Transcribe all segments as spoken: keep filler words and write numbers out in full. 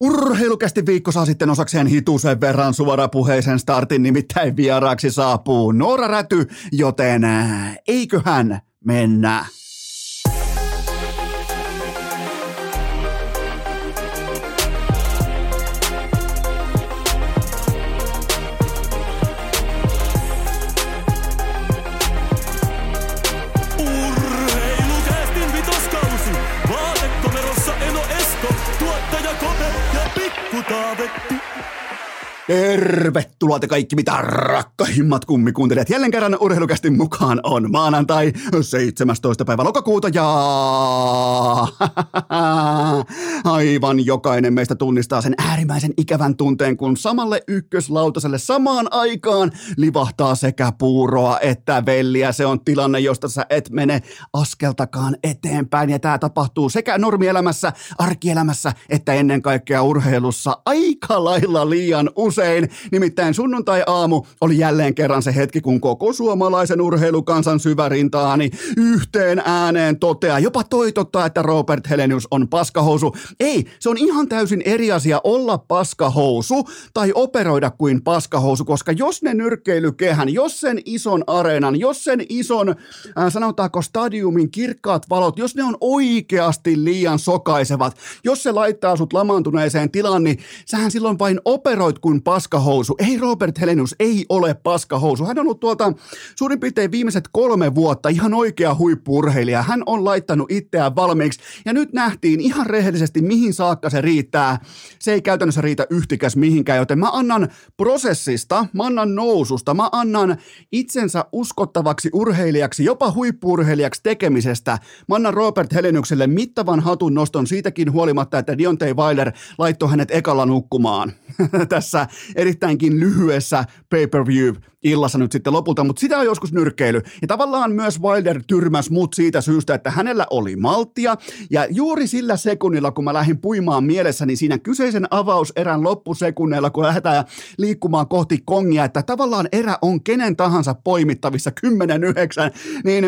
Urheilukästi viikko saa sitten osakseen hitusen verran suorapuheisen startin, nimittäin vieraaksi saapuu Noora Räty, joten eiköhän mennä. Tervetuloa te kaikki mitä rakkahimmat kummikuuntelijat. Jälleen kerran Urheilukästin mukaan on maanantai seitsemästoista päivä lokakuuta ja aivan jokainen meistä tunnistaa sen äärimmäisen ikävän tunteen, kun samalle ykköslautaselle samaan aikaan livahtaa sekä puuroa että velliä. Se on tilanne, josta sä et mene askeltakaan eteenpäin ja tämä tapahtuu sekä normielämässä, arkielämässä että ennen kaikkea urheilussa aika lailla liian usein. Nimittäin sunnuntai-aamu oli jälleen kerran se hetki, kun koko suomalaisen urheilukansan syvärintaani yhteen ääneen toteaa, jopa toitottaa, että Robert Helenius on paskahousu. Ei, se on ihan täysin eri asia olla paskahousu tai operoida kuin paskahousu, koska jos ne nyrkkeilykehän, jos sen ison areenan, jos sen ison, äh, sanotaanko stadiumin kirkkaat valot, jos ne on oikeasti liian sokaisevat, jos se laittaa sut lamaantuneeseen tilaan, niin sähän silloin vain operoit kuin paskahousu. Ei, Robert Helenius ei ole paskahousu. Hän on ollut tuolta suurin piirtein viimeiset kolme vuotta ihan oikea huippu-urheilija. Hän on laittanut itseään valmiiksi ja nyt nähtiin ihan rehellisesti, mihin saakka se riittää. Se ei käytännössä riitä yhtikäs mihinkään, joten mä annan prosessista, mä annan noususta, mä annan itsensä uskottavaksi urheilijaksi, jopa huippu-urheilijaksi tekemisestä. Mä annan Robert Heleniukselle mittavan hatun noston siitäkin huolimatta, että Deontay Wilder laittoi hänet ekalla nukkumaan tässä erittäinkin lyhyessä pay-per-view-illassa nyt sitten lopulta, mutta sitä on joskus nyrkkeily. Ja tavallaan myös Wilder tyrmäsi mut siitä syystä, että hänellä oli malttia, ja juuri sillä sekunnilla, kun mä lähdin puimaan mielessäni siinä kyseisen avauserän loppusekunneilla, kun lähdetään liikkumaan kohti kongia, että tavallaan erä on kenen tahansa poimittavissa kymmenen yhdeksän, niin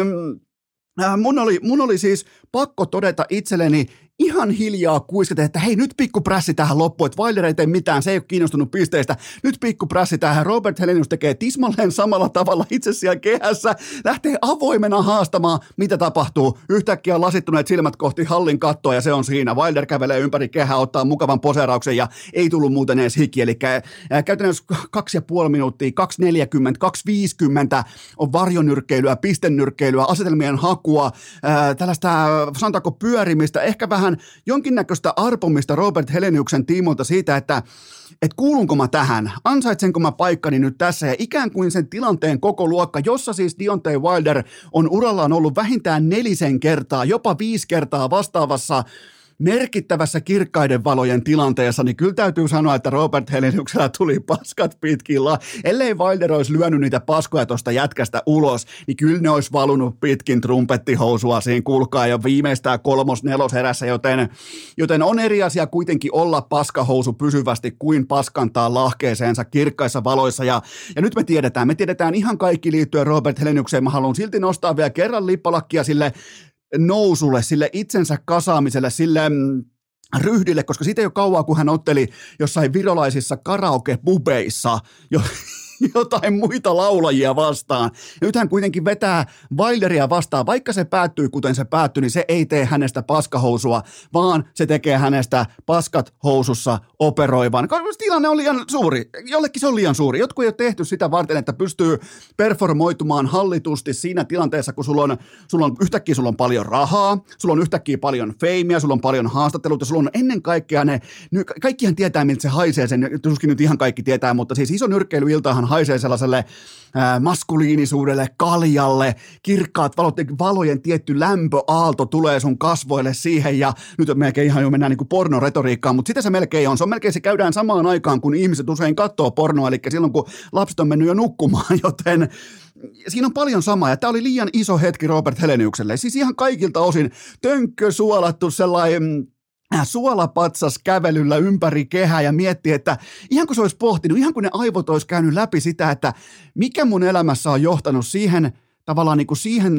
äh, mun, oli, mun oli siis pakko todeta itselleni, ihan hiljaa kuiskata, että hei, nyt pikku prässi tähän loppuun, että Wilder ei tee mitään, se ei ole kiinnostunut pisteistä, nyt pikku prässi tähän, Robert Helenius tekee tismalleen samalla tavalla itse siellä kehässä, lähtee avoimena haastamaan, mitä tapahtuu, yhtäkkiä on lasittuneet silmät kohti hallin kattoa ja se on siinä, Wilder kävelee ympäri kehää, ottaa mukavan poseerauksen ja ei tullut muuten edes hiki, eli käytännössä kaksi ja puoli minuuttia, kaksi neljäkymmentä, kaksi viisikymmentä on varjonyrkkeilyä, pistennyrkkeilyä, asetelmien hakua, ää, tällaista sanotaanko pyörimistä, ehkä vähän jonkinnäköistä arpomista Robert Heleniuksen tiimoilta siitä, että et kuulunko mä tähän, ansaitsenko mä paikkani nyt tässä ja ikään kuin sen tilanteen koko luokka, jossa siis Deontay Wilder on urallaan ollut vähintään nelisen kertaa, jopa viisi kertaa vastaavassa merkittävässä kirkkaiden valojen tilanteessa, niin kyllä täytyy sanoa, että Robert Heleniuksella tuli paskat pitkillä. Ellei Wilder olisi lyönyt niitä paskoja tuosta jätkästä ulos, niin kyllä ne olisi valunut pitkin trumpettihousua siinä, kuulkaa jo viimeistään kolmos-nelos erässä, joten, joten on eri asia kuitenkin olla paskahousu pysyvästi kuin paskantaa lahkeeseensa kirkkaissa valoissa. Ja, ja nyt me tiedetään, me tiedetään ihan kaikki liittyen Robert Heleniukseen. Mä haluan silti nostaa vielä kerran lippalakkia sille nousulle, sille itsensä kasaamiselle, sille ryhdille, koska siitä ei ole kauaa, kun hän otteli jossain virolaisissa karaoke-pubeissa jo jotain muita laulajia vastaan. Ja nyt hän kuitenkin vetää Wilderia vastaan, vaikka se päättyy kuten se päättyi, niin se ei tee hänestä paskahousua, vaan se tekee hänestä paskat housussa operoivan. Tilanne on liian suuri, jollekin se on liian suuri. Jotkut ei ole tehty sitä varten, että pystyy performoitumaan hallitusti siinä tilanteessa, kun sulla on, sulla on yhtäkkiä sulla on paljon rahaa, sulla on yhtäkkiä paljon feimiä, sulla on paljon haastatteluita, sulla on ennen kaikkea ne, kaikkihan tietää, miltä se haisee sen, tuskin nyt ihan kaikki tietää, mutta siis iso nyrkkeilyiltahan haisee sellaiselle ää, maskuliinisuudelle, kaljalle, kirkkaat valot, valojen tietty lämpöaalto tulee sun kasvoille siihen ja nyt melkein ihan jo mennään niin kuin pornoretoriikkaan, mutta sitä se melkein on. Se on melkein se käydään samaan aikaan, kun ihmiset usein katsoo pornoa, eli silloin kun lapset on mennyt jo nukkumaan, joten siinä on paljon samaa, ja tämä oli liian iso hetki Robert Heleniukselle. Siis ihan kaikilta osin tönkkö suolattu sellainen suolapatsas kävelyllä ympäri kehää ja miettii, että ihan kun se olisi pohtinut, ihan kun ne aivot olisi käynyt läpi sitä, että mikä mun elämässä on johtanut siihen tavallaan niin kuin siihen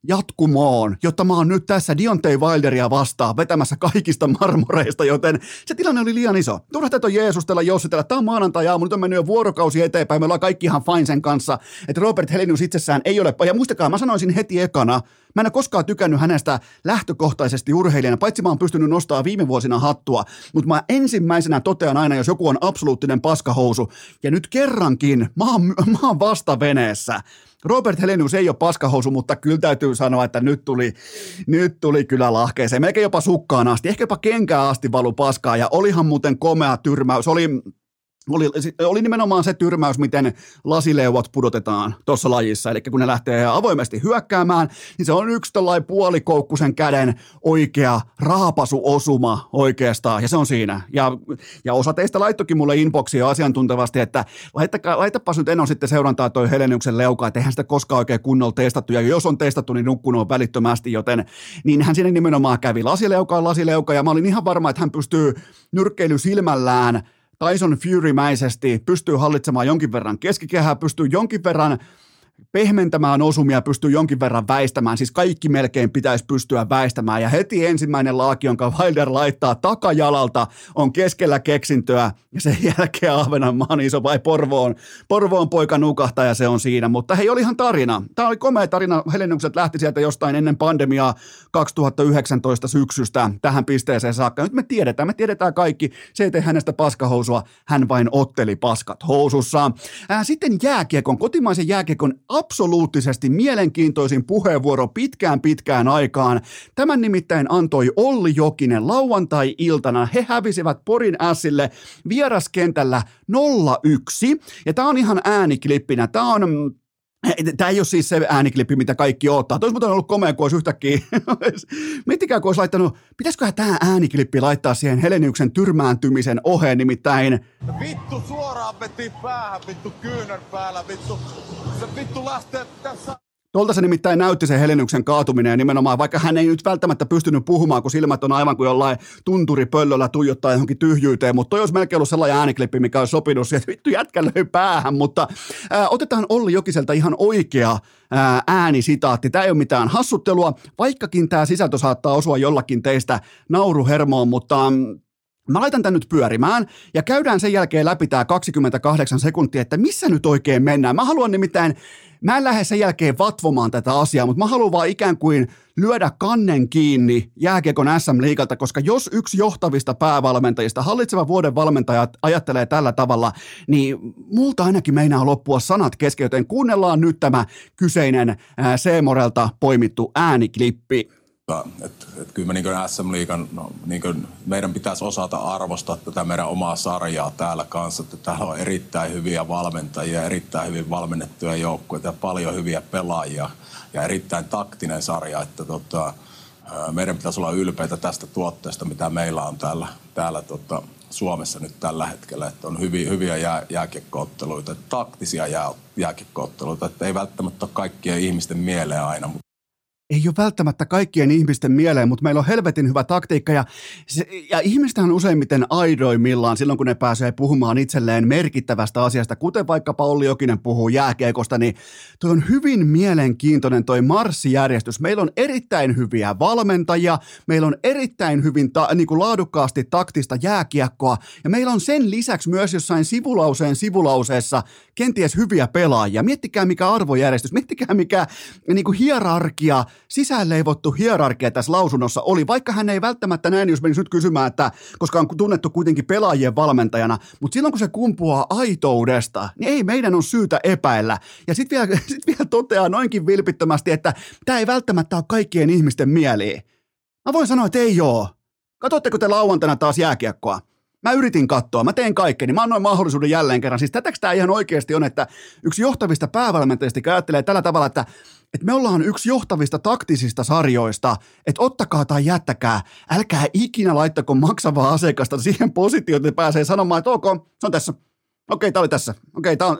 jatkumoon, jotta mä oon nyt tässä Deontay Wilderia vastaan vetämässä kaikista marmoreista, joten se tilanne oli liian iso. Turha tätä on jeesustella, jossitella. Tää on maanantai-aamu, nyt on mennyt jo vuorokausi eteenpäin, me ollaan kaikki ihan fine sen kanssa, että Robert Helenius itsessään ei ole, ja muistakaa, mä sanoisin heti ekana, mä en ole koskaan tykännyt hänestä lähtökohtaisesti urheilijana, paitsi mä oon pystynyt nostamaan viime vuosina hattua, mutta mä ensimmäisenä totean aina, jos joku on absoluuttinen paskahousu, ja nyt kerrankin, mä oon, mä oon vasta veneessä. Robert Helenius ei ole paskahousu, mutta kyllä täytyy sanoa, että nyt tuli, nyt tuli kyllä lahkeeseen. Melkein jopa sukkaan asti, ehkä jopa kenkään asti valu paskaa, ja olihan muuten komea tyrmäys. Oli, oli, oli nimenomaan se tyrmäys, miten lasileuvat pudotetaan tuossa lajissa. Eli kun ne lähtee avoimesti hyökkäämään, niin se on yksi tällainen puolikoukkusen käden oikea raapasuosuma oikeastaan, ja se on siinä. Ja, ja osa teistä laittokin mulle inboxia asiantuntevasti, että laitapas nyt Eno sitten seurantaa toi Heleniuksen leuka, että eihän sitä koskaan oikein kunnolla testattu, ja jos on testattu, niin nukkunut välittömästi, joten niin hän sinne nimenomaan kävi lasileuka on lasileuka, ja mä olin ihan varma, että hän pystyy nyrkkeilysilmällään Tyson Fury-mäisesti, pystyy hallitsemaan jonkin verran keskikehää, pystyy jonkin verran pehmentämään osumia, pystyy jonkin verran väistämään, siis kaikki melkein pitäisi pystyä väistämään, ja heti ensimmäinen laaki, jonka Wilder laittaa takajalalta, on keskellä keksintöä, ja sen jälkeen Ahvenanmaan iso vai Porvoon, Porvoon poika nukahtaa, ja se on siinä, mutta hei, olihan tarina, tämä oli komea tarina, Heleniukset lähti sieltä jostain ennen pandemiaa kaksituhattayhdeksäntoista syksystä tähän pisteeseen saakka, nyt me tiedetään, me tiedetään kaikki, se ei tee hänestä paskahousua, hän vain otteli paskat housussa. Ää, sitten jääkiekon, kotimaisen jääkiekon absoluuttisesti mielenkiintoisin puheenvuoro pitkään pitkään aikaan. Tämän nimittäin antoi Olli Jokinen lauantai-iltana. He hävisivät Porin Ässille vieraskentällä nolla yksi. Ja tämä on ihan ääniklippinä. Tämä on... Tämä ei ole siis se ääniklippi, mitä kaikki odottaa. Toisi muuten ollut komea, kun olisi yhtäkkiä, miettikää, kun olisi laittanut, pitäisiköhän tämä ääniklippi laittaa siihen Heleniuksen tyrmääntymisen oheen, nimittäin. Vittu suoraan veti päähän, vittu kyynärpäällä, vittu, se vittu lähtee tässä. Tuolta se nimittäin näytti se Heleniuksen kaatuminen ja nimenomaan, vaikka hän ei nyt välttämättä pystynyt puhumaan, kun silmät on aivan kuin jollain tunturipöllöllä tuijottaa johonkin tyhjyyteen, mutta toi olisi melkein ollut sellainen ääniklippi, mikä olisi sopinut siihen, että vittu jätkä löi päähän, mutta ää, otetaan Olli Jokiselta ihan oikea ää, äänisitaatti. Tämä ei ole mitään hassuttelua, vaikkakin tämä sisältö saattaa osua jollakin teistä nauruhermoon, mutta... Mä laitan tän nyt pyörimään ja käydään sen jälkeen läpi tää kaksikymmentäkahdeksan sekuntia, että missä nyt oikein mennään. Mä haluan nimittäin, mä en lähde sen jälkeen vatvomaan tätä asiaa, mutta mä haluan vaan ikään kuin lyödä kannen kiinni jääkiekon äs äm-liigalta, koska jos yksi johtavista päävalmentajista, hallitseva vuoden valmentaja ajattelee tällä tavalla, niin multa ainakin meinaa loppua sanat kesken, joten kuunnellaan nyt tämä kyseinen C-Morelta poimittu ääniklippi. Että et kyllä me niin äs äm-liigan, no, niin meidän pitäisi osata arvostaa tätä meidän omaa sarjaa täällä kanssa, että täällä on erittäin hyviä valmentajia, erittäin hyvin valmennettuja joukkueita ja paljon hyviä pelaajia ja erittäin taktinen sarja, että tota, meidän pitäisi olla ylpeitä tästä tuotteesta, mitä meillä on täällä, täällä tota, Suomessa nyt tällä hetkellä, että on hyviä, hyviä jää, jääkiekko-otteluita, taktisia jää, jääkiekko-otteluita, että ei välttämättä ole kaikkien ihmisten mieleen aina, mutta ei ole välttämättä kaikkien ihmisten mieleen, mutta meillä on helvetin hyvä taktiikka ja, se, ja ihmistähän useimmiten aidoimmillaan silloin, kun ne pääsee puhumaan itselleen merkittävästä asiasta, kuten vaikkapa Olli Jokinen puhuu jääkiekosta, niin toi on hyvin mielenkiintoinen toi marssijärjestys. Meillä on erittäin hyviä valmentajia, meillä on erittäin hyvin ta, niin kuin laadukkaasti taktista jääkiekkoa ja meillä on sen lisäksi myös jossain sivulauseen sivulauseessa kenties hyviä pelaajia. Miettikää mikä arvojärjestys, miettikää mikä niin kuin hierarkia, sisäänleivottu hierarkia tässä lausunnossa oli, vaikka hän ei välttämättä näin, jos menisi nyt kysymään, että koska on tunnettu kuitenkin pelaajien valmentajana, mutta silloin kun se kumpuaa aitoudesta, niin ei meidän on syytä epäillä. Ja sitten vielä, sit vielä toteaa noinkin vilpittömästi, että tämä ei välttämättä ole kaikkien ihmisten mieliin. Mä voin sanoa, että ei oo. Katsotteko te lauantaina taas jääkiekkoa? Mä yritin katsoa, mä tein kaikkeni, mä annoin mahdollisuuden jälleen kerran. Siis tätäks tää ihan oikeasti on, että yksi johtavista päävalmentajista ajattelee tällä tavalla, että, että me ollaan yksi johtavista taktisista sarjoista, että ottakaa tai jättäkää, älkää ikinä laittako maksavaa asiakasta siihen positioon, että pääsee sanomaan, että ok, se on tässä, okei, tää oli tässä, okei, tää on...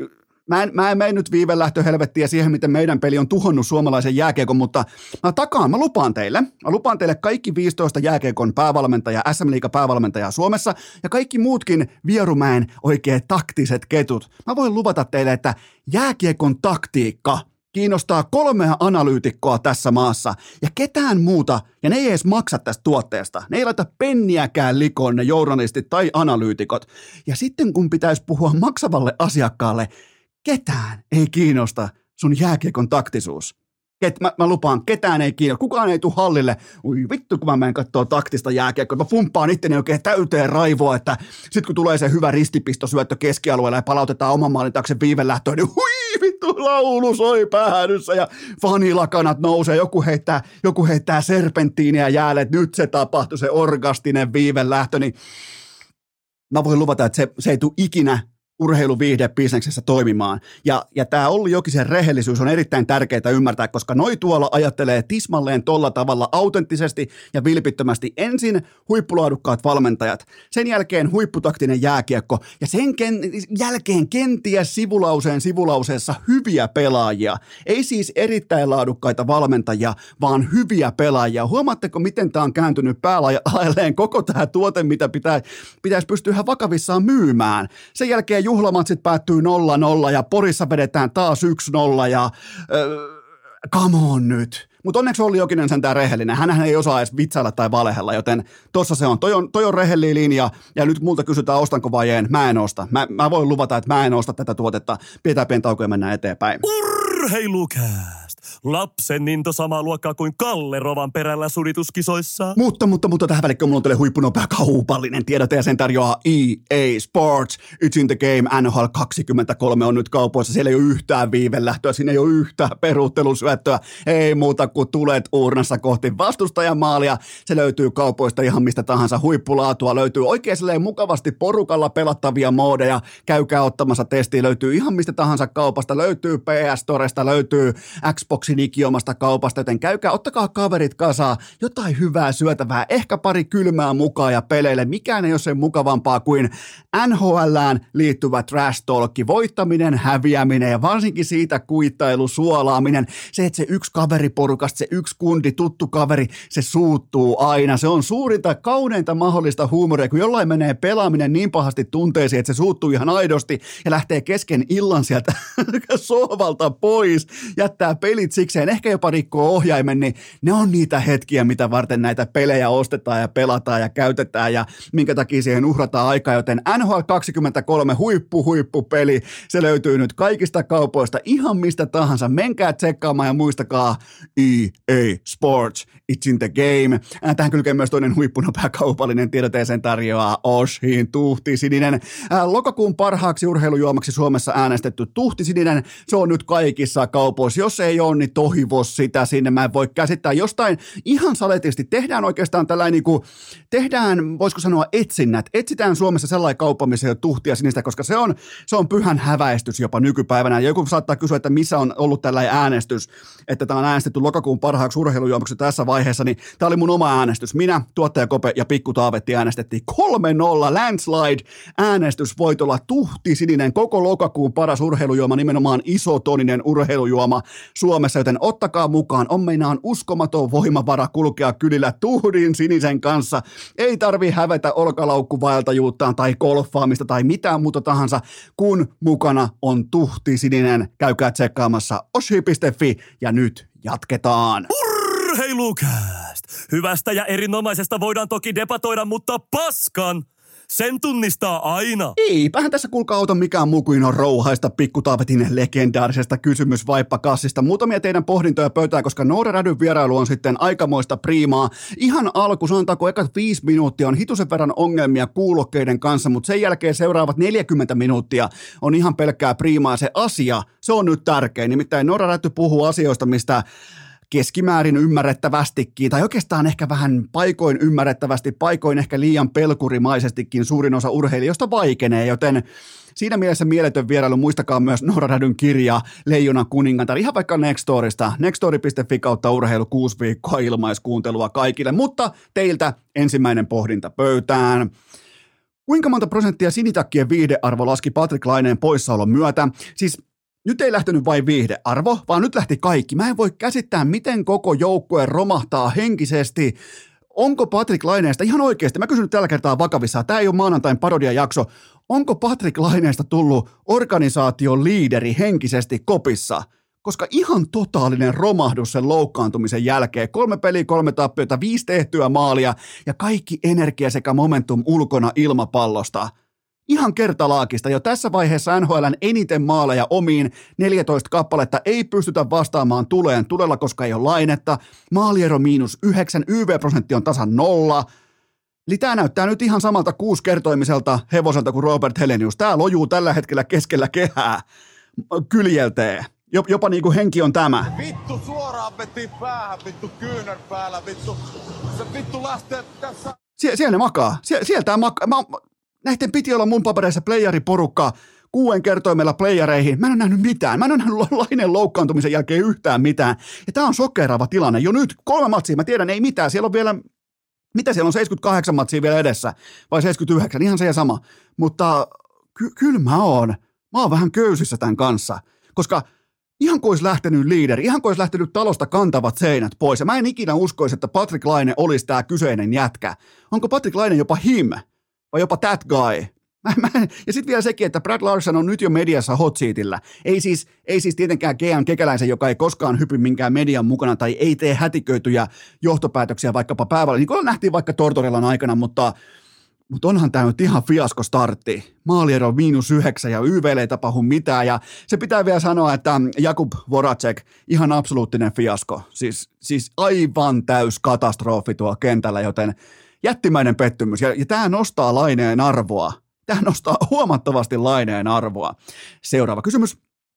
Mä en, mä en mene nyt viivelähtöhelvettiä siihen, miten meidän peli on tuhonnut suomalaisen jääkiekon, mutta mä takaan, mä lupaan teille, mä lupaan teille kaikki viisitoista jääkiekon päävalmentajaa, äs äm-liigan päävalmentajaa Suomessa ja kaikki muutkin Vierumäen oikein taktiset ketut. Mä voin luvata teille, että jääkiekon taktiikka kiinnostaa kolmea analyytikkoa tässä maassa ja ketään muuta, ja ne ei edes maksa tästä tuotteesta. Ne ei laita penniäkään likoon ne journalistit tai analyytikot. Ja sitten kun pitäisi puhua maksavalle asiakkaalle, ketään ei kiinnosta sun jääkiekon taktisuus. Ket, mä, mä lupaan, ketään ei kiinnosta. Kukaan ei tule hallille. Ui vittu, kun mä menen katsoa taktista jääkiekkoa. Mä pumppaan itteni oikein täyteen raivoa, että sit kun tulee se hyvä ristipistosyöttö keskialueella ja palautetaan oman maalin taakse viivelähtöön, niin hui vittu, laulu soi päädyssä ja fanilakanat nousee. Joku heittää, joku heittää serpenttiiniä jäälle, että nyt se tapahtui, se orgastinen viivelähtö. Niin mä voin luvata, että se, se ei tule ikinä urheiluviihdebisneksessä toimimaan. Ja, ja tämä Olli Jokisen rehellisyys on erittäin tärkeää ymmärtää, koska noi tuolla ajattelee tismalleen tolla tavalla autenttisesti ja vilpittömästi. Ensin huippulaadukkaat valmentajat, sen jälkeen huipputaktinen jääkiekko ja sen ken, jälkeen kenties sivulauseen sivulauseessa hyviä pelaajia. Ei siis erittäin laadukkaita valmentajia, vaan hyviä pelaajia. Huomaatteko, miten tämä on kääntynyt päälailleen koko tämä tuote, mitä pitää, pitäisi pystyä ihan vakavissaan myymään. Sen jälkeen juhlamatsit päättyy nolla nolla ja Porissa vedetään taas yksi nolla ja äh, come on nyt. Mutta onneksi Olli Jokinen sentään rehellinen. Hänhän ei osaa edes vitsailla tai valehella, joten tossa se on. Toi on, toi on rehellinen linja ja nyt multa kysytään ostanko vai en. Mä en osta. Mä, mä voin luvata, että mä en osta tätä tuotetta. Pidetään pieni tauko ja mennään eteenpäin. Urheilukääst! Lapsen into samaa luokkaa kuin Kalle Rovan perällä sudituskisoissa. Mutta, mutta, mutta tähän välikköön mulla on teille huippunopea kaupallinen tiedote ja sen tarjoaa E A Sports. It's in the game. N H L kaksikymmentäkolme on nyt kaupoissa. Siellä ei ole yhtään viivelähtöä, siinä ei ole yhtään peruuttelusyöttöä. Ei muuta kuin tulet uurnassa kohti vastustajan maalia. Se löytyy kaupoista ihan mistä tahansa. Huippulaatua löytyy oikein silleen mukavasti porukalla pelattavia moodeja. Käykää ottamassa testiä. Löytyy ihan mistä tahansa kaupasta. Löytyy P S Storesta, löytyy Xboxin ikiomasta kaupasta, joten käykää, ottakaa kaverit kasaan, jotain hyvää syötävää, ehkä pari kylmää mukaan ja peleille. Mikään ei ole sen mukavampaa kuin N H L:ään liittyvä trash talkki, voittaminen, häviäminen ja varsinkin siitä kuittailu, suolaaminen. Se, että se yksi kaveriporukasta, se yksi kundi, tuttu kaveri, se suuttuu aina. Se on suurinta, kauneinta mahdollista huumoria, kun jollain menee pelaaminen niin pahasti tunteisiin, että se suuttuu ihan aidosti ja lähtee kesken illan sieltä sohvalta pois, jättää pelit sikseen, ehkä jopa rikkoo ohjaimen, niin ne on niitä hetkiä, mitä varten näitä pelejä ostetaan ja pelataan ja käytetään ja minkä takia siihen uhrataan aikaa, joten N H L kaksikymmentäkolme huippu huippu peli, se löytyy nyt kaikista kaupoista, ihan mistä tahansa, menkää tsekkaamaan ja muistakaa E A Sports, it's in the game. Tähän kylkee myös toinen huippunopea kaupallinen tiedote, sen tarjoaa Oshin tuhtisininen. Lokakuun parhaaksi urheilujuomaksi Suomessa äänestetty tuhtisininen, se on nyt kaikissa kaupoissa. Jos ei ole, niin toivos sitä sinne. Mä en voi käsittää jostain ihan saletisti. Tehdään oikeastaan tällainen, niin kuin, tehdään, voisiko sanoa etsinnät. Etsitään Suomessa sellainen kauppa, missä ei ole tuhtia sinistä, koska se on, se on pyhän häväistys jopa nykypäivänä. Ja joku saattaa kysyä, että missä on ollut tällainen äänestys, että tämä on äänestetty lokakuun parhaaksi urheilujuomaksi tässä vaiheessa, niin tämä oli mun oma äänestys. Minä, tuottaja Kope ja Pikku Taavetti äänestettiin kolme nolla landslide äänestysvoitolla tuhtisininen koko lokakuun paras urheilujuoma, nimenomaan isotoninen urheilujuoma Suomessa, joten ottakaa mukaan. On meinaan uskomaton voimavara kulkea kylillä tuhdin sinisen kanssa. Ei tarvi hävetä olkalaukkuvaeltajuuttaan tai golfaamista tai mitään muuta tahansa, kun mukana on tuhti sininen. Käykää tsekkaamassa oshi piste fi ja nyt jatketaan. Urheilukääst! Hyvästä ja erinomaisesta voidaan toki debatoida, mutta paskan! Sen tunnistaa aina. Eipähän tässä kuulkaa auta mikään muu kuin on rouhaista Pikku Taavetin legendaarisesta kysymysvaippakassista. Muutamia teidän pohdintoja pöytään, koska Noora Rädyn vierailu on sitten aikamoista priimaa. Ihan alku, sanotaanko ekat viisi minuuttia on hitusen verran ongelmia kuulokkeiden kanssa, mutta sen jälkeen seuraavat neljäkymmentä minuuttia on ihan pelkkää priimaa. Se asia, se on nyt tärkein. Nimittäin Noora Räty puhuu asioista, mistä keskimäärin ymmärrettävästikin, tai oikeastaan ehkä vähän paikoin ymmärrettävästi, paikoin ehkä liian pelkurimaisestikin suurin osa urheilijoista vaikenee, joten siinä mielessä mieletön vierailu. Muistakaa myös Noora Rädyn kirja Leijonan kuningatar, ihan vaikka Nextorista, nextori piste fi kautta urheilu, kuusi viikkoa ilmaiskuuntelua kaikille, mutta teiltä ensimmäinen pohdinta pöytään. Kuinka monta prosenttia sinitakkien viihdearvo laski Patrik Laineen poissaolon myötä? Siis nyt ei lähtenyt vain viihdearvo, vaan nyt lähti kaikki. Mä en voi käsittää, miten koko joukkue romahtaa henkisesti. Onko Patrik Laineesta, ihan oikeasti, mä kysyn nyt tällä kertaa vakavissaan, tää ei ole maanantain parodiajakso, onko Patrik Laineesta tullut organisaation liideri henkisesti kopissa? koska ihan totaalinen romahdus sen loukkaantumisen jälkeen. Kolme peliä, kolme tappiota, viisi tehtyä maalia ja kaikki energia sekä momentum ulkona ilmapallosta. Ihan kertalaakista. Jo tässä vaiheessa N H L:n eniten maaleja omiin neljätoista kappaletta ei pystytä vastaamaan tuleen tulella, koska ei ole Lainetta. Maaliero miinus yhdeksän, Y V-prosentti on tasan nolla. Eli tämä näyttää nyt ihan samalta kuusikertoimiselta hevoselta kuin Robert Helenius. Tämä lojuu tällä hetkellä keskellä kehää. Kyljeltee. Jopa niin kuin henki on tämä. Vittu suoraan veti päähän, vittu kyynär päällä, vittu. Se vittu lähtee tässä. Sie- siellä ne makaa. Sie- sieltä makaa. Mä, näiden piti olla mun papereissa playeriporukkaa kuuden kertoimella playereihin. Mä en ole nähnyt mitään. Mä en ole nähnyt Laineen loukkaantumisen jälkeen yhtään mitään. Ja tää on sokeraava tilanne. Jo nyt kolme matsia, mä tiedän, ei mitään. Siellä on vielä, mitä siellä on, seitsemänkymmentäkahdeksan matsia vielä edessä. Vai seitsemänkymmentäyhdeksän, ihan se ja sama. Mutta ky- kyllä mä oon. Mä oon vähän köysissä tämän kanssa. Koska ihan kuin olisi lähtenyt leader, ihan kuin olisi lähtenyt talosta kantavat seinät pois. Ja mä en ikinä uskoisi, että Patrick Laine olisi tämä kyseinen jätkä. Onko Patrick Laine jopa him? Vai jopa that guy? Mä, mä, ja sitten vielä sekin, että Brad Larson on nyt jo mediassa hot seatillä. Ei siis, ei siis tietenkään G M Kekäläisen, joka ei koskaan hypy minkään median mukana tai ei tee hätiköityjä johtopäätöksiä vaikkapa päävällä. Niin kuin nähtiin vaikka Tortorellan aikana, mutta, mutta onhan tämä nyt ihan fiaskostartti. Maaliero on miinus yhdeksän ja Y V:lle ei tapahdu mitään. Ja se pitää vielä sanoa, että Jakub Voracek, ihan absoluuttinen fiasko. Siis, siis aivan täys katastrofi tuolla kentällä, joten jättimäinen pettymys. Ja, ja tämä nostaa Laineen arvoa. Tämä nostaa huomattavasti Laineen arvoa. Seuraava kysymys.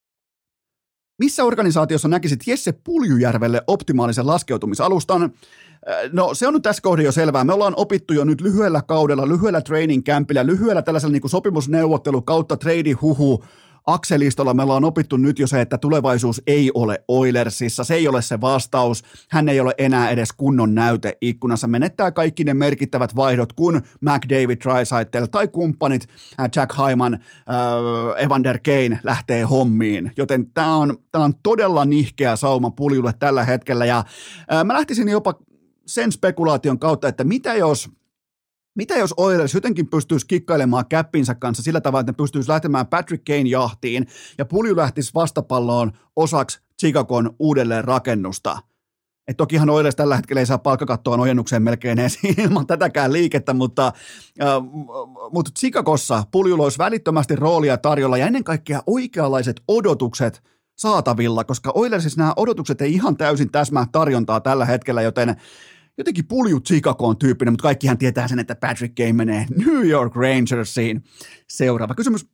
Missä organisaatiossa näkisit Jesse Puljujärvelle optimaalisen laskeutumisalustan? No se on nyt tässä kohdassa jo selvää. Me ollaan opittu jo nyt lyhyellä kaudella, lyhyellä training campillä, lyhyellä tällaisella niin kuin sopimusneuvottelu kautta trade huhu akselistolla me ollaan opittu nyt jo se, että tulevaisuus ei ole Oilersissa, se ei ole se vastaus, hän ei ole enää edes kunnon näyteikkunassa, menettää kaikki ne merkittävät vaihdot, kun McDavid, Draisaitl tai kumppanit Jack Hyman, äh, Evander Kane lähtee hommiin, joten tämä on, tää on todella nihkeä sauma Puljulle tällä hetkellä, ja äh, mä lähtisin jopa sen spekulaation kautta, että mitä jos Mitä jos Oilers jotenkin pystyisi kikkailemaan käppinsä kanssa sillä tavalla, että ne pystyisi lähtemään Patrick Kane jahtiin ja Pulju lähtisi vastapalloon osaksi Chicagon uudelleen rakennusta. Et tokihan Oilers tällä hetkellä ei saa palkkakattoon ojennukseen melkein edes ilman tätäkään liikettä, mutta, äh, mutta Chicagossa Puljulla olisi välittömästi roolia tarjolla ja ennen kaikkea oikeanlaiset odotukset saatavilla, koska Oilersissa nämä odotukset ei ihan täysin täsmää tarjontaa tällä hetkellä, joten jotenkin Pulju Chicagoon tyyppinen, mutta kaikkihan tietää sen, että Patrick Kane menee New York Rangersiin. Seuraava kysymys.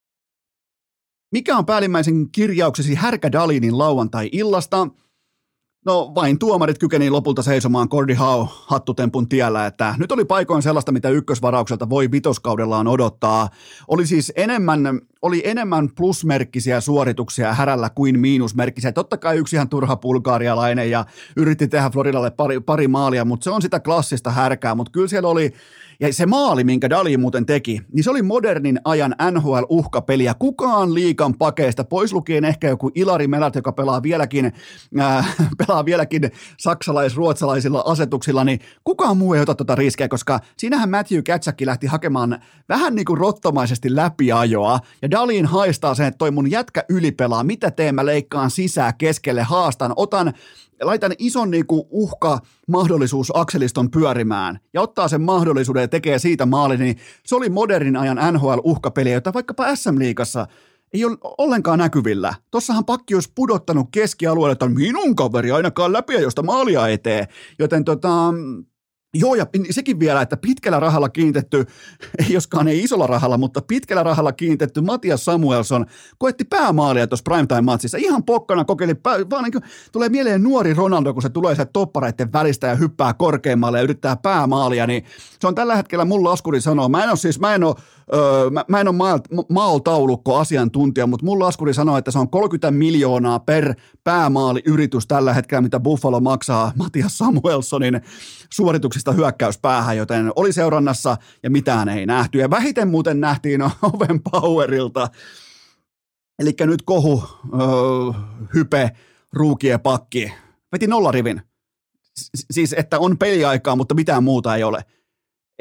Mikä on päällimmäisen kirjauksesi Härkä Dalinin lauantai-illasta? No vain tuomarit kykeni lopulta seisomaan Gordie Howe hattutempun tiellä, että nyt oli paikoin sellaista, mitä ykkösvaraukselta voi vitoskaudellaan odottaa. Oli siis enemmän, oli enemmän plusmerkkisiä suorituksia Härällä kuin miinusmerkkisiä. Totta kai yksi ihan turha bulgaarialainen ja yritti tehdä Floridalle pari, pari maalia, mutta se on sitä klassista Härkää, mutta kyllä siellä oli. Ja se maali, minkä Dali muuten teki, niin se oli modernin ajan N H L-uhkapeli, ja kukaan liigan pakeista, pois lukien ehkä joku Ilari Melat, joka pelaa vieläkin, äh, pelaa vieläkin saksalais-ruotsalaisilla asetuksilla, niin kukaan muu ei ota tuota riskejä, koska siinähän Matthew Katsakki lähti hakemaan vähän niin kuin rottomaisesti läpiajoa, ja Daliin haistaa sen, että toi mun jätkä ylipelaa, mitä teen, mä leikkaan sisään keskelle, haastan, otan, laitan ison niinku uhka mahdollisuus akseliston pyörimään ja ottaa sen mahdollisuuden ja tekee siitä maali, niin se oli modernin ajan N H L-uhkapeliä, jota vaikkapa S M-liigassa ei ole ollenkaan näkyvillä. Tossahan pakki olisi pudottanut keskialueelle, että minun kaveri ainakaan läpi, josta maalia eteen, joten tota... Joo, ja sekin vielä, että pitkällä rahalla kiinnitetty, ei joskaan ei isolla rahalla, mutta pitkällä rahalla kiinnitetty Matias Samuelson koetti päämaalia tuossa primetime-matsissa. Ihan pokkana kokeili, vaan niin kuin, tulee mieleen nuori Ronaldo, kun se tulee sieltä toppareiden välistä ja hyppää korkeammalle ja yrittää päämaalia, niin se on tällä hetkellä mun laskuri sanoo. Mä en ole siis, mä en ole, öö, mä, mä en ole maal, maaltaulukko asiantuntija, mutta mun laskuri sanoo, että se on kolmekymmentä miljoonaa per päämaaliyritys tällä hetkellä, mitä Buffalo maksaa Matias Samuelsonin suorituksista hyökkäyspäähän, joten oli seurannassa ja mitään ei nähty. Ja vähiten muuten nähtiin Owen Powerilta. Eli nyt kohu, öö, hype, ruukie, pakki. Veti nollarivin. S- siis, että on peliaikaa, mutta mitään muuta ei ole.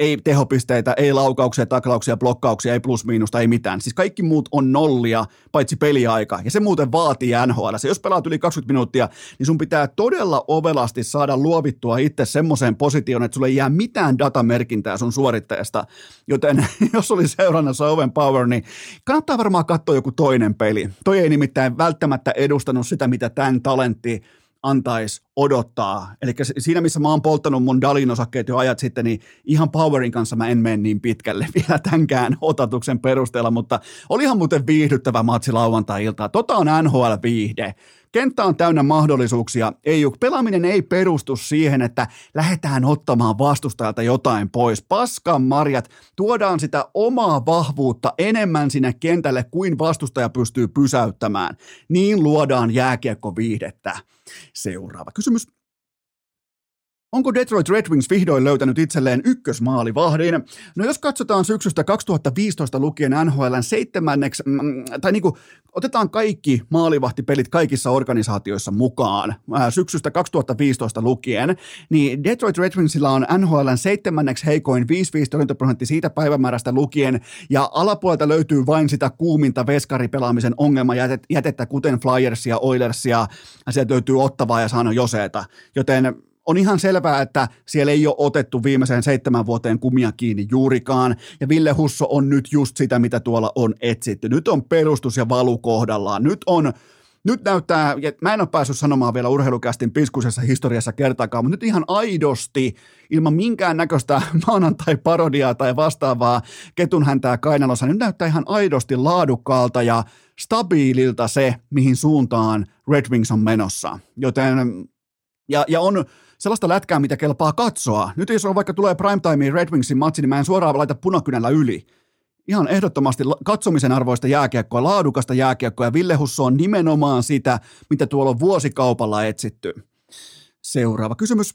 Ei tehopisteitä, ei laukauksia, taklauksia, blokkauksia, ei plus-miinusta, ei mitään. Siis kaikki muut on nollia, paitsi peliaika. Ja se muuten vaatii N H L. Jos pelaat yli kaksikymmentä minuuttia, niin sun pitää todella ovelasti saada luovittua itse semmoiseen positioon, että sulle ei jää mitään datamerkintää sun suoritteesta. Joten jos oli seurannassa Owen Power, niin kannattaa varmaan katsoa joku toinen peli. Toi ei nimittäin välttämättä edustanut sitä, mitä tämän talentti antaisi odottaa. Eli siinä, missä mä oon polttanut mun Dalin osakkeet jo ajat sitten, niin ihan Powerin kanssa mä en mene niin pitkälle vielä tämänkään otatuksen perusteella, mutta olihan muuten viihdyttävä matsi lauantai-iltaa. Tota on N H L-viihde. Kenttä on täynnä mahdollisuuksia. Ei, pelaaminen ei perustu siihen, että lähdetään ottamaan vastustajalta jotain pois. Paskan marjat, tuodaan sitä omaa vahvuutta enemmän sinne kentälle kuin vastustaja pystyy pysäyttämään. Niin luodaan jääkiekkoviihdettä. Seuraava kysymys. Onko Detroit Red Wings vihdoin löytänyt itselleen ykkösmaalivahdin? No jos katsotaan syksystä kaksituhattaviisitoista lukien N H L:n seitsemänneksi, tai niin kuin otetaan kaikki maalivahtipelit kaikissa organisaatioissa mukaan syksystä kaksituhattaviisitoista lukien, niin Detroit Red Wingsillä on N H L:n seitsemänneksi heikoin viisi viisi torjuntaprosentti siitä päivämäärästä lukien, ja alapuolelta löytyy vain sitä kuuminta veskaripelaamisen ongelmajätettä, kuten Flyersia, Oilersia, ja sieltä löytyy Ottavaa ja San Joseeta, joten on ihan selvää, että siellä ei ole otettu viimeiseen seitsemän vuoteen kumia kiinni juurikaan, ja Ville Husso on nyt just sitä, mitä tuolla on etsitty. Nyt on perustus ja valu kohdallaan. Nyt on, nyt näyttää, mä en ole päässyt sanomaan vielä urheilukästin piskuisessa historiassa kertaakaan, mutta nyt ihan aidosti, ilman minkään näköistä maanantai-parodiaa tai vastaavaa ketunhäntää kainalossa, nyt näyttää ihan aidosti laadukkaalta ja stabiililta se, mihin suuntaan Red Wings on menossa. Joten, ja, ja on sellaista lätkää, mitä kelpaa katsoa. Nyt jos on vaikka tulee primetimeen Red Wingsin matsi, niin mä en suoraan laita punakynällä yli. Ihan ehdottomasti katsomisen arvoista jääkiekkoa, laadukasta jääkiekkoa, ja Ville Husso on nimenomaan sitä, mitä tuolla on vuosikaupalla etsitty. Seuraava kysymys.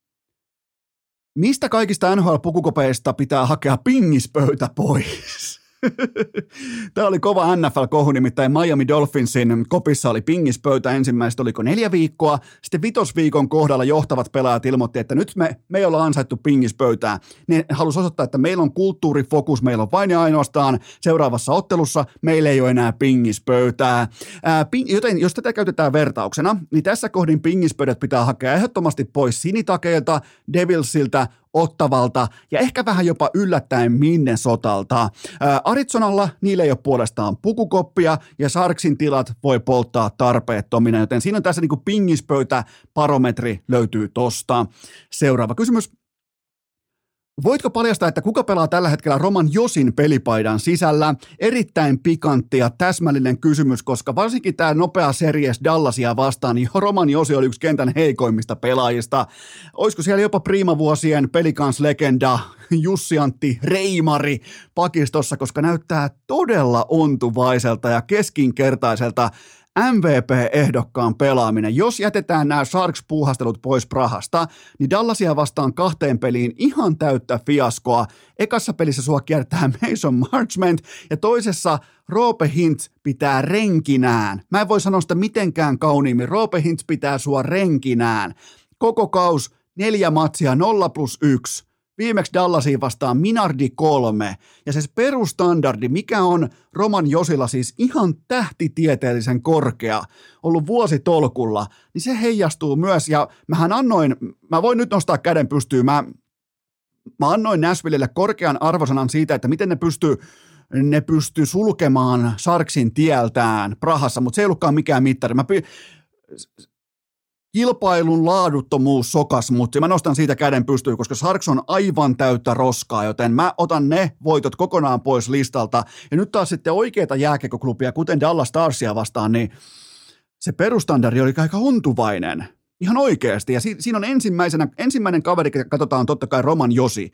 Mistä kaikista N H L-pukukopeista pitää hakea pingispöytä pois? Tämä oli kova N F L-kohu, nimittäin Miami Dolphinsin kopissa oli pingispöytä ensimmäistä, oliko neljä viikkoa. Sitten vitosviikon kohdalla johtavat pelaajat ilmoitti, että nyt me, me ei olla ansaittu pingispöytää. Ne halusi osoittaa, että meillä on kulttuurifokus, meillä on vain ja ainoastaan seuraavassa ottelussa, meillä ei ole enää pingispöytää. Ää, ping, joten jos tätä käytetään vertauksena, niin tässä kohdin pingispöydät pitää hakea ehdottomasti pois Sinitakeilta, Devilsiltä, Ottavalta ja ehkä vähän jopa yllättäen Minnesotalta. Ää, Arizonalla niillä ei ole puolestaan pukukoppia ja Sharksin tilat voi polttaa tarpeettomina, joten siinä on tässä niin kuin pingispöytä, parometri löytyy tosta. Seuraava kysymys. Voitko paljastaa, että kuka pelaa tällä hetkellä Roman Josin pelipaidan sisällä? Erittäin pikantti ja täsmällinen kysymys, koska varsinkin tämä nopea series Dallasia vastaan, niin Roman Josi oli yksi kentän heikoimmista pelaajista. Olisiko siellä jopa priimavuosien Pelicans-legenda Jussi Antti Reimari pakistossa, koska näyttää todella ontuvaiselta ja keskinkertaiselta M V P-ehdokkaan pelaaminen. Jos jätetään nämä Sharks-puuhastelut pois Prahasta, niin Dallasia vastaan kahteen peliin ihan täyttä fiaskoa. Ekassa pelissä sua kiertää Mason Marchment ja toisessa Roope Hintz pitää renkinään. Mä en voi sanoa sitä mitenkään kauniimmin. Roope Hintz pitää sua renkinään. Koko kaus neljä matsia nolla plus yksi. Viimeksi Dallasiin vastaan Minardi kolme, ja se perustandardi, mikä on Roman Josilla siis ihan tähtitieteellisen korkea, ollut vuositolkulla, niin se heijastuu myös, ja mähän annoin, mä voin nyt nostaa käden pystyyn, mä, mä annoin Nashvillelle korkean arvosanan siitä, että miten ne pystyy, ne pystyy sulkemaan Sharksin tieltään Prahassa, mutta se ei ollutkaan mikään mittari. Mä py- Kilpailun laaduttomuus sokas, mutta mä nostan siitä käden pystyyn, koska Sharks on aivan täyttä roskaa, joten mä otan ne voitot kokonaan pois listalta. Ja nyt taas sitten oikeita jääkiekkoklubia, kuten Dallas Starsia vastaan, niin se perustandardi oli aika ontuvainen. Ihan oikeasti. Ja si- siinä on ensimmäisenä, ensimmäinen kaveri, katsotaan totta kai Roman Josi.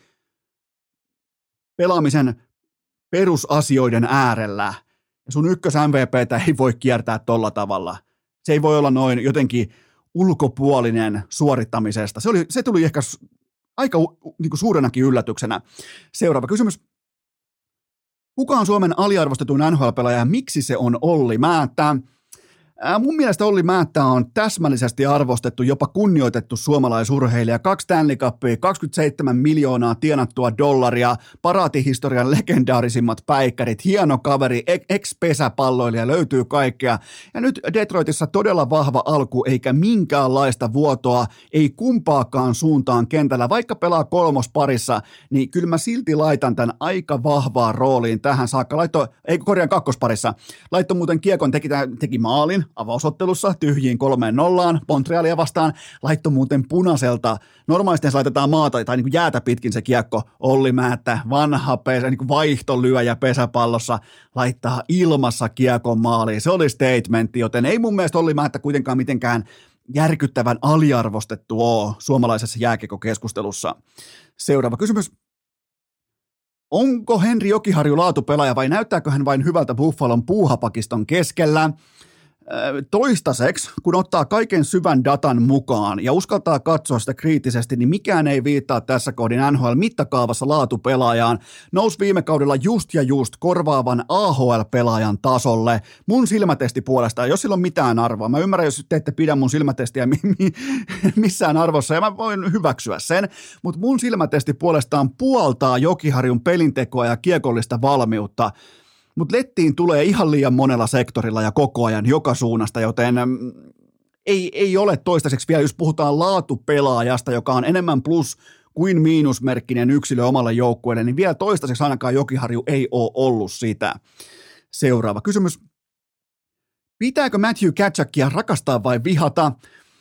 Pelaamisen perusasioiden äärellä. Ja sun ykkös M V P:tä ei voi kiertää tolla tavalla. Se ei voi olla noin jotenkin ulkopuolinen suorittamisesta. Se, oli, se tuli ehkä aika niin kuin suurenakin yllätyksenä. Seuraava kysymys. Kuka on Suomen aliarvostetuin N H L-pelaaja ja miksi se on Olli Määttä? Ää, mun mielestä Olli Määttä on täsmällisesti arvostettu, jopa kunnioitettu suomalaisurheilija. Kaksi Stanley Cupia, kaksikymmentäseitsemän miljoonaa tienattua dollaria, paraatihistorian legendaarisimmat päikkärit, hieno kaveri, ex-pesäpalloilija, löytyy kaikkea. Ja nyt Detroitissa todella vahva alku, eikä minkäänlaista vuotoa, ei kumpaakaan suuntaan kentällä. Vaikka pelaa kolmosparissa, niin kyllä mä silti laitan tämän aika vahvaan rooliin tähän saakka. Laitto, ei korjaan kakkosparissa. Laitto muuten kiekon, teki, teki maalin avausottelussa tyhjiin kolmeen nollaan Montrealia vastaan. Laitto muuten punaiselta. Normaalisti se laitetaan maata tai niin kuin jäätä pitkin se kiekko. Olli Määttä, vanha pesä, niin kuin vaihtolyöjä pesäpallossa, laittaa ilmassa kiekon maaliin. Se oli statementti, joten ei mun mielestä Olli Määttä kuitenkaan mitenkään järkyttävän aliarvostettu ole suomalaisessa jääkiekokeskustelussa. Seuraava kysymys. Onko Henri Jokiharju laatupelaaja vai näyttääkö hän vain hyvältä Buffalon puuhapakiston keskellä? Toistaiseksi, kun ottaa kaiken syvän datan mukaan ja uskaltaa katsoa sitä kriittisesti, niin mikään ei viittaa tässä kohdin N H L-mittakaavassa laatupelaajaan. Nousi viime kaudella just ja just korvaavan A H L-pelaajan tasolle. Mun silmätesti puolestaan, jos sillä on mitään arvoa. Mä ymmärrän, jos te ette pidä mun silmätestiä missään arvossa, ja mä voin hyväksyä sen, mutta mun silmätesti puolestaan puoltaa Jokiharjun pelintekoa ja kiekollista valmiutta. Mutta lettiin tulee ihan liian monella sektorilla ja koko ajan joka suunnasta, joten ei, ei ole toistaiseksi vielä, jos puhutaan laatupelaajasta, joka on enemmän plus kuin miinusmerkkinen yksilö omalle joukkueelle, niin vielä toistaiseksi ainakaan Jokiharju ei ole ollut sitä. Seuraava kysymys. Pitääkö Matthew Tkachukkia rakastaa vai vihata?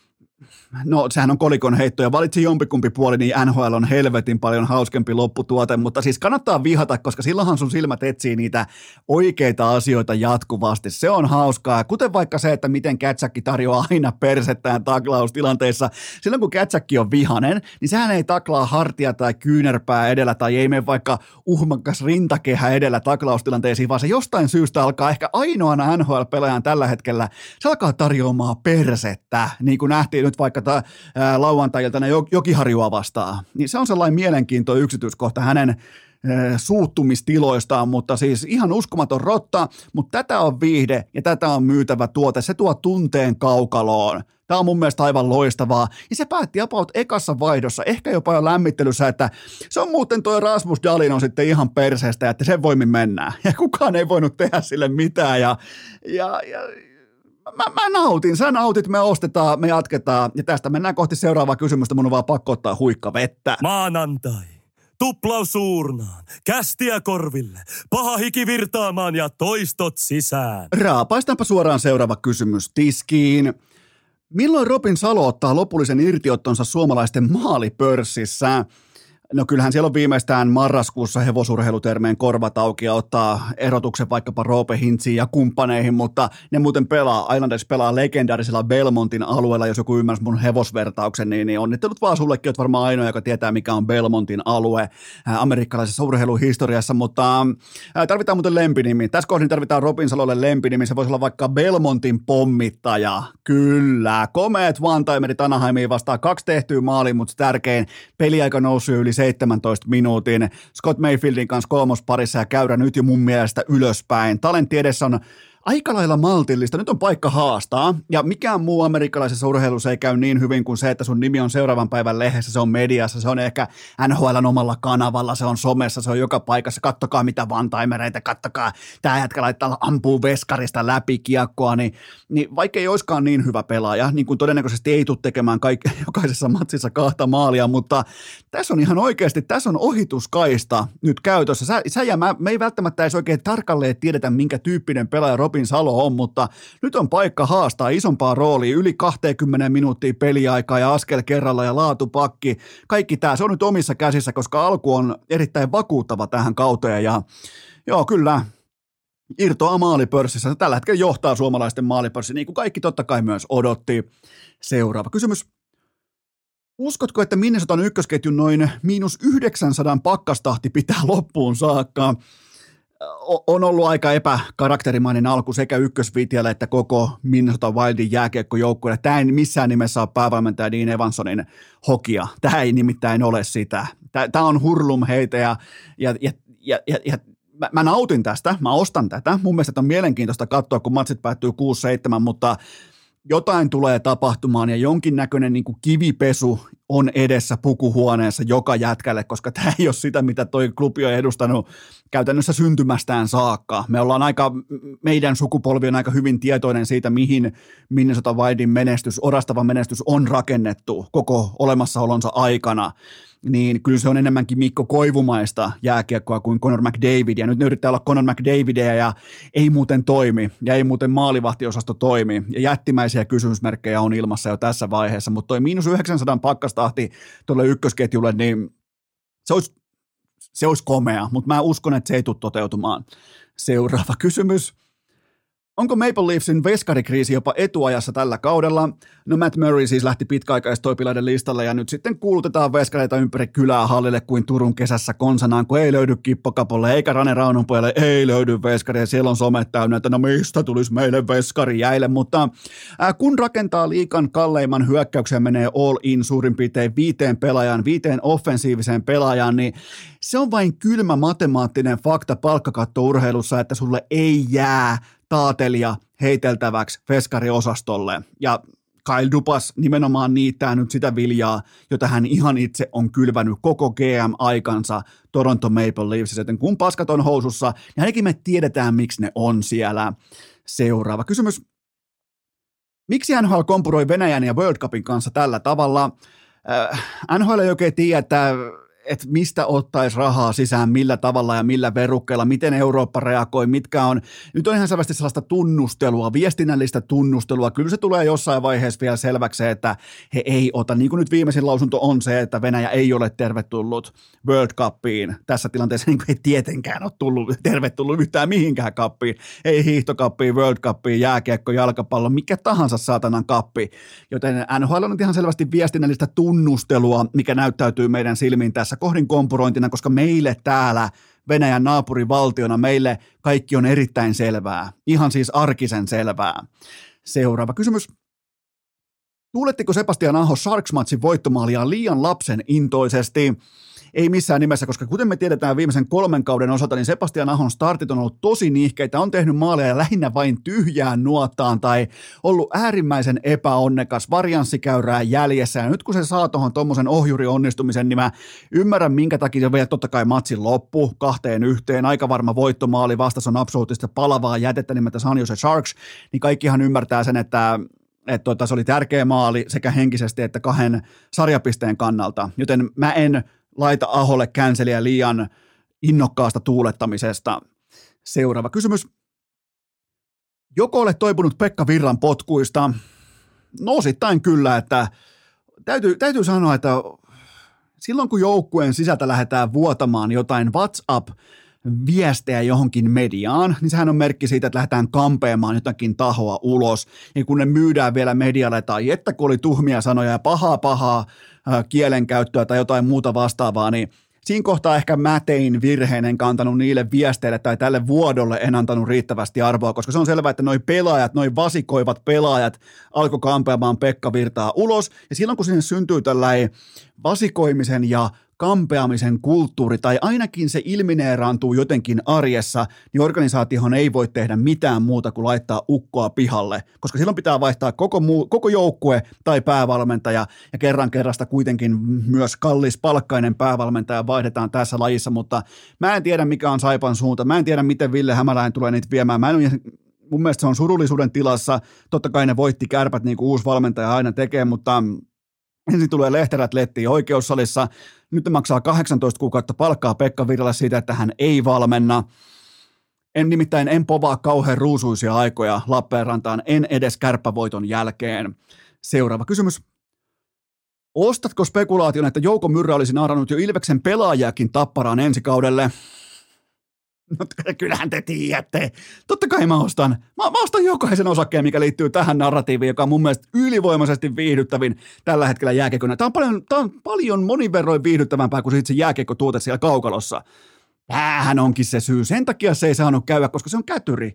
No, sehän on kolikon heitto ja valitsi jompikumpi puoli, niin N H L on helvetin paljon hauskempi lopputuote, mutta siis kannattaa vihata, koska silloinhan sun silmät etsii niitä oikeita asioita jatkuvasti. Se on hauskaa, kuten vaikka se, että miten Tkachuk tarjoaa aina persettään taklaustilanteissa. Silloin kun Tkachuk on vihanen, niin sehän ei taklaa hartia tai kyynärpää edellä tai ei mene vaikka uhmakas rintakehä edellä taklaustilanteisiin, vaan se jostain syystä alkaa ehkä ainoana N H L-pelaajan tällä hetkellä, se alkaa tarjoamaan persettä, niin kuin nähtiin nyt vaikka ta, ää, lauantai-iltana Jokiharjua vastaan, niin se on sellainen mielenkiintoinen yksityiskohta hänen ää, suuttumistiloistaan, mutta siis ihan uskomaton rotta, mutta tätä on viihde ja tätä on myytävä tuote, se tuo tunteen kaukaloon. Tämä on mun mielestä aivan loistavaa. Ja se päätti about ekassa vaihdossa, ehkä jopa jo lämmittelyssä, että se on muuten toi Rasmus Dahlin on sitten ihan perseestä, että sen voimin mennään. Ja kukaan ei voinut tehdä sille mitään ja, ja, ja Mä, mä nautin, sä nautit, me ostetaan, me jatketaan ja tästä mennään kohti seuraavaa kysymystä, mun on vaan pakko ottaa huikka vettä. Maanantai. Tuplaus suurnaan, kästiä korville, paha hiki virtaamaan ja toistot sisään. Raapaistaanpa suoraan seuraava kysymys tiskiin. Milloin Robin Salo ottaa lopullisen irtiottonsa suomalaisten maalipörssissä? No kyllähän siellä on viimeistään marraskuussa hevosurheilutermeen korvat auki ja ottaa erotuksen vaikkapa Roope Hintziin ja kumppaneihin, mutta ne muuten pelaa, Islanders pelaa legendaarisella Belmontin alueella, jos joku ymmärsi mun hevosvertauksen, niin, niin onnittelut vaan sullekin, oot varmaan ainoa, joka tietää mikä on Belmontin alue ää, amerikkalaisessa urheiluhistoriassa, mutta ää, tarvitaan muuten lempinimi. Tässä kohdin tarvitaan Robin Salolle lempinimi, se voisi olla vaikka Belmontin pommittaja, kyllä, komeet one-timerit Anaheimiin vastaan, kaksi tehtyä maaliin, mutta tärkein peliaika noussut yli seitsemäntoista minuutin. Scott Mayfieldin kanssa kolmosparissa ja käyrä nyt jo mun mielestä ylöspäin. Talentti edessä on aika lailla maltillista. Nyt on paikka haastaa, ja mikään muu amerikkalaisessa urheilussa ei käy niin hyvin kuin se, että sun nimi on seuraavan päivän lehdessä, se on mediassa, se on ehkä N H L:n omalla kanavalla, se on somessa, se on joka paikassa. Kattokaa mitä one-timereita, kattokaa, tää jätkä laittaa ampuu veskarista läpi kiekkoa, niin, niin vaikka ei oiskaan niin hyvä pelaaja, niin kuin todennäköisesti ei tule tekemään kaik- jokaisessa matsissa kahta maalia, mutta tässä on ihan oikeasti, tässä on ohituskaista nyt käytössä. Sä, sä ja mä, me ei välttämättä edes oikein tarkalleen tiedetä, minkä tyyppinen pelaaja Robin Salo on, mutta nyt on paikka haastaa isompaa roolia, yli kaksikymmentä minuuttia peliaikaa ja askel kerralla ja laatupakki. Kaikki tämä, se on nyt omissa käsissä, koska alku on erittäin vakuuttava tähän kauteen ja joo, kyllä, irtoaa maalipörssissä. Tällä hetkellä johtaa suomalaisten maalipörssi, niin kuin kaikki totta kai myös odotti. Seuraava kysymys. Uskotko, että Minnesotan ykkösketjun noin miinus yhdeksänsadan pakkastahti pitää loppuun saakka? On ollut aika epäkarakterimainen alku sekä ykkösvitjalle että koko Minnesota Wildin jääkiekkojoukkueelle. Tämä ei missään nimessä ole päävalmentaja Dean Evansonin hokia. Tämä ei nimittäin ole sitä. Tämä on hurlum heitä ja, ja, ja, ja, ja mä, mä nautin tästä, mä ostan tätä. Mun mielestä on mielenkiintoista katsoa, kun matsit päättyy kuusi seitsemän, mutta jotain tulee tapahtumaan ja jonkinnäköinen niin kuin kivipesu on edessä pukuhuoneessa joka jätkälle, koska tämä ei ole sitä, mitä toi klubi on edustanut käytännössä syntymästään saakka. Me ollaan aika, meidän sukupolvi on aika hyvin tietoinen siitä, mihin Minnesota Wildin menestys, orastava menestys on rakennettu koko olemassaolonsa aikana. Niin kyllä se on enemmänkin Mikko Koivumaista jääkiekkoa kuin Connor McDavid, ja nyt ne yrittää olla Connor McDavidia, ja ei muuten toimi, ja ei muuten maalivahtiosasto toimi, ja jättimäisiä kysymysmerkkejä on ilmassa jo tässä vaiheessa, mutta toi miinus yhdeksänsataa pakkastahti tuolle ykkösketjulle, niin se olisi, se olisi komea, mutta mä uskon, että se ei tule toteutumaan. Seuraava kysymys. Onko Maple Leafsin veskarikriisi jopa etuajassa tällä kaudella? No Matt Murray siis lähti pitkäaikaistoipilaiden listalle ja nyt sitten kuulutetaan veskareita ympäri kylää hallille kuin Turun kesässä konsanaan, kun ei löydy Kippokapolle eikä Rane Raunonpojalle, ei löydy veskaria. Siellä on somet täynnä, että no mistä tulisi meille veskari jäille, mutta äh, kun rakentaa liikan kalleimman hyökkäyksen menee all in suurin piirtein viiteen pelaajan, viiteen offensiiviseen pelaajaan, niin se on vain kylmä matemaattinen fakta palkkakattourheilussa, että sulle ei jää taatelia heiteltäväksi veskariosastolle. Ja Kyle Dubas nimenomaan niittää nyt sitä viljaa, jota hän ihan itse on kylvänyt koko G M-aikansa Toronto Maple Leafsissä. Joten kun paskat on housussa, niin ainakin me tiedetään, miksi ne on siellä. Seuraava kysymys. Miksi N H L kompuroi Venäjän ja World Cupin kanssa tällä tavalla? Äh, N H L ei oikein tiedä, että että mistä ottaisi rahaa sisään, millä tavalla ja millä verukkeilla, miten Eurooppa reagoi, mitkä on, nyt on ihan selvästi sellaista tunnustelua, viestinnällistä tunnustelua, kyllä se tulee jossain vaiheessa vielä selväksi, että he ei ota, niin kuin nyt viimeisin lausunto on se, että Venäjä ei ole tervetullut World Cupiin, tässä tilanteessa niin kuin ei tietenkään ole tullut, tervetullut yhtään mihinkään kappiin, ei hiihtokappiin, World Cupiin, jääkiekko, jalkapallo, mikä tahansa saatanan kappi, joten N H L on ihan selvästi viestinnällistä tunnustelua, mikä näyttäytyy meidän silmiin tässä kohdin kompurointina, koska meille täällä Venäjän naapurivaltiona, meille kaikki on erittäin selvää. Ihan siis arkisen selvää. Seuraava kysymys. Tuulettiko Sebastian Aho Sharks-matsin voittomaalia liian lapsen intoisesti? Ei missään nimessä, koska kuten me tiedetään viimeisen kolmen kauden osalta, niin Sebastian Ahon startit on ollut tosi nihkeitä, on tehnyt maaleja lähinnä vain tyhjään nuottaan tai ollut äärimmäisen epäonnekas, varianssikäyrää jäljessä. Ja nyt kun se saa tuohon tuommoisen ohjuri onnistumisen, niin mä ymmärrän, minkä takia se vielä totta kai matsin loppu kahteen yhteen, aika varma voittomaali, vastas on absoluuttista palavaa jätettä nimeltä San Jose Sharks, niin kaikkihan ymmärtää sen, että että tuota, se oli tärkeä maali sekä henkisesti että kahden sarjapisteen kannalta, joten mä en laita Aholle känseliä liian innokkaasta tuulettamisesta. Seuraava kysymys. Joko olet toipunut Pekka Virran potkuista? No osittain kyllä, että täytyy, täytyy sanoa, että silloin kun joukkueen sisältä lähdetään vuotamaan jotain WhatsApp-viestejä johonkin mediaan, niin sehän on merkki siitä, että lähdetään kampeamaan jotakin tahoa ulos. Ja kun ne myydään vielä medialle tai että kun oli tuhmia sanoja ja pahaa pahaa kielenkäyttöä tai jotain muuta vastaavaa, niin siinä kohtaa ehkä mä tein virheen, en kantanut niille viesteille tai tälle vuodolle en antanut riittävästi arvoa, koska se on selvää, että noi pelaajat, noi vasikoivat pelaajat alkoi kampeamaan Pekka Virtaa ulos, ja silloin kun sinne syntyy tällainen vasikoimisen ja kampeamisen kulttuuri, tai ainakin se ilmineeraantuu jotenkin arjessa, niin organisaatiohan ei voi tehdä mitään muuta kuin laittaa ukkoa pihalle, koska silloin pitää vaihtaa koko, muu, koko joukkue tai päävalmentaja, ja kerran kerrasta kuitenkin myös kallis palkkainen päävalmentaja vaihdetaan tässä lajissa, mutta mä en tiedä mikä on Saipan suunta, mä en tiedä miten Ville Hämäläinen tulee niitä viemään, mä en mun mielestä se on surullisuuden tilassa, totta kai ne voitti Kärpät niin kuin uusi valmentaja aina tekee, mutta ensin tulee Lehterät lettiin oikeussalissa, nyt ne maksaa kahdeksantoista kuukautta palkkaa Pekka Virralle siitä, että hän ei valmenna. En nimittäin en povaa kauhean ruusuisia aikoja Lappeenrantaan, en edes kärppävoiton jälkeen. Seuraava kysymys. Ostatko spekulaation, että Jouko Myrrä olisi naarannut jo Ilveksen pelaajakin Tapparaan ensi kaudelle? No kyllähän te tiedätte. Totta kai mä ostan. Mä, mä ostan jokaisen osakkeen, mikä liittyy tähän narratiiviin, joka on mun mielestä ylivoimaisesti viihdyttävin tällä hetkellä jääkiekona. Tämä on paljon, tämä on paljon monin verroin viihdyttävämpää kuin se jääkiekkotuote siellä kaukalossa. Tämähän onkin se syy. Sen takia se ei saanut käydä, koska se on kätyri.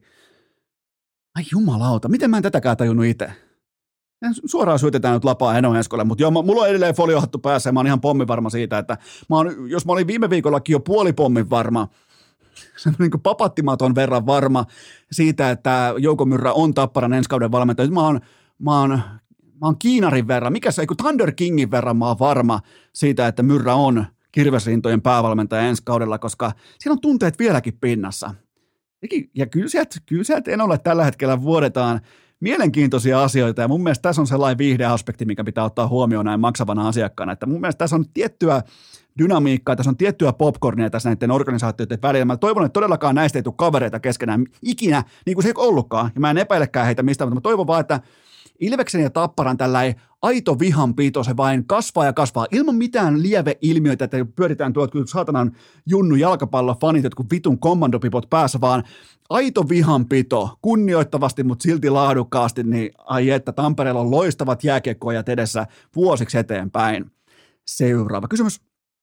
Ai jumalauta, miten mä en tätäkään tajunnut itse? Suoraan syötetään nyt lapaa Eno Eskolle, mutta joo, mulla on edelleen foliohattu päässä ja mä oon ihan pommin varma siitä, että mä oon, jos mä olin viime viikollakin jo puoli pommin varma, se on niin kuin papattimaton verran varma siitä, että Jouko Myrrä on Tapparan ensi kauden valmentaja. Nyt mä oon, mä oon, mä oon Kiinarin verran, mikä se, ei kun Thunder Kingin verran mä oon varma siitä, että Myrrä on Kirvesrintojen päävalmentaja ensi kaudella, koska siellä on tunteet vieläkin pinnassa. Ja kyllä sieltä, kyllä sieltä en ole tällä hetkellä vuodetaan mielenkiintoisia asioita, ja mun mielestä tässä on sellainen viihdeaspekti, mikä pitää ottaa huomioon näin maksavana asiakkaana, että mun mielestä tässä on tiettyä dynamiikkaa, tässä on tiettyä popcornia tässä näiden organisaatioiden välillä. Mä toivon, että todellakaan näistä ei tule kavereita keskenään ikinä, niin kuin se ei ollutkaan, ja mä en epäilekään heitä mistään, mutta mä toivon vaan, että Ilveksen ja Tapparan tällainen aito vihanpito, se vain kasvaa ja kasvaa ilman mitään lieveilmiöitä, että pyöritään tuolta kuin saatanan junnu jalkapallofanit, jotkut vitun kommandopipot päässä, vaan aito vihanpito, kunnioittavasti, mutta silti laadukkaasti, niin ai että Tampereella on loistavat jääkiekkoajat edessä vuosiksi eteenpäin. Seuraava kysymys.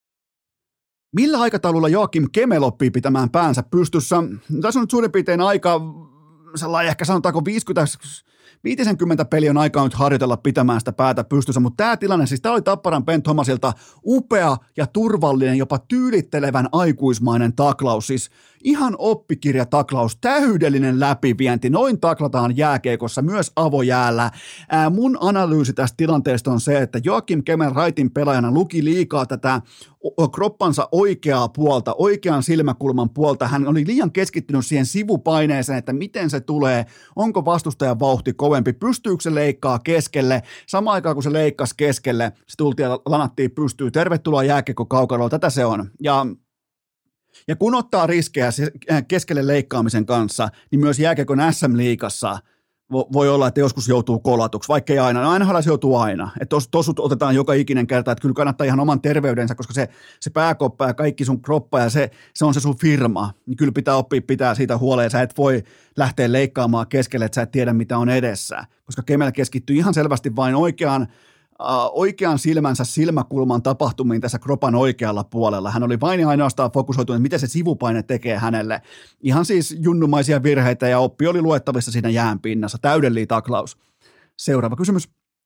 Millä aikataululla Joakim Kemel oppii pitämään päänsä pystyssä? Tässä on nyt suurin piirtein aika, sellainen ehkä sanotaanko viisikymmentä viisikymmentä peli on aikaa nyt harjoitella pitämään sitä päätä pystyssä, mutta tämä tilanne, siis tämä oli Tapparan Ben Thomasilta upea ja turvallinen, jopa tyylittelevän aikuismainen taklaus, siis ihan oppikirjataklaus, täydellinen läpivienti, noin taklataan jääkiekossa, myös avojäällä. Ää, mun analyysi tästä tilanteesta on se, että Joakim Kemel Raitin pelaajana luki liikaa tätä kroppansa oikeaa puolta, oikean silmäkulman puolta. Hän oli liian keskittynyt siihen sivupaineeseen, että miten se tulee, onko vastustajan vauhti kovempi, pystyykö se leikkaa keskelle. Samaan aikaan kun se leikkasi keskelle, se tultiin ja lanattiin pystyy. Tervetuloa jääkiekko kaukalolla, tätä se on. Ja Ja kun ottaa riskejä keskelle leikkaamisen kanssa, niin myös jääkiekon S M-liigassa voi olla, että joskus joutuu kolatuksi, vaikka ei aina. No ainahan se joutuu aina. Että tos, tosut otetaan joka ikinen kerta, että kyllä kannattaa ihan oman terveydensä, koska se, se pääkoppa ja kaikki sun kroppa ja se, se on se sun firma. Niin kyllä pitää oppia pitää siitä huoleen. Sä et voi lähteä leikkaamaan keskelle, että sä et tiedä mitä on edessä. Koska Kemel keskittyy ihan selvästi vain oikeaan oikean silmänsä silmäkulman tapahtumiin tässä kropan oikealla puolella. Hän oli vain ja ainoastaan fokusoitunut, että mitä se sivupaine tekee hänelle. Ihan siis junnumaisia virheitä ja oppi oli luettavissa siinä jään pinnassa. Täydellinen taklaus. Seuraava kysymys.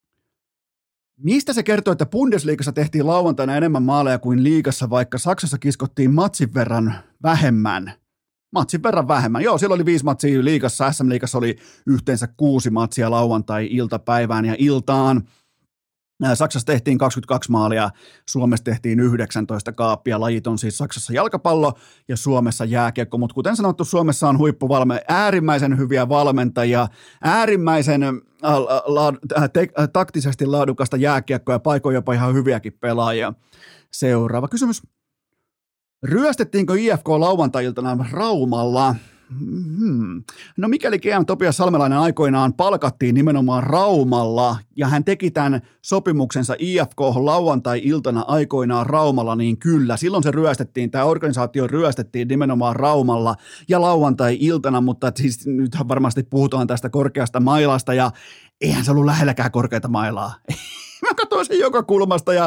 Mistä se kertoo, että Bundesliigassa tehtiin lauantaina enemmän maaleja kuin liigassa, vaikka Saksassa kiskottiin matsin verran vähemmän? Matsin verran vähemmän. Joo, siellä oli viisi matsia liigassa. S M-liigassa oli yhteensä kuusi matsia lauantai-iltapäivään ja iltaan. Saksassa tehtiin kaksikymmentäkaksi maalia, Suomessa tehtiin yhdeksäntoista kaappia. Lajit on siis Saksassa jalkapallo ja Suomessa jääkiekko, mutta kuten sanottu, Suomessa on huippuvalme, äärimmäisen hyviä valmentajia, äärimmäisen la- te- taktisesti laadukasta jääkiekkoa ja paikoin jopa ihan hyviäkin pelaajia. Seuraava kysymys. Ryöstettiinkö I F K lauantai-iltana Raumalla? Hmm. No mikäli G M Topias Salmelainen aikoinaan palkattiin nimenomaan Raumalla ja hän teki tämän sopimuksensa I F K lauantai-iltana aikoinaan Raumalla, niin kyllä, silloin se ryöstettiin, tämä organisaatio ryöstettiin nimenomaan Raumalla ja lauantai-iltana, mutta siis nythän varmasti puhutaan tästä korkeasta mailasta ja eihän se ollut lähelläkään korkeata mailaa. Mä katsoin sen joka kulmasta ja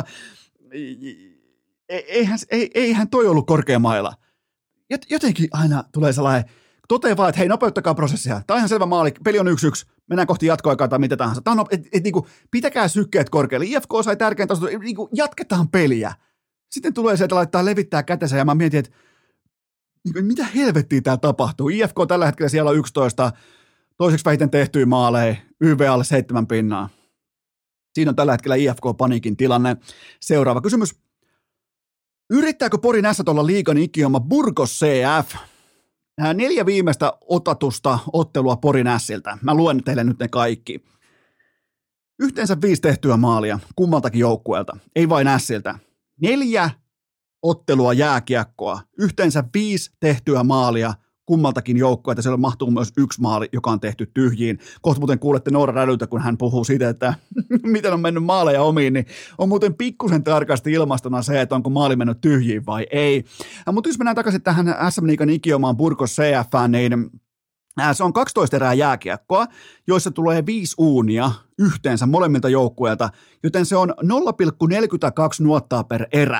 eihän, eihän toi ollut korkea maila. Jotenkin aina tulee sellainen, toteaa vaan, että hei, nopeuttakaa prosessia. Tämä on ihan selvä maali, peli on yksi yksi, mennään kohti jatkoaikaa tai mitä tahansa. Tämä on, et, et, niinku, pitäkää sykkeet korkealle. I F K sai tärkein taso, niinku, jatketaan peliä. Sitten tulee se, että laittaa levittää kätensä ja mä mietin, että niinku, mitä helvettiä täällä tapahtuu. I F K tällä hetkellä siellä on yksitoista, toiseksi vähiten tehtyjä maaleja, Y V alle seitsemän pinnaa. Siinä on tällä hetkellä I F K-paniikin tilanne. Seuraava kysymys. Yrittääkö Porin ässät olla liigan ikioma Burgos C F? Neljä viimeistä otatusta ottelua Porin ässiltä. Mä luen teille nyt ne kaikki. Yhteensä viisi tehtyä maalia kummaltakin joukkueelta, ei vain ässiltä. Neljä ottelua jääkiekkoa, yhteensä viisi tehtyä maalia kummaltakin joukkueelta. Siellä mahtuu myös yksi maali, joka on tehty tyhjiin. Kohta muuten kuulette Noora Rädyltä, kun hän puhuu siitä, että miten on mennyt maaleja omiin, niin on muuten pikkusen tarkasti ilmastona se, että onko maali mennyt tyhjiin vai ei. Mutta jos mennään takaisin tähän S M-liigan ikiomaan Burgos C F:ään, niin se on kaksitoista erää jääkiekkoa, joissa tulee viisi uunia yhteensä molemmilta joukkueilta, joten se on nolla pilkku neljäkymmentäkaksi nuottaa per erä.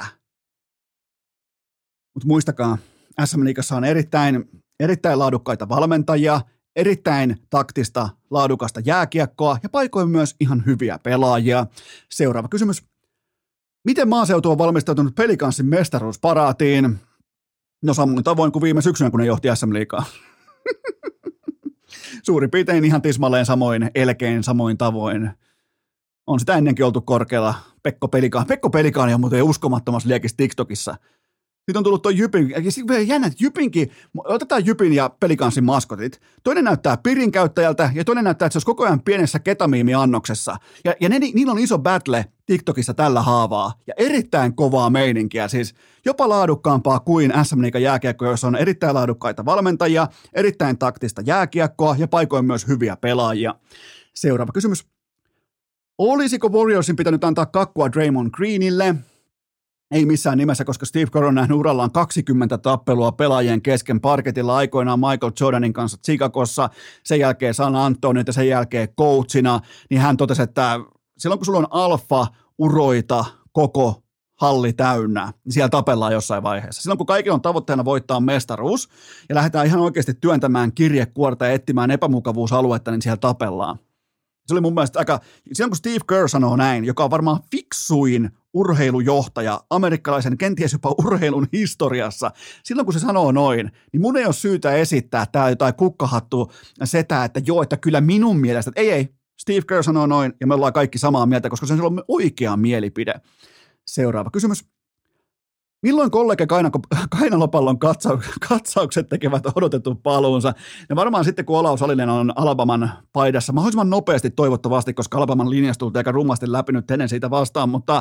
Mutta muistakaa, S M-liigassa on erittäin, erittäin laadukkaita valmentajia, erittäin taktista, laadukasta jääkiekkoa ja paikoin myös ihan hyviä pelaajia. Seuraava kysymys. Miten maaseutu on valmistautunut Pelikanssin mestaruusparaatiin? No samoin tavoin kuin viime syksynä, kun ne johti S M-liigaa. Suurin piirtein ihan tismalleen samoin, elkein samoin tavoin. On sitä ennenkin oltu korkealla. Pekko Pelikaani. Pekko Pelikaani on muuten uskomattomassa liekissä TikTokissa. Sitten on tullut tuo Jypin, jännä, Jypinkin, otetaan Jypin ja Pelikansin maskotit. Toinen näyttää pirin käyttäjältä ja toinen näyttää, että se olisi koko ajan pienessä ketamiimiannoksessa. Ja, ja ne, niillä on iso battle TikTokissa tällä haavaa ja erittäin kovaa meininkiä, siis jopa laadukkaampaa kuin S M-liigan jääkiekko, jossa on erittäin laadukkaita valmentajia, erittäin taktista jääkiekkoa ja paikoin myös hyviä pelaajia. Seuraava kysymys. Olisiko Warriorsin pitänyt antaa kakkua Draymond Greenille? Ei missään nimessä, koska Steve Kerr on nähnyt urallaan kaksikymmentä tappelua pelaajien kesken parketilla aikoinaan Michael Jordanin kanssa Chicagossa, sen jälkeen San Antonio ja sen jälkeen coachina, niin hän totesi, että silloin kun sulla on alfa uroita koko halli täynnä, niin siellä tapellaan jossain vaiheessa. Silloin kun kaikilla on tavoitteena voittaa mestaruus ja lähdetään ihan oikeasti työntämään kirjekuorta ja etsimään epämukavuusaluetta, niin siellä tapellaan. Se oli mun mielestä aika, silloin kun Steve Kerr sanoo näin, joka on varmaan fiksuin urheilujohtaja amerikkalaisen, kenties jopa urheilun historiassa, silloin kun se sanoo noin, niin mun ei ole syytä esittää täällä jotain kukkahattua setää, että joo, että kyllä minun mielestä, että ei, ei, Steve Kerr sanoo noin ja me ollaan kaikki samaa mieltä, koska se on silloin oikea mielipide. Seuraava kysymys. Milloin kollega kainalopallon katsaukset tekevät odotetun paluunsa? Ja varmaan sitten, kun Olaus Salinen on Alabaman paidassa mahdollisimman nopeasti toivottavasti, koska Alabaman linjasta tultiin aika rumasti läpi nyt Tennesseeitä vastaan, mutta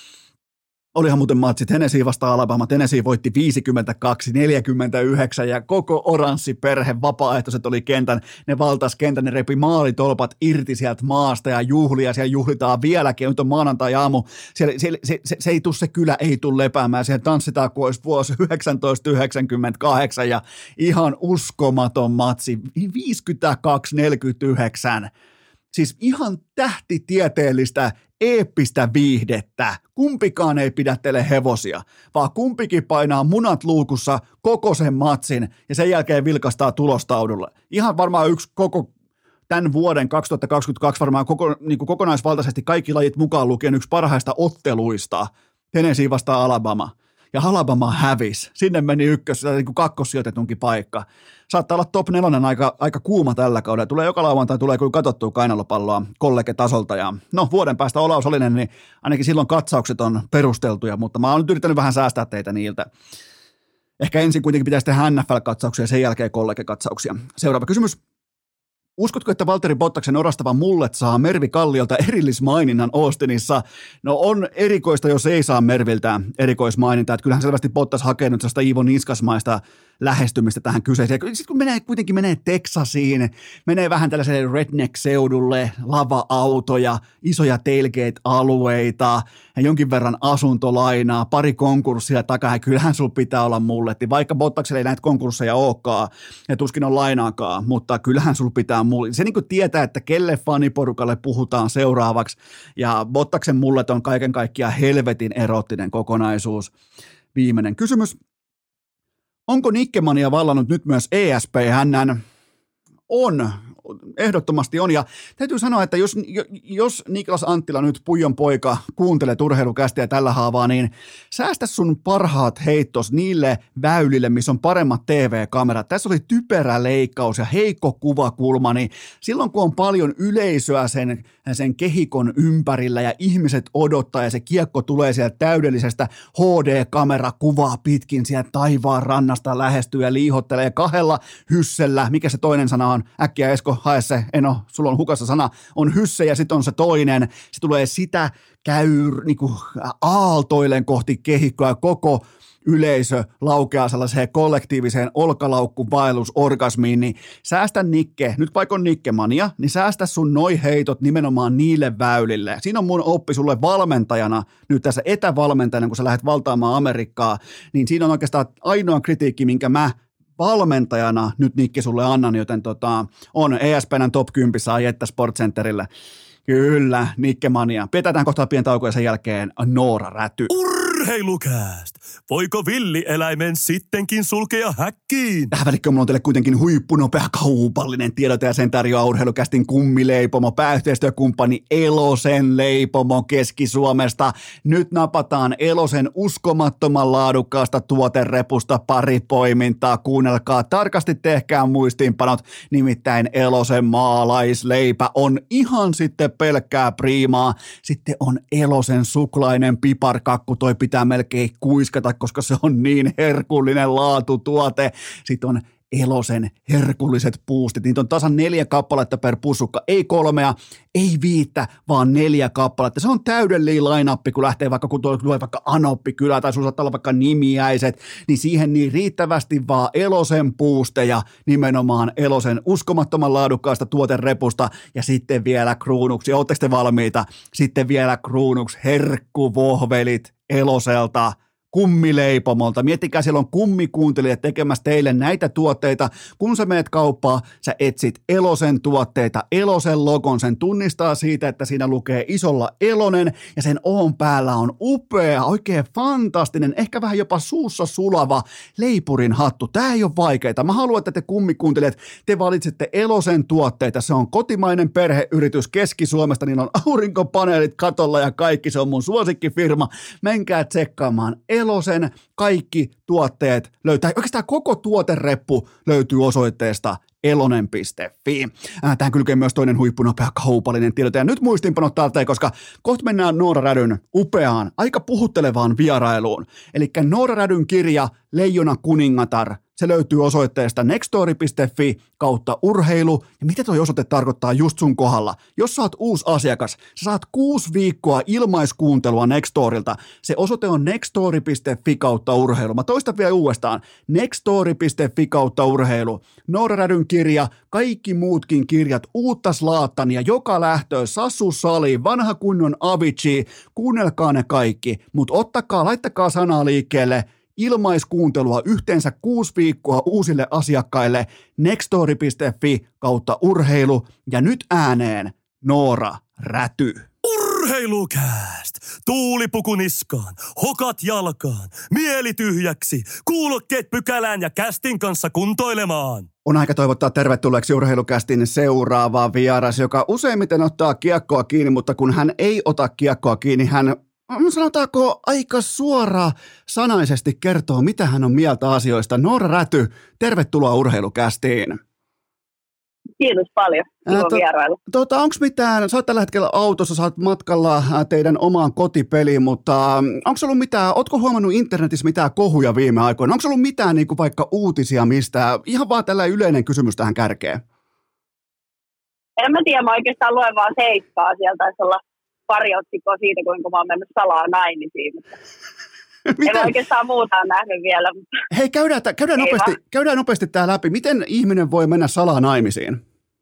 olihan muuten matsit Tennessee vastaan Alabama. Tennessee voitti viisikymmentäkaksi neljäkymmentäyhdeksän ja koko oranssi perhe vapaaehtoiset oli kentän. Ne valtas kentän, ne repi maalitolpat irti sieltä maasta ja juhlia. Siellä juhlitaan vieläkin. Nyt on maanantai-aamu. Siellä, siellä, se, se, se ei tule se kylä, ei tule lepäämään. Siellä tanssitaan kuin olisi vuosi yhdeksäntoistasataayhdeksänkymmentäkahdeksan ja ihan uskomaton matsi. viisikymmentäkaksi neljäkymmentäyhdeksän. Siis ihan tähtitieteellistä, eeppistä viihdettä. Kumpikaan ei pidättele hevosia, vaan kumpikin painaa munat luukussa koko sen matsin ja sen jälkeen vilkastaa tulostaudulle. Ihan varmaan yksi koko tämän vuoden kaksituhattakaksikymmentäkaksi varmaan koko, niin kuin kokonaisvaltaisesti kaikki lajit mukaan lukien yksi parhaista otteluista. Tennessee vastaan Alabama. Ja Alabama hävisi. Sinne meni ykkös, niin kuin kakkossijoitetunkin paikka. Saattaa olla top nelonen aika, aika kuuma tällä kaudella. Tulee joka lauantai, tulee kyllä katsottua kainalopalloa kollege-tasolta. Ja no vuoden päästä Olaus Salinen, niin ainakin silloin katsaukset on perusteltuja, mutta mä oon nyt yrittänyt vähän säästää teitä niiltä. Ehkä ensin kuitenkin pitäisi tehdä N F L-katsauksia ja sen jälkeen kollege-katsauksia. Seuraava kysymys. Uskotko, että Valtteri Bottaksen orastava mullet saa Mervi Kalliolta erillismaininnan Austinissa? No on erikoista, jos ei saa Merviltä erikoismainintaa. Että kyllähän selvästi Bottas hakee nyt sellaista Iivo Niskasmaista lähestymistä tähän kyseeseen. Sitten kun menee, kuitenkin menee Texasiin, menee vähän tällaiselle redneck-seudulle, lava-autoja, isoja tailgate-alueita ja jonkin verran asuntolainaa, pari konkurssia takaa. Kyllähän sulla pitää olla mulletti, vaikka Bottaksella ei näitä konkursseja olekaan ja tuskin on lainaakaan, mutta kyllähän sulla pitää mulletti. Se niin kuin tietää, että kelle faniporukalle puhutaan seuraavaksi ja Bottaksen mullet on kaiken kaikkiaan helvetin erottinen kokonaisuus. Viimeinen kysymys. Onko Nikkemania vallannut nyt myös E S P N? On, ehdottomasti on. Ja täytyy sanoa, että jos, jos Niklas Anttila nyt Puijon poika kuuntelee urheilukästiä tällä haavaa, niin säästä sun parhaat heittos niille väylille, missä on paremmat T V-kamerat. Tässä oli typerä leikkaus ja heikko kuvakulma, niin silloin kun on paljon yleisöä sen, sen kehikon ympärillä ja ihmiset odottaa ja se kiekko tulee sieltä täydellisestä H D-kamera kuvaa pitkin sieltä taivaan rannasta lähestyy ja liihottelee kahdella hyssellä. Mikä se toinen sana on? Äkkiä Esko, hae se, Eno, sulla on hukassa sana, on hysse ja sitten on se toinen. Se tulee sitä käy niin kuin aaltoilen kohti kehikkoa ja koko yleisö laukeaa sellaiseen kollektiiviseen olkalaukkuvaellusorgasmiin, niin säästä Nikke, nyt vaikka on Nikkemania, niin säästä sun noi heitot nimenomaan niille väylille. Siinä on mun oppi sulle valmentajana, nyt tässä etävalmentajana, kun sä lähdet valtaamaan Amerikkaa, niin siinä on oikeastaan ainoa kritiikki, minkä mä valmentajana nyt Nikke sulle annan, joten tota, on E S P N:n top kymmenen Aietta SportsCenterillä. Kyllä, Nikkemania. Pidetään kohtaa pieni tauko ja sen jälkeen Noora Räty. Urheilukäst! Urheilukääst! Voiko villieläimen sittenkin sulkea häkkiin? Tähän välikköön mulla on teille kuitenkin huippunopea kaupallinen tiedote ja sen tarjoaa Urheilukästin kummileipomo, pääyhteistyökumppani Elosen leipomo Keski-Suomesta. Nyt napataan Elosen uskomattoman laadukkaasta tuoterepusta pari poimintaa. Kuunnelkaa tarkasti, tehkää muistiinpanot, nimittäin Elosen maalaisleipä on ihan sitten pelkkää priimaa. Sitten on Elosen suklainen piparkakku, toi pitää melkein kuiskata, koska se on niin herkullinen laatutuote. Sitten on Elosen herkulliset puustit. Niitä on tasan neljä kappaletta per pussukka. Ei kolmea, ei viittä, vaan neljä kappaletta. Se on täydellinen line-appi, kun lähtee vaikka, kun tulee vaikka Anoppi-kylä tai sun saattaa olla vaikka nimiäiset, niin siihen niin riittävästi vaan Elosen puusteja, nimenomaan Elosen uskomattoman laadukkaasta tuoterepusta ja sitten vielä kruunuksi. Ootteko te valmiita? Sitten vielä kruunuksi herkkuvohvelit Eloselta. Kummileipomolta. Miettikää, siellä on kummikuuntelijat tekemässä teille näitä tuotteita. Kun sä meet kauppaan, sä etsit Elosen tuotteita, Elosen logon, sen tunnistaa siitä, että siinä lukee isolla Elonen ja sen oon päällä on upea, oikein fantastinen, ehkä vähän jopa suussa sulava leipurin hattu. Tää ei ole vaikeaa. Mä haluan, että te kummikuuntelijat, te valitsette Elosen tuotteita. Se on kotimainen perheyritys Keski-Suomesta, niillä on aurinkopaneelit katolla ja kaikki. Se on mun suosikkifirma. Menkää tsekkaamaan Elosen kaikki tuotteet löytää, oikeastaan koko tuotereppu löytyy osoitteesta elonen piste fi. Tähän kylkee myös toinen huippunopea kaupallinen tiedote. Ja nyt muistiinpanot täältä, koska kohta mennään Noora Rädyn upeaan, aika puhuttelevaan vierailuun. Eli Noora Rädyn kirja Leijona kuningatar, se löytyy osoitteesta nextory piste fi kautta urheilu. Ja mitä toi osoite tarkoittaa just sun kohdalla? Jos sä oot uusi asiakas, sä saat kuusi viikkoa ilmaiskuuntelua Nextorilta. Se osoite on nextory piste fi kautta urheilu. Mä toistan vielä uudestaan. nextory piste fi kautta urheilu. Noora Rädyn kirja, kaikki muutkin kirjat, uutta slaattania, joka lähtöä, Sassu Sali, vanha kunnon Avicii, kuunnelkaa ne kaikki, mutta ottakaa, laittakaa sanaa liikkeelle, ilmaiskuuntelua yhteensä kuusi viikkoa uusille asiakkaille, nextory piste fi kautta urheilu, ja nyt ääneen Noora Räty. Urheilukääst! Tuulipuku niskaan, hokat jalkaan, mieli tyhjäksi, kuulokkeet pykälään ja kästin kanssa kuntoilemaan. On aika toivottaa tervetulleeksi Urheilukästin seuraava vieras, joka useimmiten ottaa kiekkoa kiinni, mutta kun hän ei ota kiekkoa kiinni, hän sanotaanko aika suora sanaisesti kertoo, mitä hän on mieltä asioista. Noora Räty, tervetuloa Urheilukästiin. Kiitos paljon. Kiva to, vierailu. Tota, onko mitään, sä oot tällä hetkellä autossa, sä oot matkalla teidän omaan kotipeliin, mutta onko ollut mitään, ootko huomannut internetissä mitään kohuja viime aikoina? Onko ollut mitään niin kuin vaikka uutisia mistään? Ihan vaan tällä yleinen kysymys tähän kärkeen. En mä tiedä, mä oikeastaan luen vaan seikkaa. Sieltä taisi olla pari otsikkoa siitä, kuinka mä oon mennyt salaa naimisiin. En oikeastaan muuta ole nähnyt vielä. Mutta hei, käydään, käydään, nopeasti, käydään nopeasti tämä läpi. Miten ihminen voi mennä salaa naimisiin?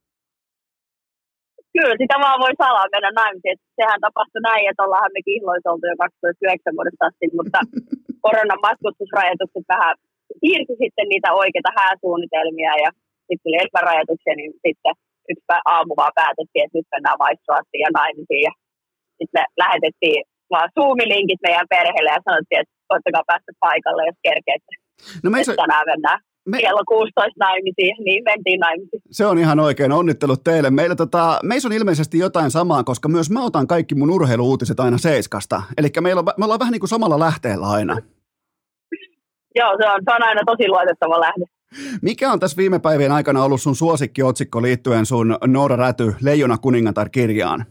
Kyllä, sitä vaan voi salaa mennä naimisiin. Sehän tapahtui näin, että ollaanhan me kihloissa oltu jo kaksituhattayhdeksän vuodesta asti, mutta koronan matkustusrajoitukset vähän siirtyi sitten niitä oikeita hääsuunnitelmia ja sitten tuli epärajoituksia, niin sitten yksi aamu vaan päätettiin, että nyt mennään vaihtoastiin ja naimisiin. Ja sitten me lähetettiin vaan Zoom-linkit meidän perheelle ja sanottiin, että ottakaa päästä paikalle, jos kerkeette. No me so... tänään mennään me... kello kuusitoista naimisiin, niin mentiin naimisiin. Se on ihan oikein, onnittelut teille. Meillä tota, meissä on ilmeisesti jotain samaa, koska myös mä otan kaikki mun urheiluuutiset aina Seiskasta. Eli meillä on, me ollaan vähän niin kuin samalla lähteellä aina. Joo, se on, se on aina tosi luotettava lähde. Mikä on tässä viime päivien aikana ollut sun suosikkiotsikko liittyen sun Noora Räty Leijona kuningatar -kirjaan?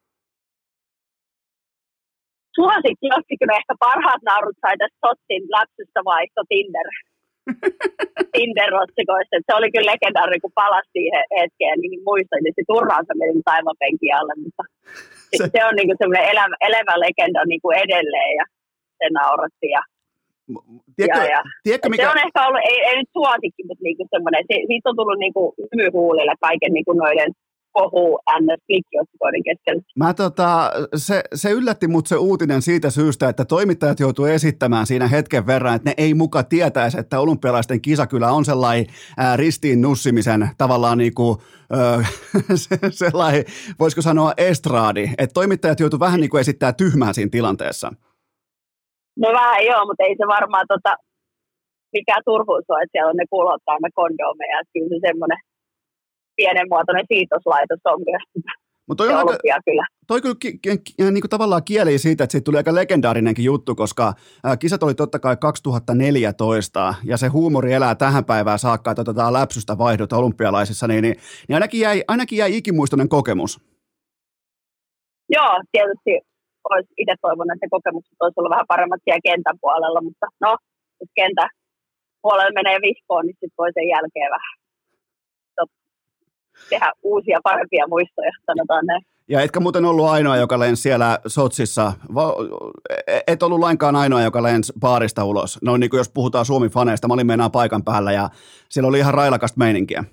Suosikki otsikko, ehkä parhaat naurut sai tästä Sotsin lapsesta vaihto Tinder. Tinder-otsikoista. Se oli kyllä legendaari, kun palasi siihen hetkeen, niin muistan, että se turraansa meni taivapenkin alle, mutta se, se on niin semmoinen elävä, elävä legenda niin kuin edelleen ja se nauratti. Ja, tiedätkö, ja, ja. Tiedätkö, mikä... Se on ehkä ollut, ei, ei nyt suosikki, mutta niin semmoinen, se, siitä on tullut niin hymyhuulille kaiken niin kuin noiden kohu ns -klikkiotsikoiden keskellä. Mä tota, se, se yllätti mut se uutinen siitä syystä, että toimittajat joutuu esittämään siinä hetken verran, että ne ei muka tietäisi, että olympialaisten kisa kyllä on sellainen ää, ristiin nussimisen tavallaan niinku, ö, se, sellainen, voisiko sanoa estraadi, että toimittajat joutuu vähän niinku esittää tyhmää siinä tilanteessa. No vähän joo, mutta ei se varmaan tota, mikään turhuus ole, että siellä on ne kulhot täynnä kondoomeja. Että kyllä se semmoinen pienenmuotoinen siitoslaitos on myös. Mutta toi, aika, kyllä. toi kyllä ki, ki, ki, niin kuin tavallaan kieli siitä, että siitä tuli aika legendaarinenkin juttu, koska ää, kisat oli totta kai kaksituhattaneljätoista ja se huumori elää tähän päivään saakka, että otetaan läpsystä vaihdot olympialaisissa, niin, niin, niin ainakin, jäi, ainakin jäi ikimuistoinen kokemus. Joo, tietysti olisi itse toivonut, että kokemukset olisi ollut vähän paremmat siellä kentän puolella, mutta no, jos kentän puolella menee vihkoon, niin sitten voi sen jälkeen vähän tehdä uusia parempia muistoja, sanotaan näin. Ja etkä muuten ollut ainoa, joka lensi siellä Sotsissa, et ollut lainkaan ainoa, joka lensi baarista ulos. No niin kuin jos puhutaan Suomi-faneista, mä olin meinaan paikan päällä ja siellä oli ihan railakasta meininkiä.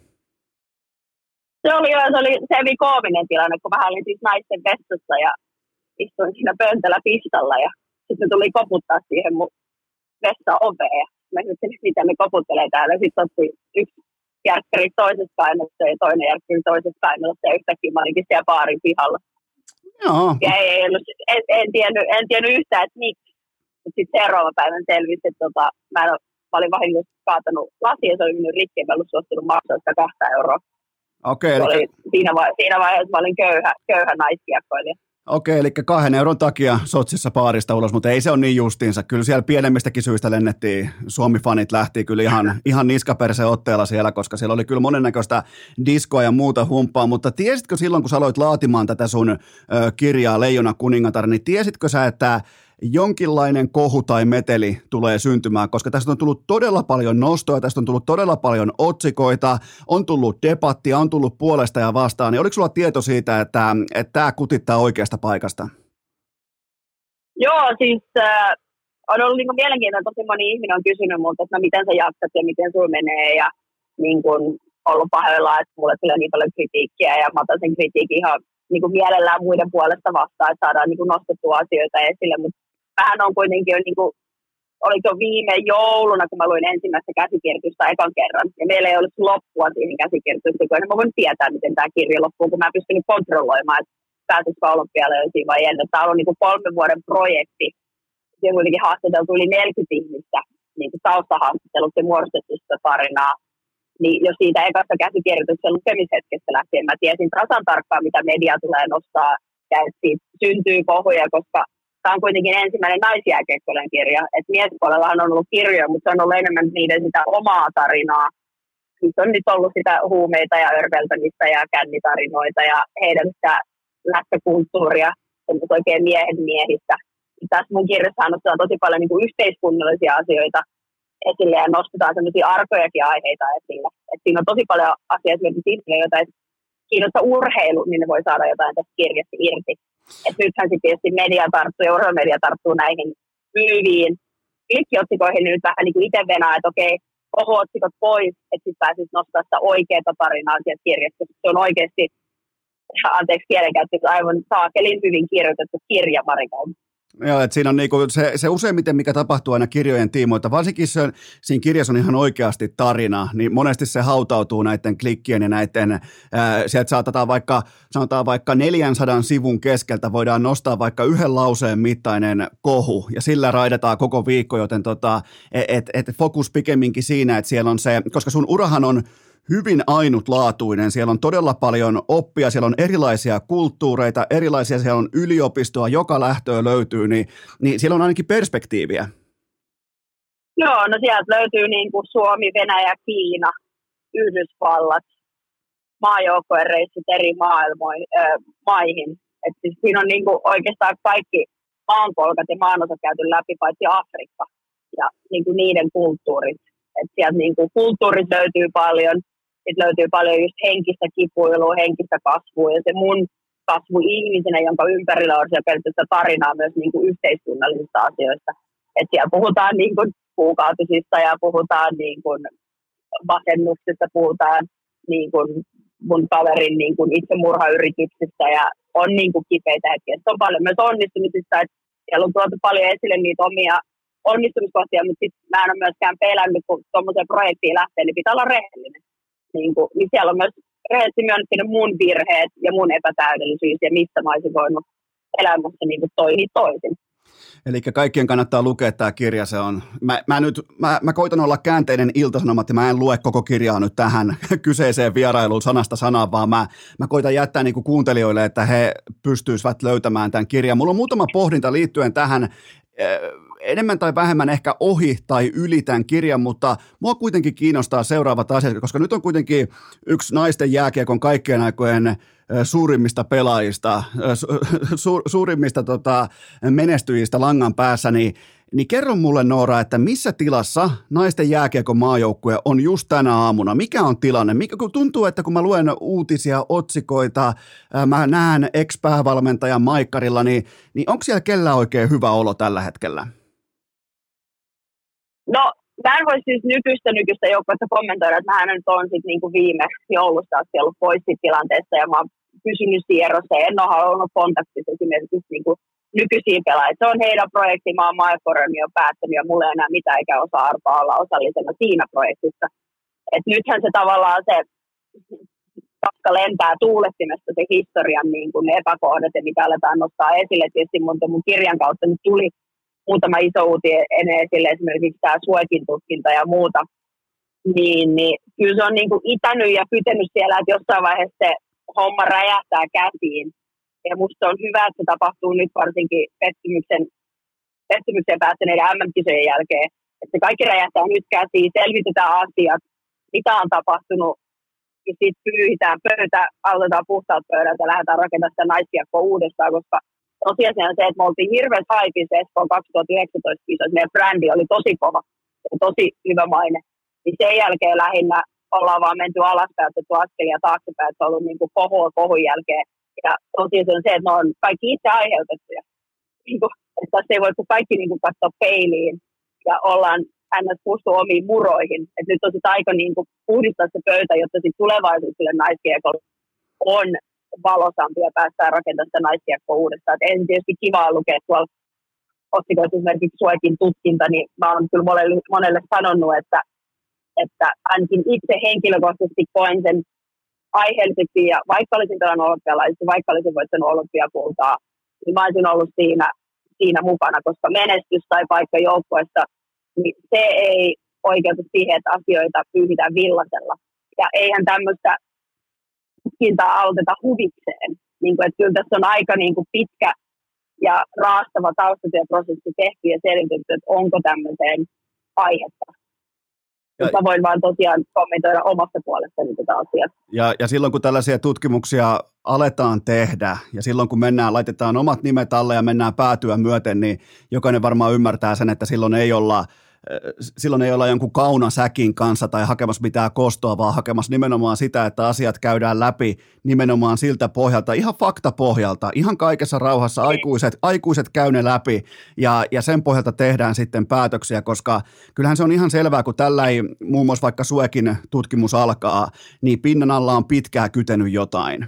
Se oli, se oli se hyvin koominen tilanne, kun mä olin siis naisten vessassa ja istuin siinä pöntöllä pistalla ja sitten tuli koputtaa siihen mun vessa-oveen ja mä kysytin, mitä ne koputtelee täällä. Sitten otti yksi järkkäri toisesta painosta ja toinen järkkäri toisesta painosta ja yhtäkkiä mä olinkin siellä baarin pihalla. Joo. Ja ei, ei, en, en, tiennyt, en tiennyt yhtään, että miksi. Mutta sitten seuraavan päivän selvisi, että tota, mä, en, mä olin vahingossa kaatanut lasia ja se oli mennyt rikki ja mä olin suostunut maksaa sitä kahta euroa. Okei, eli... siinä, vai, siinä vaiheessa mä olin köyhä, köyhä naiskiekkoilija. Okei, eli kahden euron takia Sotsissa baarista ulos, mutta ei se ole niin justiinsa. Kyllä siellä pienemmistäkin syistä lennettiin, Suomi-fanit lähti kyllä ihan, ihan niskaperse otteella siellä, koska siellä oli kyllä monennäköistä diskoa ja muuta humppaa, mutta tiesitkö silloin, kun sä aloit laatimaan tätä sun ö, kirjaa Leijona kuningatar, niin tiesitkö sä, että jonkinlainen kohu tai meteli tulee syntymään, koska tästä on tullut todella paljon nostoja, tästä on tullut todella paljon otsikoita, on tullut debattia, on tullut puolesta ja vastaan, niin oliko sulla tieto siitä, että, että tämä kutittaa oikeasta paikasta? Joo, siis äh, on ollut niin mielenkiintoinen, tosi moni ihminen on kysynyt multa, että no, miten sä jaksat ja miten sulla menee ja niin kun, ollut pahoillaan, että mulle tulee niin paljon kritiikkiä ja mä otan sen kritiikin ihan niin kuin mielellään muiden puolesta vastaan, että saadaan niin kuin nostettua asioita esille, mutta vähän on kuitenkin jo, niin kuin, oliko viime jouluna, kun mä luin ensimmäistä käsikirjoitusta ekan kerran, ja meillä ei ollut loppua siihen käsikirjoitukseen, kun en mä voin tietää, miten tämä kirja loppuu, kun mä en pystynyt kontrolloimaan, että pääsisikö olympialaisiin vai ennen. Tämä on niin kuin kolmen vuoden projekti, ja kuitenkin haastateltu yli neljäkymmentä ihmistä, niin kuin taustahaastattelut ja muodostettu sitä tarinaa. Niin jos siitä ekasta käsikirjoituksen lukemishetkestä lähtien mä tiesin tasan tarkkaan, mitä media tulee nostaa, ja että siitä syntyy kohuja, koska tämä on kuitenkin ensimmäinen naisjääkiekkoilijan kirja. Et miespuolellahan on ollut kirjoja, mutta se on ollut enemmän niiden sitä omaa tarinaa. Nyt on nyt ollut sitä huumeita ja örveltämistä ja kännitarinoita ja heidän sitä lähtökulttuuria, oikein miehen miehistä. Tässä mun kirjassahan nostetaan tosi paljon niin kuin yhteiskunnallisia asioita esille ja nostetaan sellaisia arkojakin aiheita esille. Et siinä on tosi paljon asioita, joita ei kiinnosta urheilu, niin ne voi saada jotain tästä kirjasta irti. Et nythän sitten tietysti media tarttuu ja urheilumedia tarttuu näihin myyviin klikkiotsikoihin, niin nyt vähän niin kuin itse venää, että okei, oho-otsikot pois, että sitten pääsisi nostaa sitä oikeaa tarinaa sieltä kirjasta. Se on oikeasti, anteeksi kielenkäyttö, aivan saakelin hyvin kirjoitettu kirja, Marikaan. Joo, että siinä on niinku se, se useimmiten, mikä tapahtuu aina kirjojen tiimoilta, varsinkin se, siinä kirjassa on ihan oikeasti tarina, niin monesti se hautautuu näiden klikkien ja näiden, ää, sieltä saatetaan vaikka, sanotaan vaikka neljänsadan sivun keskeltä voidaan nostaa vaikka yhden lauseen mittainen kohu, ja sillä raidataan koko viikko, joten tota, et, et fokus pikemminkin siinä, että siellä on se, koska sun urahan on hyvin ainutlaatuinen. Siellä on todella paljon oppia, siellä on erilaisia kulttuureita, erilaisia, siellä on yliopistoa, joka lähtöä löytyy, niin, niin siellä on ainakin perspektiiviä. Joo, no sieltä löytyy niin kuin Suomi, Venäjä, Kiina, Yhdysvallat, maajoukkojen reissut eri maailmoihin, äh, maihin. Et siis siinä on niin kuin oikeastaan kaikki maankolkat ja maanosat käyty läpi, paitsi Afrikka ja niin kuin niiden kulttuurit. Et sieltä niin kuin kulttuurit löytyy paljon. Sitten löytyy paljon just henkistä kipuilua, henkistä kasvua ja se mun kasvu ihmisenä, jonka ympärillä on siellä tarinaa myös niin kuin yhteiskunnallisista asioista. Että siellä puhutaan niin kuin kuukautisista ja puhutaan niin kuin masennuksista, puhutaan niin kuin mun kaverin niin kuin itsemurhayrityksistä ja on niin kuin kipeitä hetkiä. Sitten on paljon myös onnistumisista, että siellä on tuotu paljon esille niitä omia onnistumiskohtia, mutta sitten mä en ole myöskään pelännyt, kun tuommoiseen projektiin lähtee, niin pitää olla rehellinen. Niin, kuin, niin siellä on myös rehellisesti myönnetty mun virheet ja mun epätäydellisyys ja missä mä olisin voinut elämässä niin kuin toimia toisin. Eli kaikkien kannattaa lukea tämä kirja, se on, mä, mä nyt, mä, mä koitan olla käänteinen Ilta-Sanomat ja mä en lue koko kirjaa nyt tähän kyseiseen vierailuun sanasta sanaan, vaan mä, mä koitan jättää niinku kuuntelijoille, että he pystyisivät löytämään tämän kirjan. Mulla on muutama pohdinta liittyen tähän, enemmän tai vähemmän ehkä ohi tai yli tämän kirjan, mutta mua kuitenkin kiinnostaa seuraavat asiat, koska nyt on kuitenkin yksi naisten jääkiekon kaikkien aikojen suurimmista pelaajista, su, suurimmista tota, menestyjistä langan päässä, niin, niin kerro mulle Noora, että missä tilassa naisten jääkiekon maajoukkue on just tänä aamuna? Mikä on tilanne? Mikä, kun tuntuu, että kun mä luen uutisia, otsikoita, mä näen ex-päävalmentajan maikkarilla, niin, niin onko siellä kellään oikein hyvä olo tällä hetkellä? No, mä en voi siis nykyistä nykyistä joukkuetta kommentoida, että mähän nyt on sit niinku viime joulusta asti ollut pois siitä tilanteesta ja mä oon pysynyt sierossa ja en ole halunnut kontaktissa esimerkiksi niinku nykyisiin pelaajia. Se on heidän projekti, mä oon maajoukkueen jo päättänyt ja mulla ei enää mitään eikä osa-arvoa olla osallisena siinä projektissa. Et nythän se tavallaan se paska lentää tuulettimesta se historian niin kuin epäkohdat ja mikä aletaan nostaa esille. Tietysti mun, mun kirjan kautta nyt tuli muutama iso uutinen esille, esimerkiksi tämä Suekin tutkinta ja muuta, niin, niin kyllä se on niin kuin itänyt ja kytenyt siellä, että jossain vaiheessa se homma räjähtää käsiin. Ja musta on hyvä, että se tapahtuu nyt varsinkin pettymyksen, pettymyksen päättäneiden äm äm-kisojen jälkeen. Että se kaikki räjähtää nyt käsiin, selvitetään asiat, mitä on tapahtunut, ja sitten pyyhitään pöytä, autetaan puhtaat pöydät ja lähdetään rakentamaan sitä naiskiekkoa uudestaan, koska tosiasia on se, että me oltiin hirveässä haipissa Espoon kaksituhattayhdeksäntoista kisoissa. Meidän brändi oli tosi kova ja tosi hyvä maine. Niin sen jälkeen lähinnä ollaan vaan menty alaspäin, otettu askelia taaksepäin, että se on ollut niin kuin kohua kohun jälkeen. Ja tosiasia on se, että ne on kaikki itse aiheutettuja. Niin kuin, että tässä ei voi kaikki niin kuin katsoa peiliin ja ollaan ns. Pustu omiin muroihin. Et nyt on sitten aika niin kuin puhdistaa se pöytä, jotta sitten tulevaisuudelle naiskiekolla on valosampi ja päästään rakentamaan sitä naiskiekkoa uudestaan. Et ensin tietysti kivaa lukea tuolla otsikoissa esimerkiksi Suekin tutkinta, niin mä oon kyllä monelle, monelle sanonut, että, että ainakin itse henkilökohtaisesti koen sen aiheelliseksi, ja vaikka olisin pelannut olympialaisissa, vaikka olisin voittanut olympiakultaa, niin mä olisin ollut siinä, siinä mukana, koska menestys tai paikka joukkueessa, niin se ei oikeuta siihen, että asioita pyyhitään villasella. Ja eihän tämmöistä tutkintaa aloiteta huvikseen. Niin kuin, että kyllä tässä on aika niin kuin pitkä ja raastava taustatyöprosessi tehty ja selvitetty, että onko tämmöiseen aihetta. Ja mä voin vaan tosiaan kommentoida omasta puolestani tätä asiaa. Ja, ja silloin kun tällaisia tutkimuksia aletaan tehdä ja silloin kun mennään, laitetaan omat nimet alle ja mennään päätyä myöten, niin jokainen varmaan ymmärtää sen, että silloin ei olla silloin ei olla jonkun kaunasäkin kanssa tai hakemassa mitään kostoa, vaan hakemassa nimenomaan sitä, että asiat käydään läpi nimenomaan siltä pohjalta, ihan faktapohjalta, ihan kaikessa rauhassa aikuiset, aikuiset käy ne läpi ja, ja sen pohjalta tehdään sitten päätöksiä, koska kyllähän se on ihan selvää, kun tällä ei muun muassa vaikka Suekin tutkimus alkaa, niin pinnan alla on pitkään kytenyt jotain.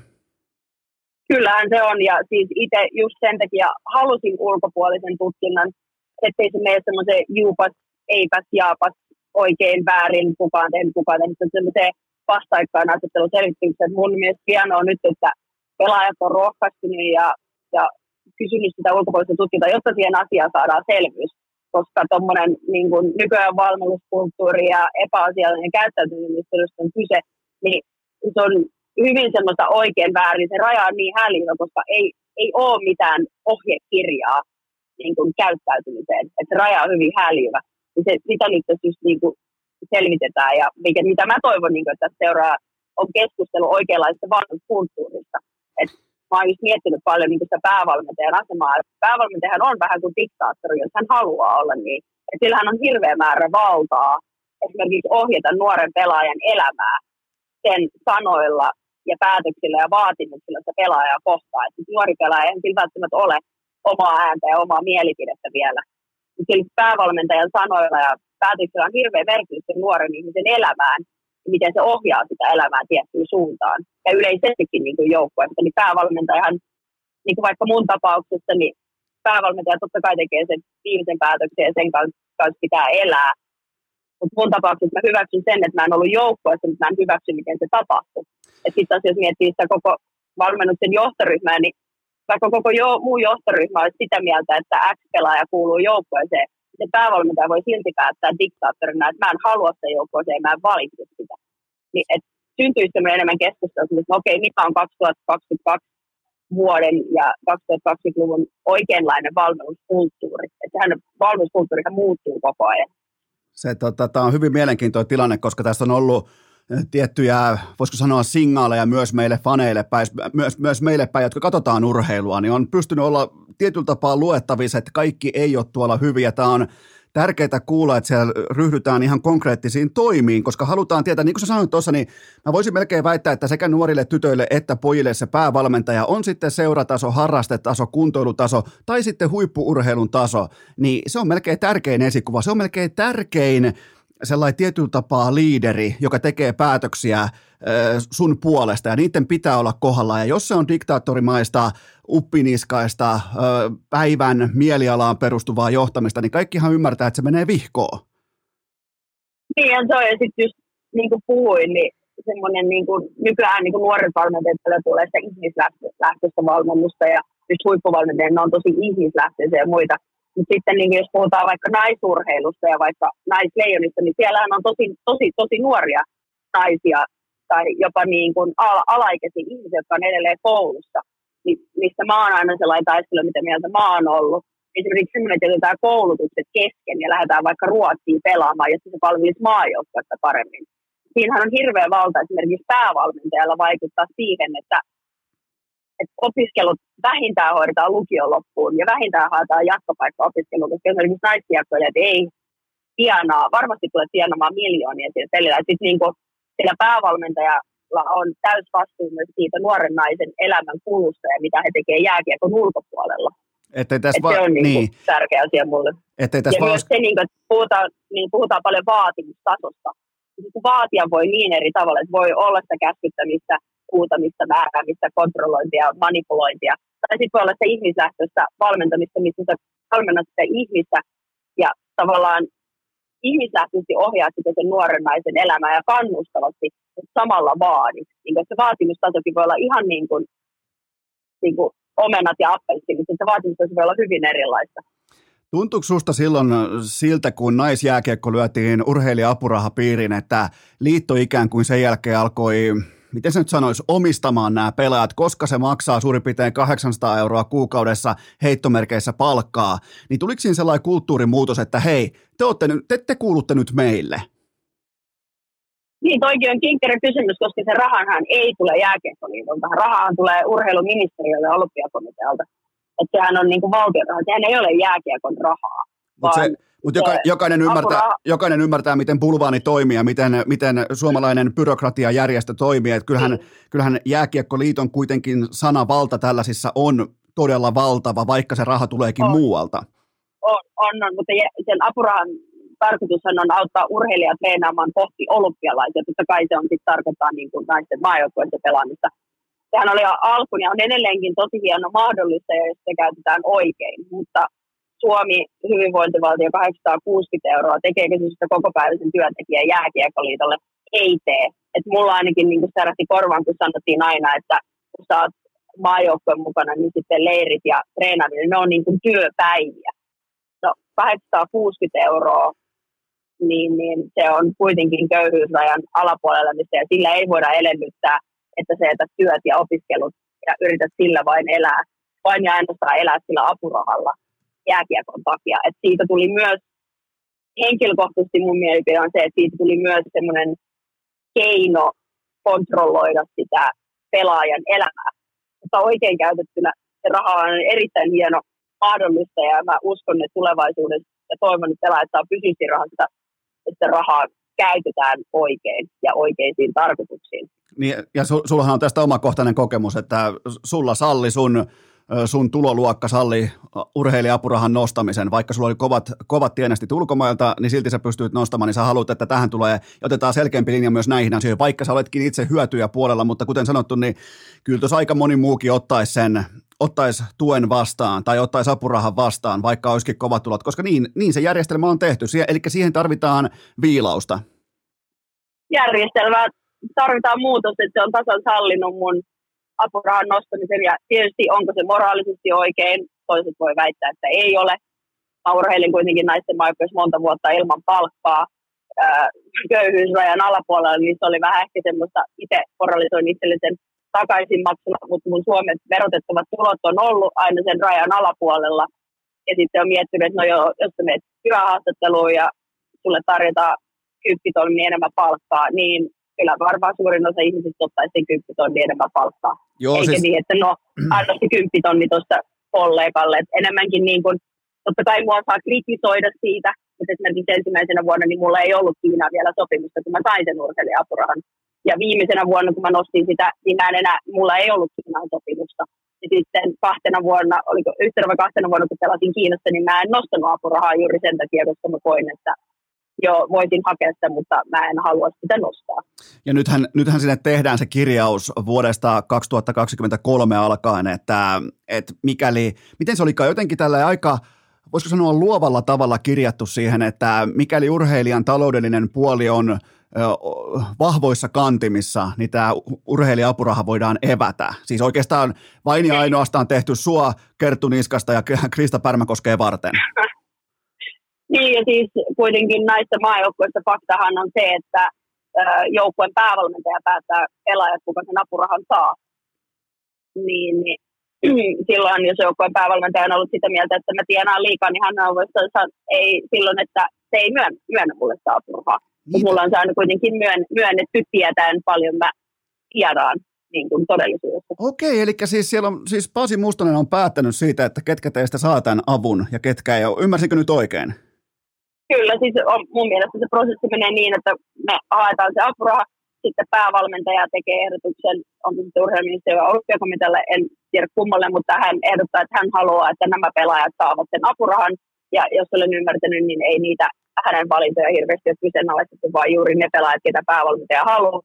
Kyllähän se on, ja siis itse just sen takia halusin ulkopuolisen tutkinnan, ettei se mene semmoisen juupas, eipäs, jaapas, oikein, väärin, kukaan tehnyt, kukaan tehnyt, se on semmoiseen vastaikkaan asettelun selvitykseen. Mun mielestä hienoa on nyt, että pelaajat on rohkaistunut ja, ja kysynyt sitä ulkopuolista tutkintaa, jotta siihen asiaan saadaan selvyys. Koska tuommoinen niin kuin nykyään valmennuskulttuuri ja epäasiallinen käyttäytyminen, mistä on kyse, niin se on hyvin semmoista oikein väärin. Se raja on niin hälyvä, koska ei, ei ole mitään ohjekirjaa niin kuin käyttäytymiseen. Että se raja on hyvin hälyvä. Ja se, sitä nyt just niin kuin selvitetään. Ja mikä, mitä mä toivon, niin kuin, että tässä seuraa, on keskustelu oikeanlaisesta valmennuskulttuurista. Että mä oon just miettinyt paljon niin kuin sitä päävalmentajan asemaa. Päävalmentajahan on vähän kuin diktaattori, jos hän haluaa olla niin. Et sillä hän on hirveä määrä valtaa esimerkiksi ohjata nuoren pelaajan elämää sen sanoilla ja päätöksillä ja vaatimuksilla sitä pelaajaa kohtaan. Et nuori pelaaja ei sillä välttämättä ole omaa ääntä ja omaa mielipidettä vielä. Sillä päävalmentajan sanoilla ja päätöksillä on hirveä merkitys sen nuoren ihmisen elämään ja miten se ohjaa sitä elämää tiettyyn suuntaan. Ja yleisestikin niin kuin joukkueessa, niin päävalmentajahan, niin kuin vaikka mun tapauksessa, niin päävalmentaja totta kai tekee sen viimeisen päätöksen ja sen kanssa pitää elää. Mutta mun tapauksessa mä hyväksyn sen, että mä en ollut joukkueessa, mutta mä en hyväksy, miten se tapahtui. Että sitten taas jos miettii sitä koko valmennuksen johtoryhmää, niin vaikka koko jo, muu johtoryhmä olisi sitä mieltä, että X-pelaaja kuuluu joukkueeseen, se päävalmentaja voi silti päättää diktaattorina, että mä en halua sitä joukkueeseen, mä en valitse sitä. Niin, et syntyisi semmoinen enemmän keskustelua, että okei, mikä on kaksituhattakaksikymmentäkaksi vuoden ja kaksituhattakaksikymmentäluvun oikeanlainen valmennuskulttuuri. Että sehän valmennuskulttuurihan muuttuu koko ajan. Se, tota, tämä on hyvin mielenkiintoinen tilanne, koska tästä on ollut tiettyjä, voisiko sanoa, signaaleja myös meille faneille päin, myös, myös meille päin, jotka katsotaan urheilua, niin on pystynyt olla tietyllä tapaa luettavissa, että kaikki ei ole tuolla hyviä. Tämä on tärkeää kuulla, että siellä ryhdytään ihan konkreettisiin toimiin, koska halutaan tietää, niin kuin sä sanoit tuossa, niin mä voisin melkein väittää, että sekä nuorille tytöille että pojille se päävalmentaja on sitten seurataso, harrastetaso, kuntoilutaso tai sitten huippu-urheilun taso, niin se on melkein tärkein esikuva, se on melkein tärkein sellainen tietyllä tapaa liideri, joka tekee päätöksiä sun puolesta ja niiden pitää olla kohdalla. Ja jos se on diktaattorimaista, uppiniskaista, päivän mielialaan perustuvaa johtamista, niin kaikkihan ymmärtää, että se menee vihkoon. Niin, se on. Ja sitten just niin kuin puhuin, niin semmoinen niin kuin, nykyään niin kuin nuoret valmentajat tulee sitä ihmislähtöistä valmennusta ja just huippuvalmentajat, ne on tosi ihmislähtöisiä ja muita. Mutta sitten niin jos puhutaan vaikka naisurheilusta ja vaikka naisleijonista, niin siellähän on tosi, tosi, tosi nuoria naisia tai jopa niin kuin ala- alaikäisiä ihmisiä, jotka on edelleen koulussa. Niin, mistä mä oon aina sellainen taistelu, mitä mieltä mä oon ollut. Esimerkiksi semmoinen, että jätetään koulutukset kesken ja lähdetään vaikka Ruotsiin pelaamaan, jotta se palvelisi maajoukkuetta paremmin. Siinähän on hirveä valta esimerkiksi päävalmentajalla vaikuttaa siihen, että että opiskelut vähintään hoidetaan lukion loppuun ja vähintään haetaan jatkopaikka opiskeluun, koska esimerkiksi naiskiekkoilijat ei tienaa, varmasti tulee tienaamaan miljoonia siellä pelillä. Sitten niin sillä päävalmentajalla on täys vastuu myös siitä nuoren naisen elämän kulusta ja mitä he tekee jääkiekon ulkopuolella. Ettei tässä Et va- se on niin niin. tärkeä asia mulle. Ettei tässä ja va- myös se, niin kuin, että puhutaan, niin puhutaan paljon vaatimustasosta. Vaatia voi niin eri tavalla, että voi olla sitä käskyttämistä, huutamista, määräämistä, kontrollointia, manipulointia. Tai sitten voi olla sitä ihmislähtöistä valmentamista, missä sä valmennat sitä ihmistä ja tavallaan ihmislähtöisesti ohjaat sitä sen nuoren naisen elämää ja kannustavasti samalla vaadit. Niin se vaatimustasokin voi olla ihan niin kuin, niin kuin omenat ja appelsiinit, mutta se vaatimustaso voi olla hyvin erilaista. Tuntuuko susta silloin siltä, kun naisjääkiekko lyötiin urheilija-apurahapiiriin, että liitto ikään kuin sen jälkeen alkoi, miten se nyt sanoisi, omistamaan nämä pelaajat, koska se maksaa suurin piirtein kahdeksansataa euroa kuukaudessa heittomerkeissä palkkaa, niin tuliko siinä sellainen kulttuurimuutos, että hei, te, olette nyt, te, te kuulutte nyt meille? Niin, toikin on kinkkerä kysymys, koska se rahanhan ei tule jääkiekkoliitolta, rahahan tulee urheiluministeriöltä ja olympiakomitealta. Että sehän on niin kuin valtion rahaa, sehän ei ole jääkiekon rahaa. Mutta mut joka, jokainen, ymmärtää, jokainen ymmärtää, miten bulvaani toimii ja miten, miten suomalainen byrokratiajärjestö toimii. Et kyllähän, mm. kyllähän jääkiekkoliiton kuitenkin sanavalta tällaisissa on todella valtava, vaikka se raha tuleekin on. muualta. On, on, on, mutta sen apurahan tarkoitushan on auttaa urheilijat treenaamaan kohti olympialaisia. Totta kai se on sitten tarkoittaa niin kuin naisten maajoukkueiden pelaamista. Sehän oli alkuun ja on edelleenkin tosi hieno mahdollista, jos se käytetään oikein, mutta Suomi hyvinvointivaltio kahdeksansataakuusikymmentä euroa, tekeekö se sitä kokopäiväisen työntekijän jääkiekkoliitolle? Ei tee. Et mulla ainakin niin särähti korvaan, kun sanottiin aina, että kun sä oot maajoukkueen mukana, niin sitten leirit ja treenaaminen, ne on niin kuin työpäiviä. No kahdeksansataakuusikymmentä euroa, niin, niin se on kuitenkin köyhyysrajan alapuolella, ja sillä ei voida edellyttää, että sä jätät työt ja opiskelut ja yrität sillä vain elää, vain ja ainoastaan elää sillä apurahalla jääkiekon takia. Et siitä tuli myös, henkilökohtaisesti mun mielipide on se, että siitä tuli myös semmoinen keino kontrolloida sitä pelaajan elämää. Mutta oikein käytettynä se raha on erittäin hieno mahdollista ja mä uskon, että tulevaisuudessa ja toivon, että pelaajat saa pysyvästi rahasta, että rahaa käytetään oikein ja oikeisiin tarkoituksiin. Niin, ja su, sullahan on tästä omakohtainen kokemus, että sulla salli sun, sun tuloluokka salli urheilija-apurahan nostamisen, vaikka sulla oli kovat, kovat tienestit ulkomailta, niin silti sä pystyt nostamaan, niin sä haluat, että tähän tulee, otetaan selkeämpi linja myös näihin asioihin, vaikka sä oletkin itse hyötyjä puolella, mutta kuten sanottu, niin kyllä tuossa aika moni muukin ottaisi sen, ottaisi tuen vastaan tai ottaisi apurahan vastaan, vaikka olisikin kovat tulot, koska niin, niin se järjestelmä on tehty, eli siihen tarvitaan viilausta. Järjestelmää tarvitaan muutos, että se on tasan sallinut mun apurahan nostamisen, ja tietysti onko se moraalisesti oikein, toiset voi väittää, että ei ole. Mä urheilin kuitenkin naisten maajoukkueessa monta vuotta ilman palkkaa, ää, köyhyysrajan alapuolella, niin se oli vähän ehkä semmoista, itse moralisoin itsellisen takaisinmaksulla, mutta mun Suomen verotettavat tulot on ollut aina sen rajan alapuolella, ja sitten on miettinyt, että no joo, jos sä menet työhaastatteluun ja sulle tarjotaan kymppitonnin enemmän palkkaa, niin kyllä varmaan suurin osa ihmisistä ottaisi sen kymppitonnin enemmän palkkaa. Joo, eikä siis niin, että no, anna se kymppitonni tuosta kollegalle. Et enemmänkin niin kuin, totta kai mua saa kritisoida siitä, mutta esimerkiksi ensimmäisenä vuonna niin mulla ei ollut Kiinaa vielä sopimusta, kun mä sain sen urheilija-apurahan. Ja viimeisenä vuonna, kun mä nostin sitä, niin mä en enää, mulla ei ollut Kiinan sopimusta. Ja sitten kahtena vuonna, oliko yhtenä vai kahtena vuonna, kun pelasin Kiinassa, niin mä en nostanut apurahaa juuri sen takia, koska mä koin, että joo, voisin hakea sitä, mutta mä en halua sitä nostaa. Ja nythän, nythän sinne tehdään se kirjaus vuodesta kaksituhattakaksikymmentäkolme alkaen, että, että mikäli, miten se olikaan jotenkin tällä aika, voisiko sanoa luovalla tavalla kirjattu siihen, että mikäli urheilijan taloudellinen puoli on vahvoissa kantimissa, niin tämä urheilija-apuraha voidaan evätä. Siis oikeastaan vain ja ainoastaan tehty sua, Kerttu Niskasta ja Krista Pärmäkoskea varten. Niin, ja siis kuitenkin näissä maajoukkueissa faktahan on se, että joukkueen päävalmentaja päättää pelaajat, kuka sen apurahan saa. Niin, niin silloin, jos joukkueen päävalmentaja on ollut sitä mieltä, että mä tienaan liikaa, niin hän on voinut ei silloin, että se ei myönnä, myönnä mulle sitä apurahaa. Niin. Mulla on saanut kuitenkin myön, myönnetty tietäen paljon mä tiedaan niin kuin todellisuudessa. Okei, eli siis siellä on, siis Pasi Mustonen on päättänyt siitä, että ketkä teistä saa tämän avun ja ketkä ei ole. Ymmärsinkö nyt oikein? Kyllä, siis on, mun mielestä se prosessi menee niin, että me haetaan se apuraha, sitten päävalmentaja tekee ehdotuksen, on se sitten urheiluministeriö ja olympiakomitealle, en tiedä kummalle, mutta hän ehdottaa, että hän haluaa, että nämä pelaajat saavat sen apurahan, ja jos olen ymmärtänyt, niin ei niitä hänen valintoja hirveästi ole kyseenalaistettu, vaan juuri ne pelaajat, ketä päävalmentaja haluaa,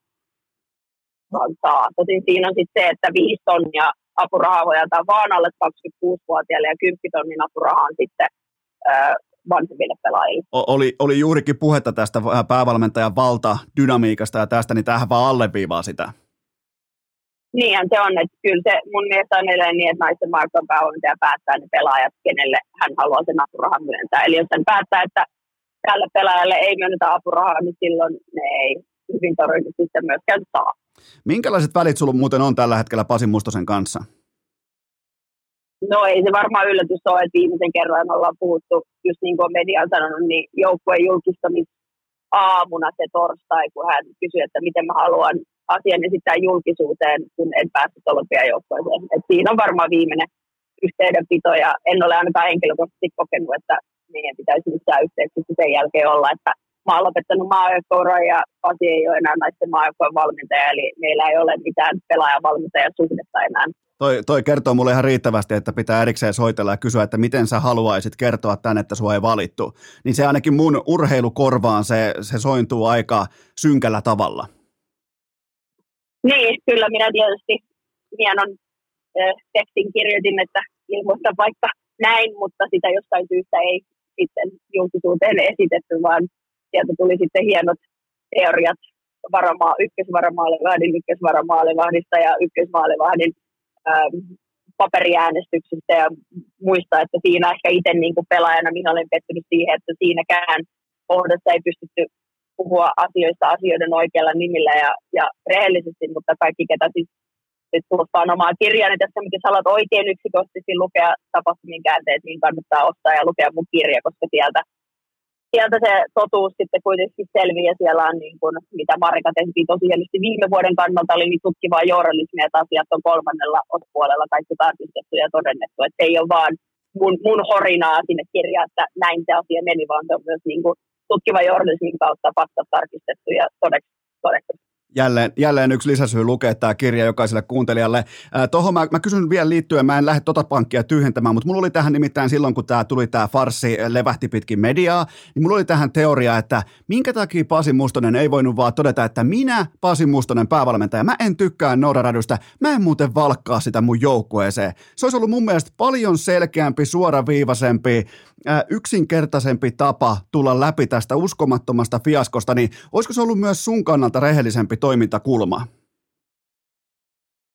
saa. Tosin siinä on sitten se, että viisi tonnia apurahaa voi antaa vaan alle kaksikymmentäkuusivuotiaille ja kymmenen tonnin apurahaan sitten äh, vanhemmille pelaajille. Oli, oli juurikin puhetta tästä päävalmentajan valtadynamiikasta ja tästä, niin tämähän vaan alleviivaa sitä. Niinhän se on, että kyllä se mun mielestä on edelleen niin, että naisten maailman päävalmentaja päättää ne pelaajat, kenelle hän haluaa sen apurahan myöntää. Eli jos hän päättää, että tälle pelaajalle ei myönnetä apurahaa, niin silloin ne ei hyvin todennäköisesti myöskään saa. Minkälaiset välit sulla muuten on tällä hetkellä Pasi Mustosen kanssa? No ei se varmaan yllätys ole, että viimeisen kerran ollaan puhuttu, just niin kuin media on sanonut, niin joukkueen julkistamis aamuna se torstai, kun hän kysyi, että miten mä haluan asian esittää julkisuuteen, kun en päässyt olympiajoukkueeseen. Et siinä on varmaan viimeinen yhteydenpito, ja en ole ainakaan henkilökohtaisesti kokenut, että meidän pitäisi missään yhteyksissä sen jälkeen olla, että mä oon lopettanut maajoukkueuran ja Pasi ei ole enää naisten maajoukkueen valmentaja, eli meillä ei ole mitään pelaajavalmentajan suhdetta enää. Toi, toi kertoo mulle ihan riittävästi, että pitää erikseen soitella ja kysyä, että miten sä haluaisit kertoa tän, että sua ei valittu. Niin se ainakin mun urheilukorvaan se, se sointuu aika synkällä tavalla. Niin, kyllä minä tietysti hienon äh, tekstin kirjoitin, että ilmoista vaikka näin, mutta sitä jostain syystä ei sitten julkisuuteen esitetty, vaan sieltä tuli sitten hienot teoriat varamaa, ykkösvaramaalivahdin, ykkösvaramaalivahdista ja ykkösmaalivahdin ähm, paperiäänestyksistä ja muista, että siinä ehkä itse niin kuin pelaajana minä olen pettynyt siihen, että siinäkään kohdassa ei pystytty puhua asioista asioiden oikealla nimillä ja, ja rehellisesti, mutta kaikki, ketä siis tuottaa omaa kirjani tässä, miten sä alat oikein yksikohtaisesti lukea tapahtumien käänteet, niin kannattaa ottaa ja lukea mun kirja, koska sieltä, sieltä se totuus sitten kuitenkin selviää. Siellä on, niin kuin, mitä Marika tehtiin tosi hienosti viime vuoden kannalta, oli niin tutkivaa journalismia, että asiat on kolmannella osapuolella kaikki tarkistettu ja todennettu. Että ei ole vaan mun, mun horinaa sinne kirjaan, että näin se asia meni, vaan se on myös niin kuin, tutkiva journalismin kautta faktat tarkistettu ja todettu. Jälleen, jälleen yksi lisäsyy lukea tämä kirja jokaiselle kuuntelijalle. Äh, Tuohon mä, mä kysyn vielä liittyen, mä en lähde tota pankkia tyhjentämään, mutta mulla oli tähän nimittäin silloin, kun tämä tuli tämä farssi levähti pitkin mediaa, niin mulla oli tähän teoria, että minkä takia Pasi Mustonen ei voinut vaan todeta, että minä, Pasi Mustonen, päävalmentaja, mä en tykkää Noora Rädystä, mä en muuten valkkaa sitä mun joukkueeseen. Se olisi ollut mun mielestä paljon selkeämpi, suoraviivaisempi, äh, yksinkertaisempi tapa tulla läpi tästä uskomattomasta fiaskosta, niin olisiko se ollut myös sun kannalta rehellisempi toimintakulma?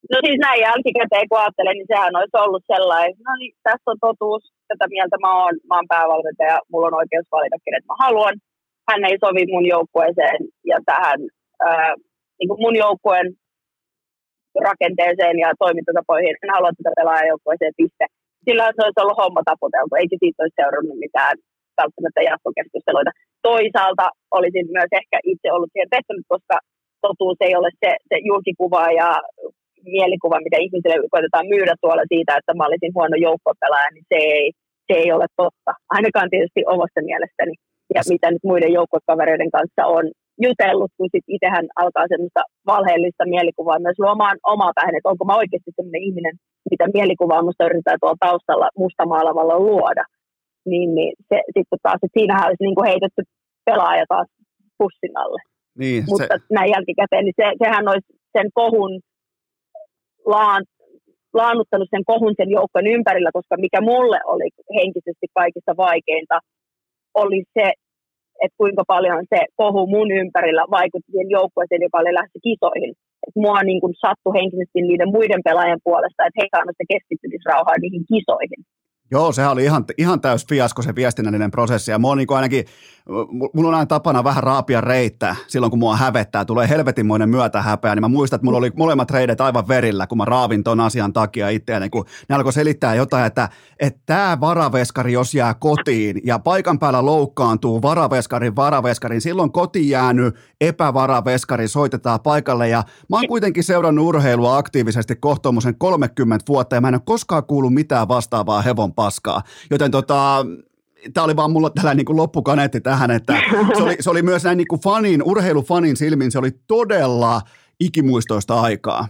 No siis näin jälkikäteen kun ajattelen, niin sehän olisi ollut sellainen, no niin, tässä on totuus, tätä mieltä mä oon, mä oon päävalmentaja, mulla on oikeus valita, kenet mä haluan. Hän ei sovi mun joukkueeseen ja tähän ää, niin kuin mun joukkueen rakenteeseen ja toimintatapoihin. En halua tätä pelaajajoukkueeseen, piste. Sillä se olisi ollut homma taputeltu, eikä siitä olisi seurannut mitään välttämättä jatkokeskusteluita. Toisaalta olisin myös ehkä itse ollut siihen pettynyt, koska totuus ei ole se, se julkikuva ja mielikuva, mitä ihmisille koitetaan myydä tuolla siitä, että mä olisin huono joukkuepelaaja, niin se ei, se ei ole totta. Ainakaan tietysti omasta mielestäni. Ja mitä nyt muiden joukkuekavereiden kanssa on jutellut, kun sitten itsehän alkaa semmoista valheellista mielikuvaa myös luomaan omaa päähän, että onko mä oikeasti semmoinen ihminen, mitä mielikuvaa musta yritetään tuolla taustalla mustamaalavalla luoda. Niin, niin se, sitten taas, että siinähän olisi niin kuin heitetty pelaaja taas pussin alle. Niin, mutta se... näin jälkikäteen, niin se, sehän olisi sen kohun laan, laannuttanut sen kohun sen joukkojen ympärillä, koska mikä mulle oli henkisesti kaikista vaikeinta, oli se, että kuinka paljon se kohu mun ympärillä vaikutti siihen joukkueeseen, joka oli lähdössä kisoihin. Et mua niin kuin sattui henkisesti niiden muiden pelaajien puolesta, että he saavat sitä keskittymisrauhaa niihin kisoihin. Joo, sehän oli ihan, ihan täys fiasko se viestinnällinen prosessi ja mua niin ainakin, mulla on aina tapana vähän raapia reittää silloin kun mua hävettää, tulee helvetinmoinen myötähäpeä, niin mä muistan, että mulla oli molemmat reidet aivan verillä, kun mä raavin ton asian takia itseäni, kun ne alkoi selittää jotain, että että tää varaveskari jos jää kotiin ja paikan päällä loukkaantuu varaveskarin varaveskarin, silloin kotiin jäänyt epävaraveskari soitetaan paikalle ja mä oon kuitenkin seurannut urheilua aktiivisesti kohtuummoisen kolmekymmentä vuotta ja mä en ole koskaan kuullut mitään vastaavaa hevon paskaa, joten tota, tämä oli vaan mulla tällainen niin kuin loppukaneetti tähän, että se oli, se oli myös näin niin kuin fanin, urheilufanin silmin, se oli todella ikimuistoista aikaa.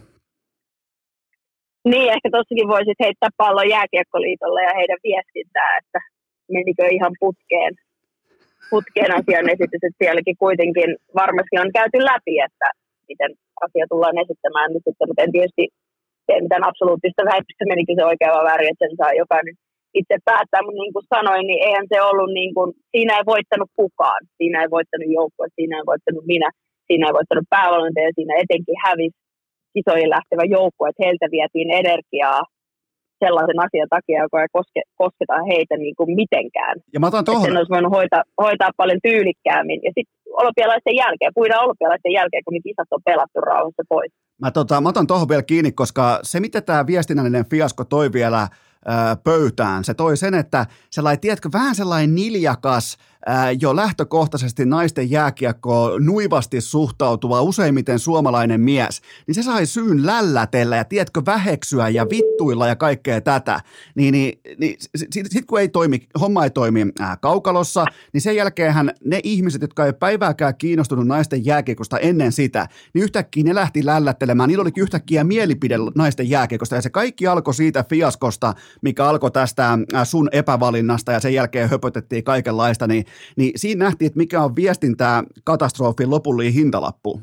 Niin, ehkä tossakin voisit heittää pallon Jääkiekkoliitolle ja heidän viestintää, että menikö ihan putkeen, putkeen asian esitys, että sielläkin kuitenkin varmasti on käyty läpi, että miten asia tullaan esittämään, mutta en tietysti tee mitään absoluuttista väitöstä, menikö se oikein vai väärin, että sen saa jokainen itse päättää, mutta niin kuin sanoin, niin eihän se ollut niin kuin, siinä ei voittanut kukaan, siinä ei voittanut joukkue, siinä ei voittanut minä, siinä ei voittanut päävalmentaja, siinä etenkin hävisi kisoihin lähtevä joukkue, että heiltä vietiin energiaa sellaisen asian takia, joka ei koske, kosketa heitä niin kuin mitenkään. Ja mä otan tohon... Sen olisi voinut hoitaa, hoitaa paljon tyylikkäämmin. Ja sitten olympialaisten jälkeen, puhutaan olympialaisten jälkeen, kun niitä kisat on pelattu rauhassa pois. Mä, tota, mä otan tuohon vielä kiinni, koska se, mitä tämä viestinnällinen fiasko toi vielä pöytään. Se toi sen, että sellainen, tiedätkö, vähän sellainen niljakas, ää, jo lähtökohtaisesti naisten jääkiekkoon nuivasti suhtautuva, useimmiten suomalainen mies, niin se sai syyn lällätellä ja tiedätkö, väheksyä ja vittuilla ja kaikkea tätä. Niin, niin, niin sitten sit, kun ei toimi, homma ei toimi ää, kaukalossa, niin sen jälkeenhän ne ihmiset, jotka ei päivääkään kiinnostunut naisten jääkiekosta ennen sitä, niin yhtäkkiä ne lähti lällättelemään. Niillä olikin yhtäkkiä mielipide naisten jääkiekosta ja se kaikki alkoi siitä fiaskosta, mikä alkoi tästä sun epävalinnasta ja sen jälkeen höpötettiin kaikenlaista, niin, niin siinä nähtiin, että mikä on viestintää katastrofin lopullinen hintalappu.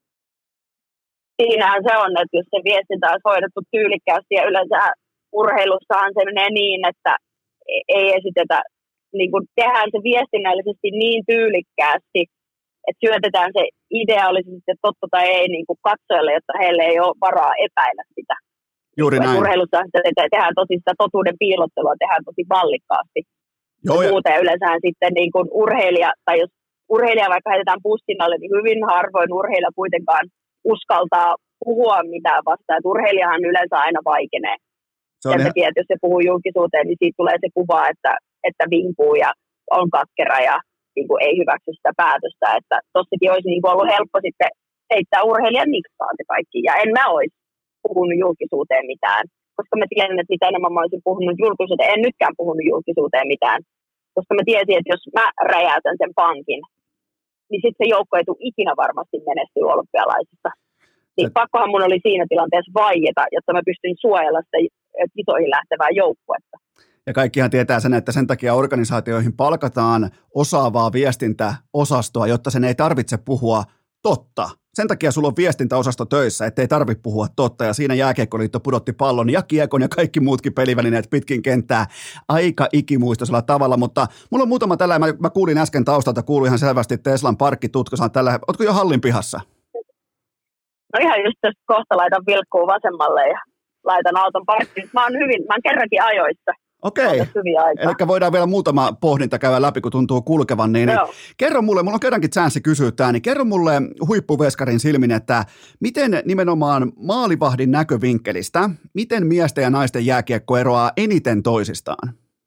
Siinähän se on, että jos se viestintä olisi hoidettu tyylikkäästi ja yleensä urheilussahan se menee niin, että ei esitetä, niin kuin tehdään se viestinnällisesti niin tyylikkäästi, että syötetään se idea, olisi sitten totta tai ei niin kuin katsojalle, jotta heille ei ole varaa epäillä sitä. Juuri näin. Urheilussa tehdään tosi sitä totuuden piilottelua, tehdään tosi mallikkaasti. Joo, ja muuten yleensä sitten niin kuin urheilija, tai jos urheilija vaikka heitetään pussin alle, niin hyvin harvoin urheilija kuitenkaan uskaltaa puhua mitään vastaan. Että urheilijahan yleensä aina vaikenee. Sen ihan... takia, että jos se puhuu julkisuuteen, niin siitä tulee se kuva, että, että vinkuu ja on katkera ja niin kuin ei hyväksy sitä päätöstä. Että tossakin olisi niin kuin ollut helppo sitten heittää urheilijan niksaan se kaikki. Ja en mä olisi puhunut julkisuuteen mitään, koska mä tiedän, että mitä enemmän mä olisin puhunut julkisuuteen, en nytkään puhunut julkisuuteen mitään, koska mä tiesin, että jos mä räjäytän sen pankin, niin sitten se joukko ei tule ikinä varmasti menestyä olympialaisissa. Niin se... pakkohan mun oli siinä tilanteessa vaieta, jotta mä pystyn suojella sitä kisoihin lähtevää joukkuetta. Ja kaikkihan tietää sen, että sen takia organisaatioihin palkataan osaavaa viestintäosastoa, jotta sen ei tarvitse puhua totta. Sen takia sulla on viestintäosasto töissä, ettei tarvitse puhua totta, ja siinä Jääkiekkoliitto pudotti pallon ja kiekon ja kaikki muutkin pelivälineet pitkin kenttää aika ikimuistoisella tavalla, mutta mulla on muutama tällä, mä, mä kuulin äsken taustalta, kuului ihan selvästi Teslan parkkitutkosan tällä, ootko jo hallin pihassa? No ihan just jos kohta laitan vilkkuun vasemmalle ja laitan auton parkkiin. Mä oon hyvin, mä oon kerrankin ajoissa. Okei, eli voidaan vielä muutama pohdinta käydä läpi, kun tuntuu kulkevan. Niin, niin kerro mulle, mulla on kerrankin chanssi kysyä tää, niin kerro mulle huippuveskarin silmin, että miten nimenomaan maalivahdin näkövinkkelistä, miten miesten ja naisten jääkiekko eroaa eniten toisistaan?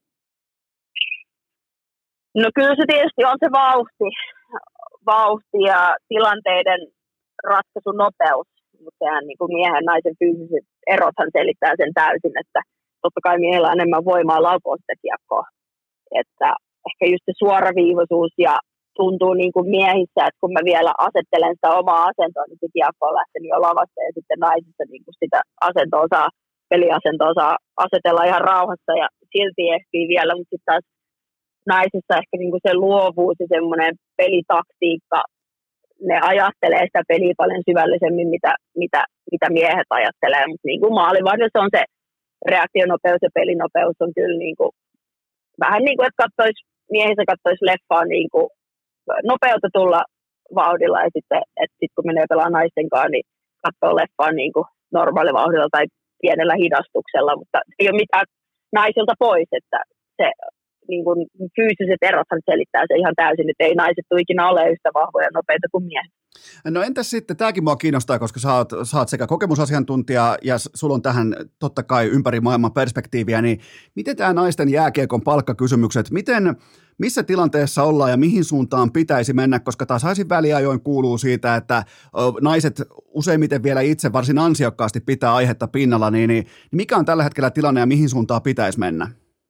No kyllä se tietysti on se vauhti, vauhti ja tilanteiden ratkaisunopeus, mutta sehän niin kuin miehen ja naisen fyysiset erothan selittää sen täysin, että totta kai miehellä on enemmän voimaa laukoa sitä kiekkoa. Että ehkä just se suoraviivaisuus ja tuntuu niin kuin miehissä, että kun mä vielä asettelen sitä omaa asentoa, niin se kiekko on lähtenyt jo lavasta ja sitten naisissa niin kuin sitä asentoa saa, peliasentoa saa asetella ihan rauhassa ja silti ehtii vielä, mutta sitten taas naisissa ehkä niin kuin se luovuus ja semmoinen pelitaktiikka, ne ajattelee sitä peliä paljon syvällisemmin, mitä, mitä, mitä miehet ajattelee, mutta niin kuin maalivahdissa on se reaktionopeus ja pelinopeus on kyllä niin kuin, vähän niin kuin, että katsoisi, miehissä katsoisi leffaa niin kuin nopeutetulla vauhdilla ja sitten, että sit kun menee pelaamaan naisten kanssa, niin katsoo leffaa niin kuin normaalivauhdilla tai pienellä hidastuksella, mutta ei ole mitään naisilta pois, että se niin kuin fyysiset erothan selittää se ihan täysin, että ei naiset tule ikinä ole yhtä vahvoja ja nopeita kuin miehet. No entäs sitten, tämäkin mua kiinnostaa, koska sä oot, sä oot sekä kokemusasiantuntija ja sulla on tähän totta kai ympäri maailman perspektiiviä, niin miten tämä naisten jääkiekon palkkakysymykset, miten, missä tilanteessa ollaan ja mihin suuntaan pitäisi mennä, koska tasaisin väliajoin kuuluu siitä, että naiset useimmiten vielä itse varsin ansiokkaasti pitää aihetta pinnalla, niin, niin mikä on tällä hetkellä tilanne ja mihin suuntaan pitäisi mennä?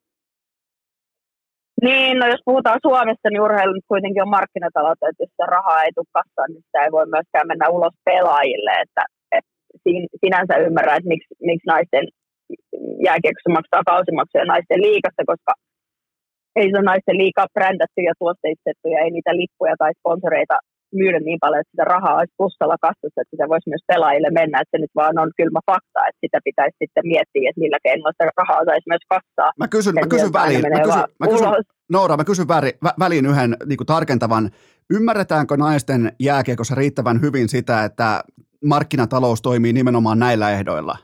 Niin, no jos puhutaan Suomessa, niin urheilu nyt kuitenkin on markkinataloutta, että jos sitä rahaa ei tule kassaan, niin sitä ei voi myöskään mennä ulos pelaajille, että, että sinänsä ymmärrän, että miksi, miksi naisten jääkiekossa maksaa kausimaksuja naisten liigassa, koska ei se ole naisten liikaa brändätty ja tuotteistettu ja ei niitä lippuja tai sponsoreita myydä niin paljon, että sitä rahaa olisi plussalla kassassa, että sitä voisi myös pelaajille mennä, että se nyt vaan on kylmä fakta, että sitä pitäisi sitten miettiä, että millä keinoilla sitä rahaa saisi myös kassaa. Mä kysyn, mä kysyn väliin, mä kysyn, mä kysyn, Noora, mä kysyn väri, vä, väliin yhden niin kuin tarkentavan. Ymmärretäänkö naisten jääkiekossa riittävän hyvin sitä, että markkinatalous toimii nimenomaan näillä ehdoilla?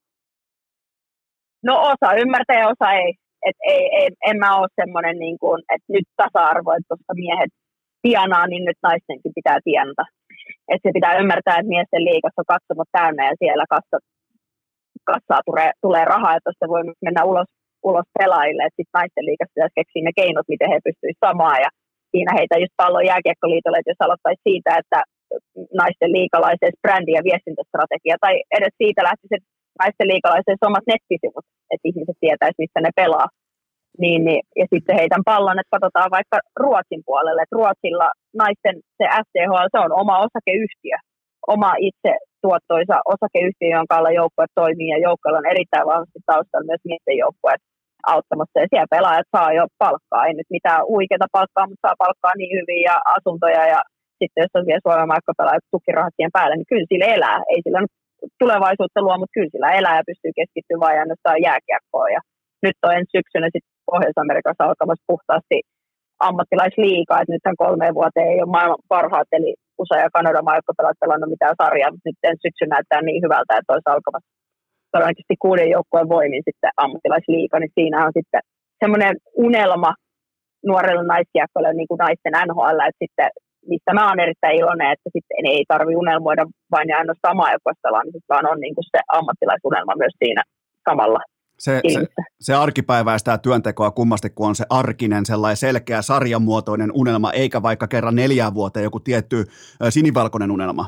No osa ymmärtää ja osa ei. Et ei, ei en mä ole semmoinen, niin kuin, että nyt tasa-arvo, että koska miehet tienaa, niin nyt naistenkin pitää tienata. Että se pitää ymmärtää, että miesten liigassa on katsomot täynnä ja siellä kassat, kassaa tulee, tulee rahaa, että se voi mennä ulos, ulos pelaajille. Että sitten naisten liigassa pitäisi keksiä ne keinot, miten he pystyisivät samaan. Ja siinä heitä just pallon jääkiekkoliitolle, että jos aloittaisi siitä, että naisten liigalaisessa brändi- ja viestintästrategia, tai edes siitä lähtisi, että naisten liigalaisessa omat nettisivut, että ihmiset tietäisi, missä ne pelaa. Niin, niin, ja sitten heitän pallon, että katsotaan vaikka Ruotsin puolelle, että Ruotsilla naisten se S C H L, se on oma osakeyhtiö, oma itse tuottoisa osakeyhtiö, jonka alla joukkue toimii, ja joukkueella on erittäin vahvasti taustalla myös miesten joukkueet auttamassa, ja siellä pelaajat saa jo palkkaa, ei nyt mitään huikeata palkkaa, mutta saa palkkaa niin hyvin, ja asuntoja, ja sitten jos on vielä Suomen maailmanpelaajat tukirahat siihen päälle, niin kyllä sillä elää, ei sillä nyt tulevaisuutta luo, mutta kyllä sillä elää ja pystyy keskittymään vain ainoastaan jääkiekkoon, ja nyt on ensi syksynä sitten Pohjois-Amerikassa alkamassa puhtaasti ammattilaisliigaa, että nythän kolmeen vuoteen ei ole maailman parhaat, eli U S A ja Kanadan maajoukkuepelaajat pelannut mitään sarjaa, mutta nyt ensi syksynä näyttää niin hyvältä, että olisi alkamassa todennäköisesti kuuden joukkueen voimin sitten ammattilaisliiga, niin siinä on sitten semmoinen unelma nuorella naiskiekkoilla niin kuin naisten N H L, että sitten mistä mä oon erittäin iloinen, että sitten ei tarvitse unelmoida vain ja ainoastaan maajoukkueessa pelaamisesta, vaan on niin kuin se ammattilaisunelma myös siinä samalla. Se, se, se arkipäiväistää työntekoa kummasti, kun on se arkinen, sellainen selkeä sarjamuotoinen unelma, eikä vaikka kerran neljään vuoteen joku tietty sinivalkoinen unelma.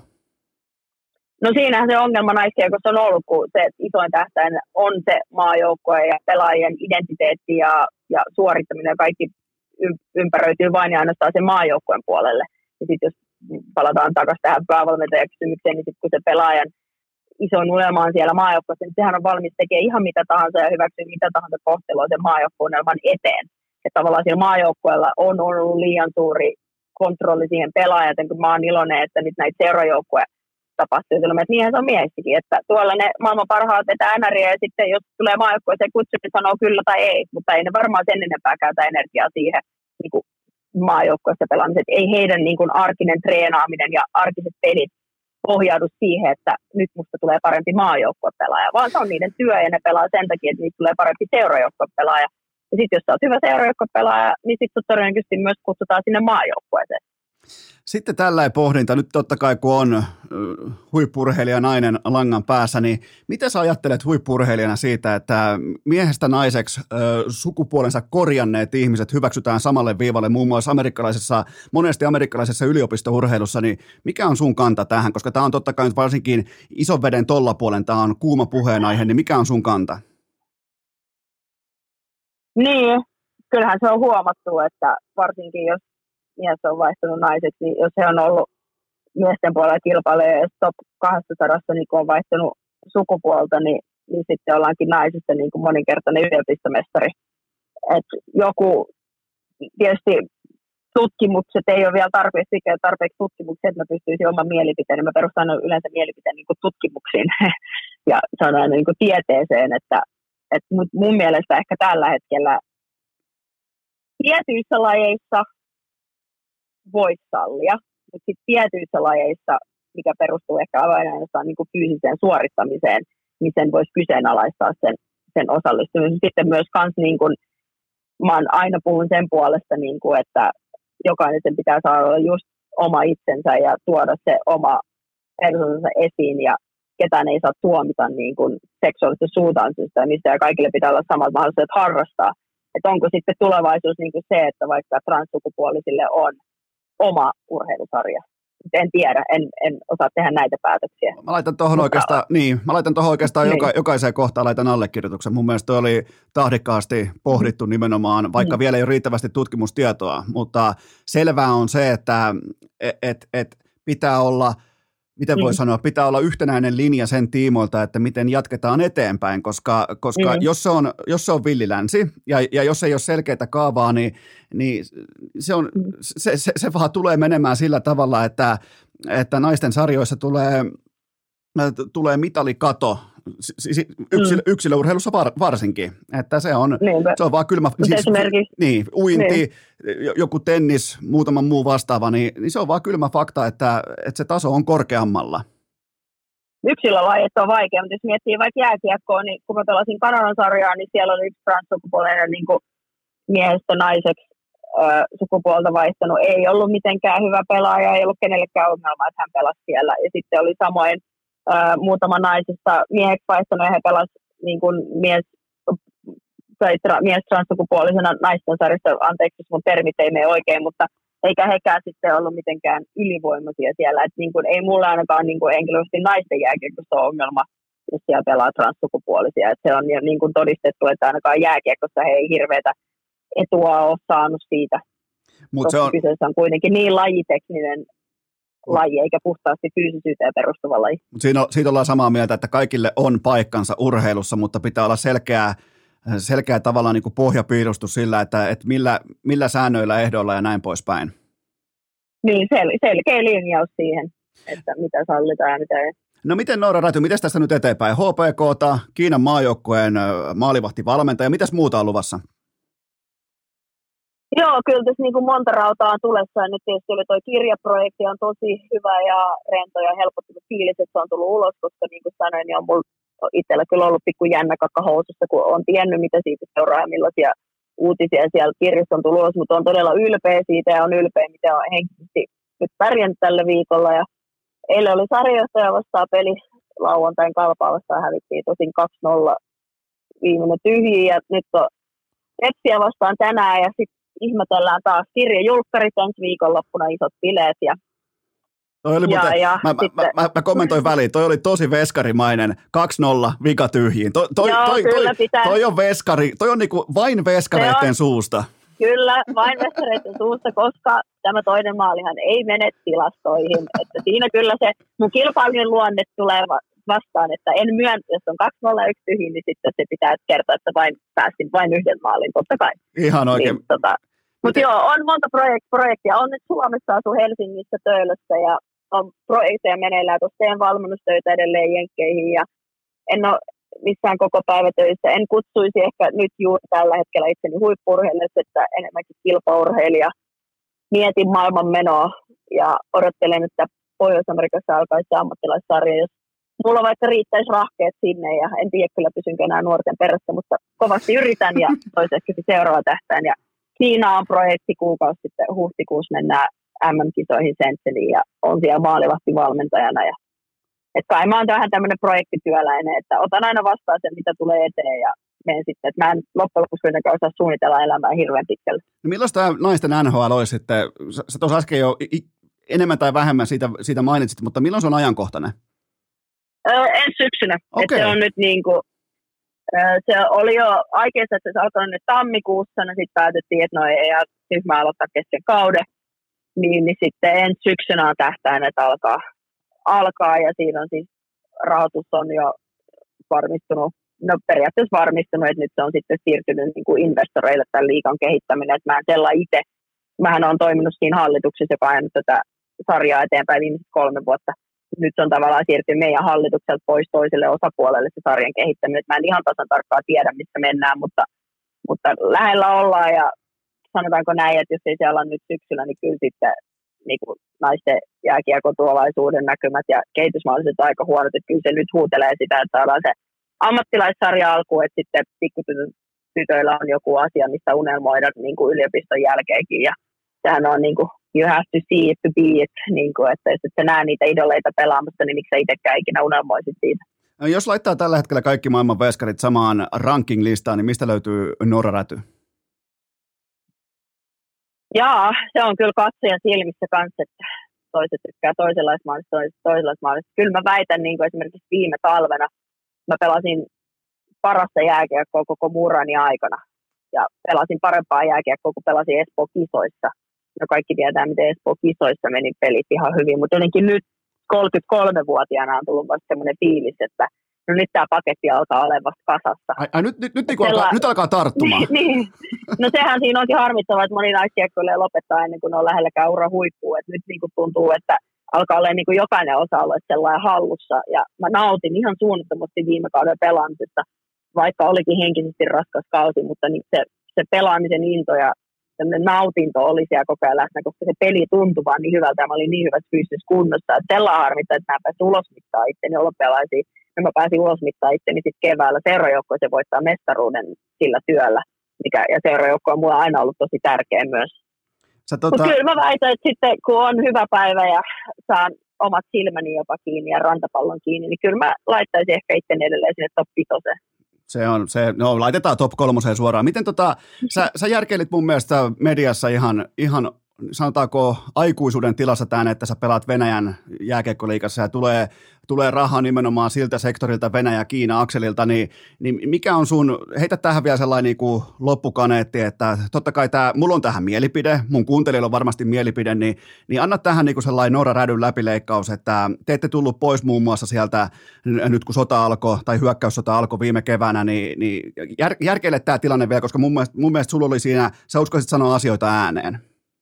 No siinähän se ongelma naiskiekossa on ollut, kun se isoin tähtäin on se maajoukkue ja pelaajien identiteetti ja, ja suorittaminen ja kaikki ympäröityy vain ja ainoastaan sen maajoukkueen puolelle. Ja sitten jos palataan takaisin tähän päävalmentajakysymykseen, niin sitten kun se pelaajan isoin unelma on siellä maajoukkueessa, niin sehän on valmis tekemään ihan mitä tahansa ja hyväksyä mitä tahansa kohtelua sen maajoukkueunelman eteen. Että tavallaan siellä maajoukkueella on ollut liian suuri kontrolli siihen pelaajat, kun mä oon iloinen, että nyt näitä seurajoukkueja tapahtuu. Että niinhän se on miehissäkin, että tuolla ne maailman parhaat vetää änäriä ja sitten jos tulee maajoukkueeseen kutsu, niin sanoo kyllä tai ei, mutta ei ne varmaan sen enempää käytä energiaa siihen niin kuin maajoukkueessa pelaamiseen. Ei heidän niin kuin arkinen treenaaminen ja arkiset pelit pohjaudu siihen, että nyt musta tulee parempi maajoukkuepelaaja, vaan se on niiden työ ja ne pelaa sen takia, että niistä tulee parempi seurajoukkuepelaaja. Ja sitten jos sä oot hyvä seurajoukkuepelaaja, niin sitten todennäköisesti myös kutsutaan sinne maajoukkueeseen. Sitten tällainen pohdinta, nyt totta kai kun on huippu-urheilija nainen langan päässä, niin mitä sä ajattelet huippu-urheilijana siitä, että miehestä naiseksi sukupuolensa korjanneet ihmiset hyväksytään samalle viivalle muun muassa amerikkalaisessa, monesti amerikkalaisessa yliopistourheilussa, niin mikä on sun kanta tähän, koska tämä on totta kai nyt varsinkin ison veden tollapuolen, tämä on kuuma puheenaihe, niin mikä on sun kanta? Niin, kyllähän se on huomattu, että varsinkin jos mies on vaihtunut naiseksi, niin jos he on ollut miesten puolella kilpailuja top kaksisataa, niin kun on vaihtunut sukupuolta, niin, niin sitten ollaankin naisista niin kuin moninkertainen yliopistomestari. Et joku, tietysti tutkimukset ei ole vielä tarpeeksi, tarpeeksi tutkimuksia, että mä pystyisin oman mielipiteen. Mä perustan yleensä mielipiteen niin kuin tutkimuksiin ja se on aina niin kuin tieteeseen, että, että mun mielestä ehkä tällä hetkellä tietyissä lajeissa voisi sallia, mutta sitten tietyissä lajeissa, mikä perustuu ehkä ainoastaan niin kuin fyysiseen suorittamiseen, niin sen voisi kyseenalaistaa sen, sen osallistumisen. Sitten myös kans, niin kuin, mä aina puhun sen puolesta, niin kuin, että jokainen sen pitää saada olla just oma itsensä ja tuoda se oma persoonansa esiin ja ketään ei saa tuomita niin kuin seksuaalista suuntautumista ja kaikille pitää olla samat mahdollisuudet harrastaa. Että onko sitten tulevaisuus niin kuin se, että vaikka transsukupuolisille on oma urheilusarja. En tiedä, en, en osaa tehdä näitä päätöksiä. Mä laitan tuohon oikeastaan, niin, mä laitan tuohon oikeastaan niin. joka, jokaiseen kohtaan laitan allekirjoituksen. Mun mielestä toi oli tahdikkaasti pohdittu nimenomaan, vaikka mm. vielä ei ole riittävästi tutkimustietoa, mutta selvää on se, että et, et, et pitää olla, miten voi mm. sanoa, pitää olla yhtenäinen linja sen tiimoilta, että miten jatketaan eteenpäin, koska, koska mm. jos, se on, jos se on villilänsi ja, ja jos ei ole selkeää kaavaa, niin, niin se, on, se, se, se vaan tulee menemään sillä tavalla, että, että naisten sarjoissa tulee, tulee mitalikato, yksilö, mm. yksilöurheilussa var, varsinkin, että se on, se on vaan kylmä, siis, niin, uinti, niin. joku tennis, muutama muu vastaava, niin, niin se on vaan kylmä fakta, että, että se taso on korkeammalla. Yksilölajit on vaikea, mutta jos miettii vaikka jääkiekkoa, niin kun mä pelasin Kanadan sarjaa, niin siellä oli yksi transsukupuolinen niin kuin miehestä naiseksi äh, sukupuolta vaihtanut. Ei ollut mitenkään hyvä pelaaja, ei ollut kenellekään ongelma, että hän pelasi siellä. Ja sitten oli samoin Uh, muutama naisista mieheksi vaihtanut ja he pelasivat niin kuin mies, tai tra, mies transsukupuolisena naisten sarjassa, anteeksi jos mun termit ei mene oikein, mutta eikä hekään sitten ollut mitenkään ylivoimaisia siellä. Et niin kuin, ei mulla ainakaan niin kuin henkilöisesti naisten jääkiekossa ole ongelma, jos siellä pelaa transsukupuolisia. Et se on niin kuin todistettu, että ainakaan jääkiekossa he ei hirveätä etua ole saanut siitä, Mut koska se on... kyseessä on kuitenkin niin lajitekninen laji, eikä puhtaasti fyysisyyteen perustuva laji. Siinä, siitä ollaan samaa mieltä, että kaikille on paikkansa urheilussa, mutta pitää olla selkeä, selkeä tavallaan niin kuin pohjapiirustus sillä, että, että millä, millä säännöillä, ehdoilla ja näin poispäin. Niin, sel- selkeä linjaus siihen, että mitä sallitaan ja mitä ei. No miten Noora Räty, miten tästä nyt eteenpäin? H P K:ta, Kiinan maajoukkueen maalivahtivalmentaja, mitäs muuta on luvassa? Joo, kyllä tässä niin kuin monta rautaa on tulessa ja nyt tietysti oli toi kirjaprojekti on tosi hyvä ja rento ja helpottunut fiilis, että se on tullut ulos, koska niin kuin sanoin, niin on mulla itsellä kyllä ollut pikku jännä kakka housussa, kun on tiennyt, mitä siitä seuraa ja millaisia uutisia siellä kirjassa on tullut ulos, mutta on todella ylpeä siitä ja on ylpeä, mitä on henkisesti nyt pärjännyt tällä viikolla ja eilen oli sarjohtaja vastaan peli, lauantain Kalpaa vastaan hävittiin tosin kaksi nolla viimeinen tyhjiä ja nyt on Tepsiä vastaan tänään ja sitten ihmetellään taas kirjajulkkarit ensi viikonloppuna, isot bileet. Ja, toi oli ja, muuten, ja mä, sitten, mä, mä, mä kommentoin väliin, toi oli tosi veskarimainen, kaksi nolla vika tyhjiin. Toi, toi, joo, toi, toi, pitää, toi on veskari, toi on niinku vain veskareiden suusta. Kyllä, vain veskareiden suusta, koska tämä toinen maalihan ei mene tilastoihin. Että siinä kyllä se mun kilpailun luonne tulee vastaan, että en myön, jos on kaksi nolla yksi tyhjiin, niin sitten se pitää kertoa, että vain päästin vain yhden maalin, totta kai. Ihan oikein. Niin, tota, mutta joo, on monta projekt, projektia. On nyt Suomessa asu Helsingissä Töölössä ja on projekteja meneillään. Tuossa teen valmennustöitä edelleen jenkkeihin ja en ole missään koko päivä töissä. En kutsuisi ehkä nyt juuri tällä hetkellä itseni huippu-urheilijaksi, että enemmänkin kilpaurheilija. Mietin maailman menoa ja odottelen, että Pohjois-Amerikassa alkaisi se ammattilaissarja, jos mulla vaikka riittäisi rahkeet sinne, ja en tiedä kyllä pysynkö enää nuorten perässä, mutta kovasti yritän, ja toiseksi seuraava tähtäin, ja Kiina on projekti kuukausi sitten, huhtikuussa mennään M M-kisoihin Sentseliin, ja on siellä maalivahtivalmentajana, ja et kai mä oon vähän tämmöinen projektityöläinen, että otan aina vastaan sen, mitä tulee eteen, ja menen sitten, että mä en loppujen lopuksi kuitenkaan osaa suunnitella elämää hirveän pitkälle. No milloin tämä naisten N H L olisi sitten, sä tuossa äsken jo enemmän tai vähemmän siitä, siitä mainitsit, mutta milloin se on ajankohtainen? Öö, ensi syksynä. Okay. Että se on nyt niin kuin, öö, se oli jo aikeessa, että se alkoi nyt tammikuussa, ja sitten päätettiin, että no ei, ja nyt mä aloittaa kesken kauden, niin, niin sitten ensi syksynä on tähtäin, että alkaa, alkaa, ja siinä on siis rahoitus on jo varmistunut, no periaatteessa varmistunut, että nyt se on sitten siirtynyt niin kuin investoreille tämän liigan kehittäminen, että mä en sella itse, mähän olen toiminut siinä hallituksessa, joka on ajanut tätä sarjaa eteenpäin viimeiset kolme vuotta. Nyt se on tavallaan siirtynyt meidän hallitukselta pois toiselle osapuolelle se sarjan kehittäminen. Mä en ihan tasan tarkkaan tiedä, missä mennään, mutta, mutta lähellä ollaan, ja sanotaanko näin, että jos ei siellä ole nyt syksyllä, niin kyllä sitten niin kuin naisten jääkiekon tulevaisuuden näkymät ja kehitysmahdollisuudet aika huonot, että kyllä se nyt huutelee sitä, että saadaan se ammattilaissarja alkuun, että sitten pikkutytöillä on joku asia, mistä unelmoida niin kuin yliopiston jälkeenkin, ja sehän on niin kuin you have to see it to be it, niin kuin, että jos et sä näe niitä idoleita pelaamassa, niin miksi sä itsekään ikinä unelmoisit siitä. No, jos laittaa tällä hetkellä kaikki maailman veskarit samaan ranking-listaan, niin mistä löytyy Noora Räty? Jaa, se on kyllä katsojan silmissä kanssa, että toiset tykkää toisenlaista maalista, toiset toisenlaista maalista. Kyllä mä väitän, niin kuin esimerkiksi viime talvena, mä pelasin parasta jääkiekkoa koko murani aikana. Ja pelasin parempaa jääkiekkoa, kun pelasin Espoo-kisoissa. No kaikki tietää, miten Espoo-kisoissa meni pelit ihan hyvin, mutta jotenkin nyt kolmekymmentäkolmevuotiaana on tullut vasta semmoinen fiilis, että no nyt tämä paketti alkaa olemaan vasta kasassa. Ai, ai nyt, nyt, nyt, Sella... alkaa, nyt alkaa tarttumaan. niin, no sehän siinä onkin harmittavaa, että moni naiskiekkoilija lopettaa ennen kuin ne on lähelläkään ura huippua. Et nyt niin kuin tuntuu, että alkaa olla niin kuin jokainen osa-alue sellainen hallussa. Ja mä nautin ihan suunnattomasti viime kauden pelaamisesta, vaikka olikin henkisesti raskas kausi, mutta niin se, se pelaamisen into ja nautinto oli siellä koko ajan läsnä, koska se peli tuntui vaan niin hyvältä ja mä olin niin hyvässä fyysisessä kunnossa, että sellainen harmittaa, että mä pääsin ulosmittaa itteni olympialaisiin, ja mä pääsin ulosmittaa itteni sitten keväällä seurajoukkoon, se voittaa mestaruuden sillä työllä, mikä, ja seurajoukko on mulla aina ollut tosi tärkeä myös. Tota... Mutta kyllä mä väitän, että sitten kun on hyvä päivä ja saan omat silmäni jopa kiinni ja rantapallon kiinni, niin kyllä mä laittaisin ehkä itteni edelleen sinne top vitoseen. Se on, se, no laitetaan top kolmoseen suoraan. Miten tota, sä, sä järkeilit mun mielestä mediassa ihan, ihan sanotaanko aikuisuuden tilassa tämän, että sä pelaat Venäjän jääkiekkoliigassa ja tulee, tulee rahaa nimenomaan siltä sektorilta Venäjä-Kiina-akselilta, niin, niin mikä on sun, heitä tähän vielä sellainen niin kuin loppukaneetti, että totta kai tämä, mulla on tähän mielipide, mun kuuntelijoilla on varmasti mielipide, niin, niin anna tähän niin kuin sellainen Noora Rädyn läpileikkaus, että te ette tullut pois muun muassa sieltä, nyt kun sota alkoi, tai hyökkäyssota alkoi viime keväänä, niin, niin jär, järkeile tämä tilanne vielä, koska mun mielestä, mun mielestä sulla oli siinä, sä uskoisit sanoa asioita ääneen.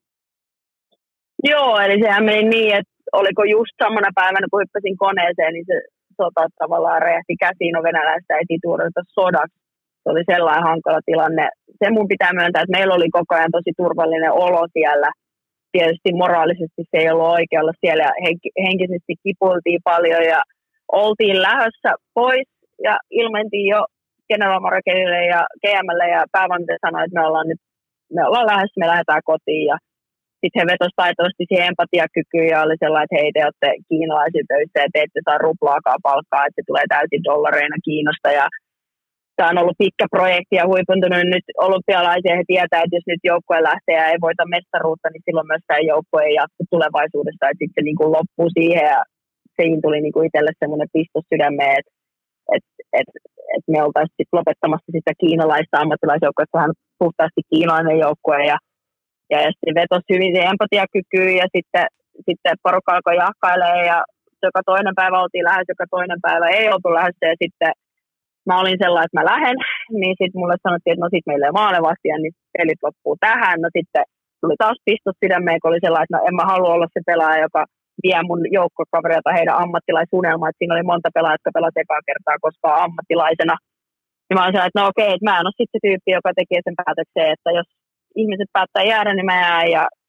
Joo, eli sehän meni niin, että oliko just samana päivänä, kun hyppäsin koneeseen, niin se sota tavallaan räjähti käsiin, no venäläistä ei tuoda sodaksi. Se oli sellainen hankala tilanne. Se mun pitää myöntää, että meillä oli koko ajan tosi turvallinen olo siellä. Tietysti moraalisesti se ei ollut oikein olla siellä ja henkisesti kipuiltiin paljon ja oltiin lähdössä pois ja ilmentiin jo General Marakelille ja G M:lle ja päävalmentaja sanoi, että me ollaan nyt me ollaan lähdössä, me lähdetään kotiin ja sitten he vetosivat taitavasti siihen empatiakykyyn ja oli sellainen, että hei, te olette kiinalaisia töissä ja te ette saa ruplaakaan palkkaa, että se tulee täysin dollareina Kiinasta. Ja tämä on ollut pitkä projekti ja huipuntunut nyt olympialaisia. He tietää, että jos nyt joukkue lähtee ja ei voita mestaruutta, niin silloin myös tämä joukkue ei jatku tulevaisuudessa. Että sitten se niin kuin loppuu siihen ja siinä tuli niin kuin itselle semmoinen pistos sydämeen, että et, et, et me oltaisiin sitten lopettamassa sitä kiinalaista ammattilaisjoukkoa, että sehän on puhtaasti kiinalainen joukkue ja Ja sitten vetosi hyvin se empatiakykyyn ja sitten, sitten porukka alkoi jahkailemaan ja joka toinen päivä oltiin lähes, joka toinen päivä ei oltu lähes ja sitten mä olin sellainen, että mä lähden, niin sitten mulle sanottiin, että no sit meillä ei maalevahtia, niin pelit loppuu tähän. No sitten tuli taas pistos sydämeen, kun oli sellainen, että no en mä halua olla se pelaaja, joka vie mun joukkokavereita heidän ammattilaisunelmaa, että siinä oli monta pelaajaa, jotka pelasivat ekaa kertaa koskaan ammattilaisena. Ja mä olin sellainen, että no okei, että mä en ole sitten se tyyppi, joka tekee sen päätökseen, että jos ihmiset päättää jäädä, niin mä jään ja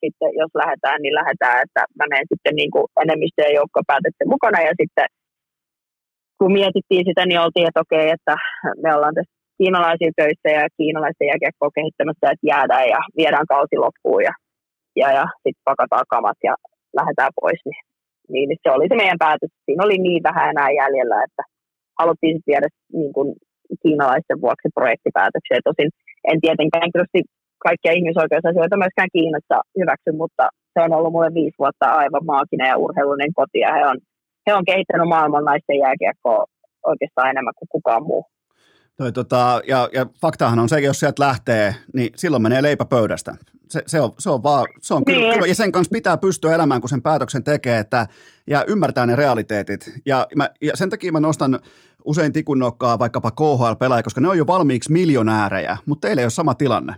sitten jos lähdetään, niin lähdetään, että mä menen sitten niin kuin enemmistöjen joukkopäätöksen mukana ja sitten kun mietittiin sitä, niin oltiin, että okei, että me ollaan tässä kiinalaisia töissä ja kiinalaisten jääkiekkoa kehittämässä, että jäädään ja viedään kausi loppuun ja, ja, ja sitten pakataan kamat ja lähdetään pois. Niin, niin se oli se meidän päätös. Siinä oli niin vähän enää jäljellä, että haluttiin sitten viedä niin kuin kiinalaisten vuoksi projektipäätöksiä. Tosin en tietenkään tietysti kaikkia ihmisoikeusasioita myöskään Kiinassa hyväksy, mutta se on ollut mulle viisi vuotta aivan maaginen ja urheilullinen koti ja he on He on kehittänyt maailman naisten jääkiekkoa oikeastaan enemmän kuin kukaan muu. Toi, tota, ja, ja faktahan on se, jos sieltä lähtee, niin silloin menee leipä pöydästä. Se, se, on, se on vaan, se on niin. kyllä, ja sen kanssa pitää pystyä elämään, kun sen päätöksen tekee, että, ja ymmärtää ne realiteetit. Ja, mä, ja sen takia mä nostan usein tikunnokkaa vaikkapa K H L-pelaajia, koska ne on jo valmiiksi miljonäärejä, mutta teillä ei ole sama tilanne.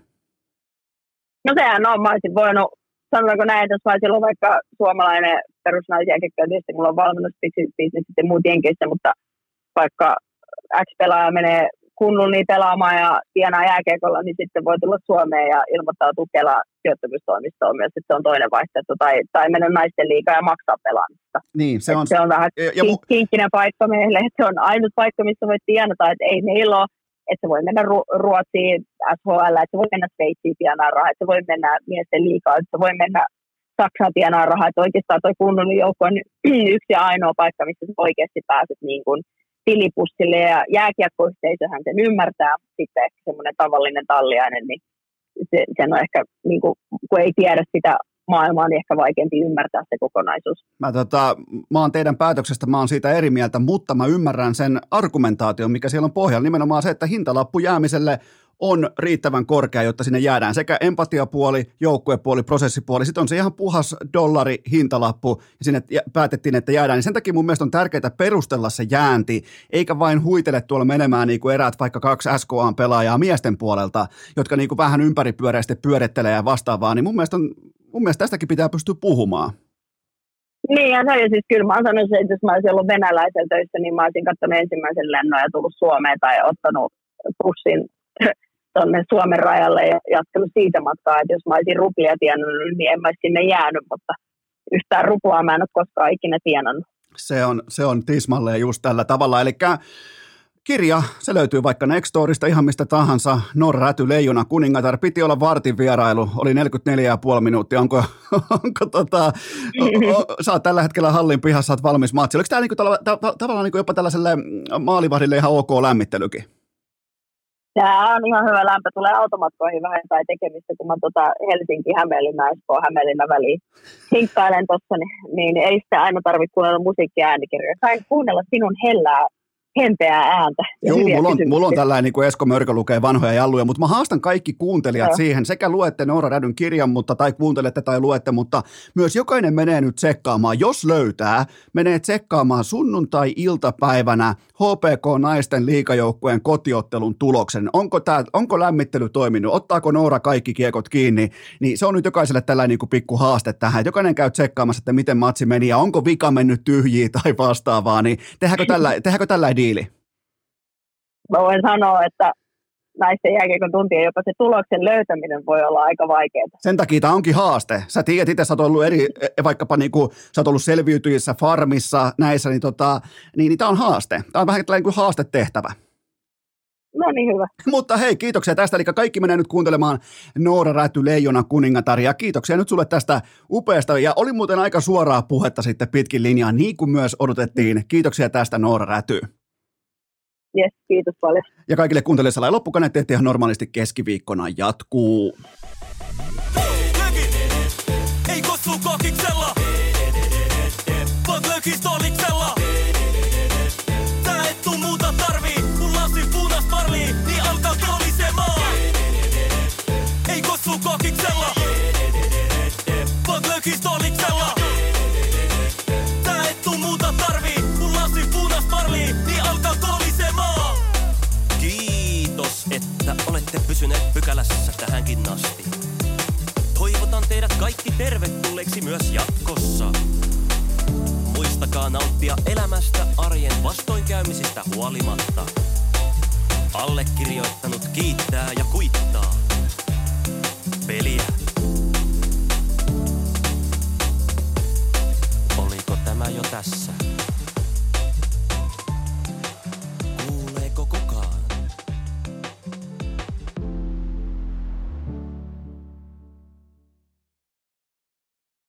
No sehän on, mä olisin voinut, sanotaanko näin, että jos mä olisin ollut vaikka suomalainen perusnaisjääkiekko, tietysti mulla on valmennusbisnes ja muut jenkeissä, mutta vaikka X-pelaaja menee kunnolla pelaamaan ja tienaa jääkiekolla, niin sitten voi tulla Suomeen ja ilmoittautua Kelaan työttömyystoimistoon myös, että se on toinen vaihtoehto, tai, tai mennä naisten liigaan ja maksaa pelaamista. Niin, se on, se on vähän ja mu- kinkkinen paikka meille, että se on ainut paikka, missä voi tienata, että ei meillä ole, että se voi mennä Ru- Ruotsiin, S H L, että se voi mennä Sveitsiin tienaa rahaa, että se voi mennä miesten liigaan, että se voi mennä Saksaan tienaa rahaa, että oikeastaan tuo kunnollinen joukko on yksi ja ainoa paikka, missä sä oikeasti pääset niin kuin tilipussille ja jääkiekkoyhteisöhän sen ymmärtää, sitten ehkä semmoinen tavallinen talliainen, niin se, sen on ehkä, niin kuin, kun ei tiedä sitä maailmaa, niin ehkä vaikeampi ymmärtää se kokonaisuus. Mä, tota, mä oon teidän päätöksestä, mä oon siitä eri mieltä, mutta mä ymmärrän sen argumentaation, mikä siellä on pohjalla. Nimenomaan se, että hintalappu jäämiselle on riittävän korkea, jotta sinne jäädään sekä empatiapuoli, joukkuepuoli, prosessipuoli. Sitten on se ihan puhas dollari hintalappu ja sinne päätettiin, että jäädään. Niin sen takia mun mielestä on tärkeää perustella se jäänti, eikä vain huitele tuolla menemään niin kuin eräät vaikka kaksi S K A-pelaajaa miesten puolelta, jotka niin kuin vähän ympäripyöreästi pyörittelee ja vastaavaa. Niin mun mielestä, on, mun mielestä tästäkin pitää pystyä puhumaan. Niin, ja se oli siis kyllä. Mä sanoin, että jos mä olisin ollut venäläisellä töissä, niin mä olisin katsonut ensimmäisen lennon ja tullut Suomeen tai ottanut bussin tuonne Suomen rajalle ja jatkanut siitä matkaa, että jos mä olisin ruplia tienannut, niin en mä sinne jäänyt, mutta yhtään ruplaa mä en ole koskaan ikinä tienannut. Se on, se on tismalleen just tällä tavalla, eli kirja, se löytyy vaikka Nextorista ihan mistä tahansa, Noora Räty, Leijona kuningatar, piti olla vartin vierailu, oli neljäkymmentäneljä pilkku viisi minuuttia, onko, onko tota, o, o, sä oot tällä hetkellä hallin pihassa, sä oot valmis matsi, oliko tää niinku tavallaan, ta, tavallaan niinku jopa tällaiselle maalivahdille ihan ok lämmittelykin? Tämä on ihan hyvä lämpö. Tulee automatkoihin vähentää tekemistä, kun mä tota Helsinki-Hämeenlinna, Espoo-Hämeenlinna väliin hinkkailen tuossa, niin, niin ei sitä aina tarvitse kuunnella musiikkia ja äänikirjoja. Sain kuunnella sinun hellää, hempeää ääntä. Joo, mulla on, mulla on tällainen, niin kuin Esko Mörkö lukee vanhoja jalluja, mutta mä haastan kaikki kuuntelijat Joo. siihen. Sekä luette Noora Rädyn kirjan, mutta, tai kuuntelette tai luette, mutta myös jokainen menee nyt tsekkaamaan. Jos löytää, menee tsekkaamaan sunnuntai-iltapäivänä H P K-naisten liigajoukkueen kotiottelun tuloksen. Onko, tää, onko lämmittely toiminut? Ottaako Noora kaikki kiekot kiinni? Niin se on nyt jokaiselle tällainen niin kuin pikku haaste tähän. Jokainen käy tsekkaamassa, että miten matsi meni ja onko vika mennyt tyhjiä tai vastaavaa. Niin tehdäänkö tällä, tehdäänkö tällä diili? Mä voin sanoa, että naisten jääkiekon tuntien jopa se tuloksen löytäminen voi olla aika vaikeaa. Sen takia tämä onkin haaste. Sä tiedät itse, sä oot ollut eri, vaikkapa niinku, sä oot ollut selviytyjissä, farmissa, näissä, niin, tota, niin, niin tämä on haaste. Tämä on vähän tällainen kuin haastetehtävä. No niin, hyvä. Mutta hei, kiitoksia tästä. Eli kaikki menee nyt kuuntelemaan Noora Räty, Leijona kuningatar. Ja kiitoksia nyt sulle tästä upeasta. Ja oli muuten aika suoraa puhetta sitten pitkin linjaa, niin kuin myös odotettiin. Kiitoksia tästä, Noora Räty. Jes, kiitos paljon. Ja kaikille kuuntelijoille loppukaneet ihan normaalisti keskiviikkona jatkuu. Ei kossu kokiksella, vaan lökistoliksella. Tää et tuu muuta tarvii, kun lasin punas parlii, niin alkaa kolisemaan. Ei kossu kokiksella, vaan lökistoliksella. Tää et tuu muuta tarvii, kun lasin punas parlii, niin alkaa kolisemaan. Kiitos, että olette pysyneet pykälässä tähänkin asti. Toivotan teidät kaikki tervetulleeksi myös jatkossa. Muistakaa nauttia elämästä arjen vastoinkäymisistä huolimatta. Allekirjoittanut kiittää ja kuittaa. Peliä. tässä.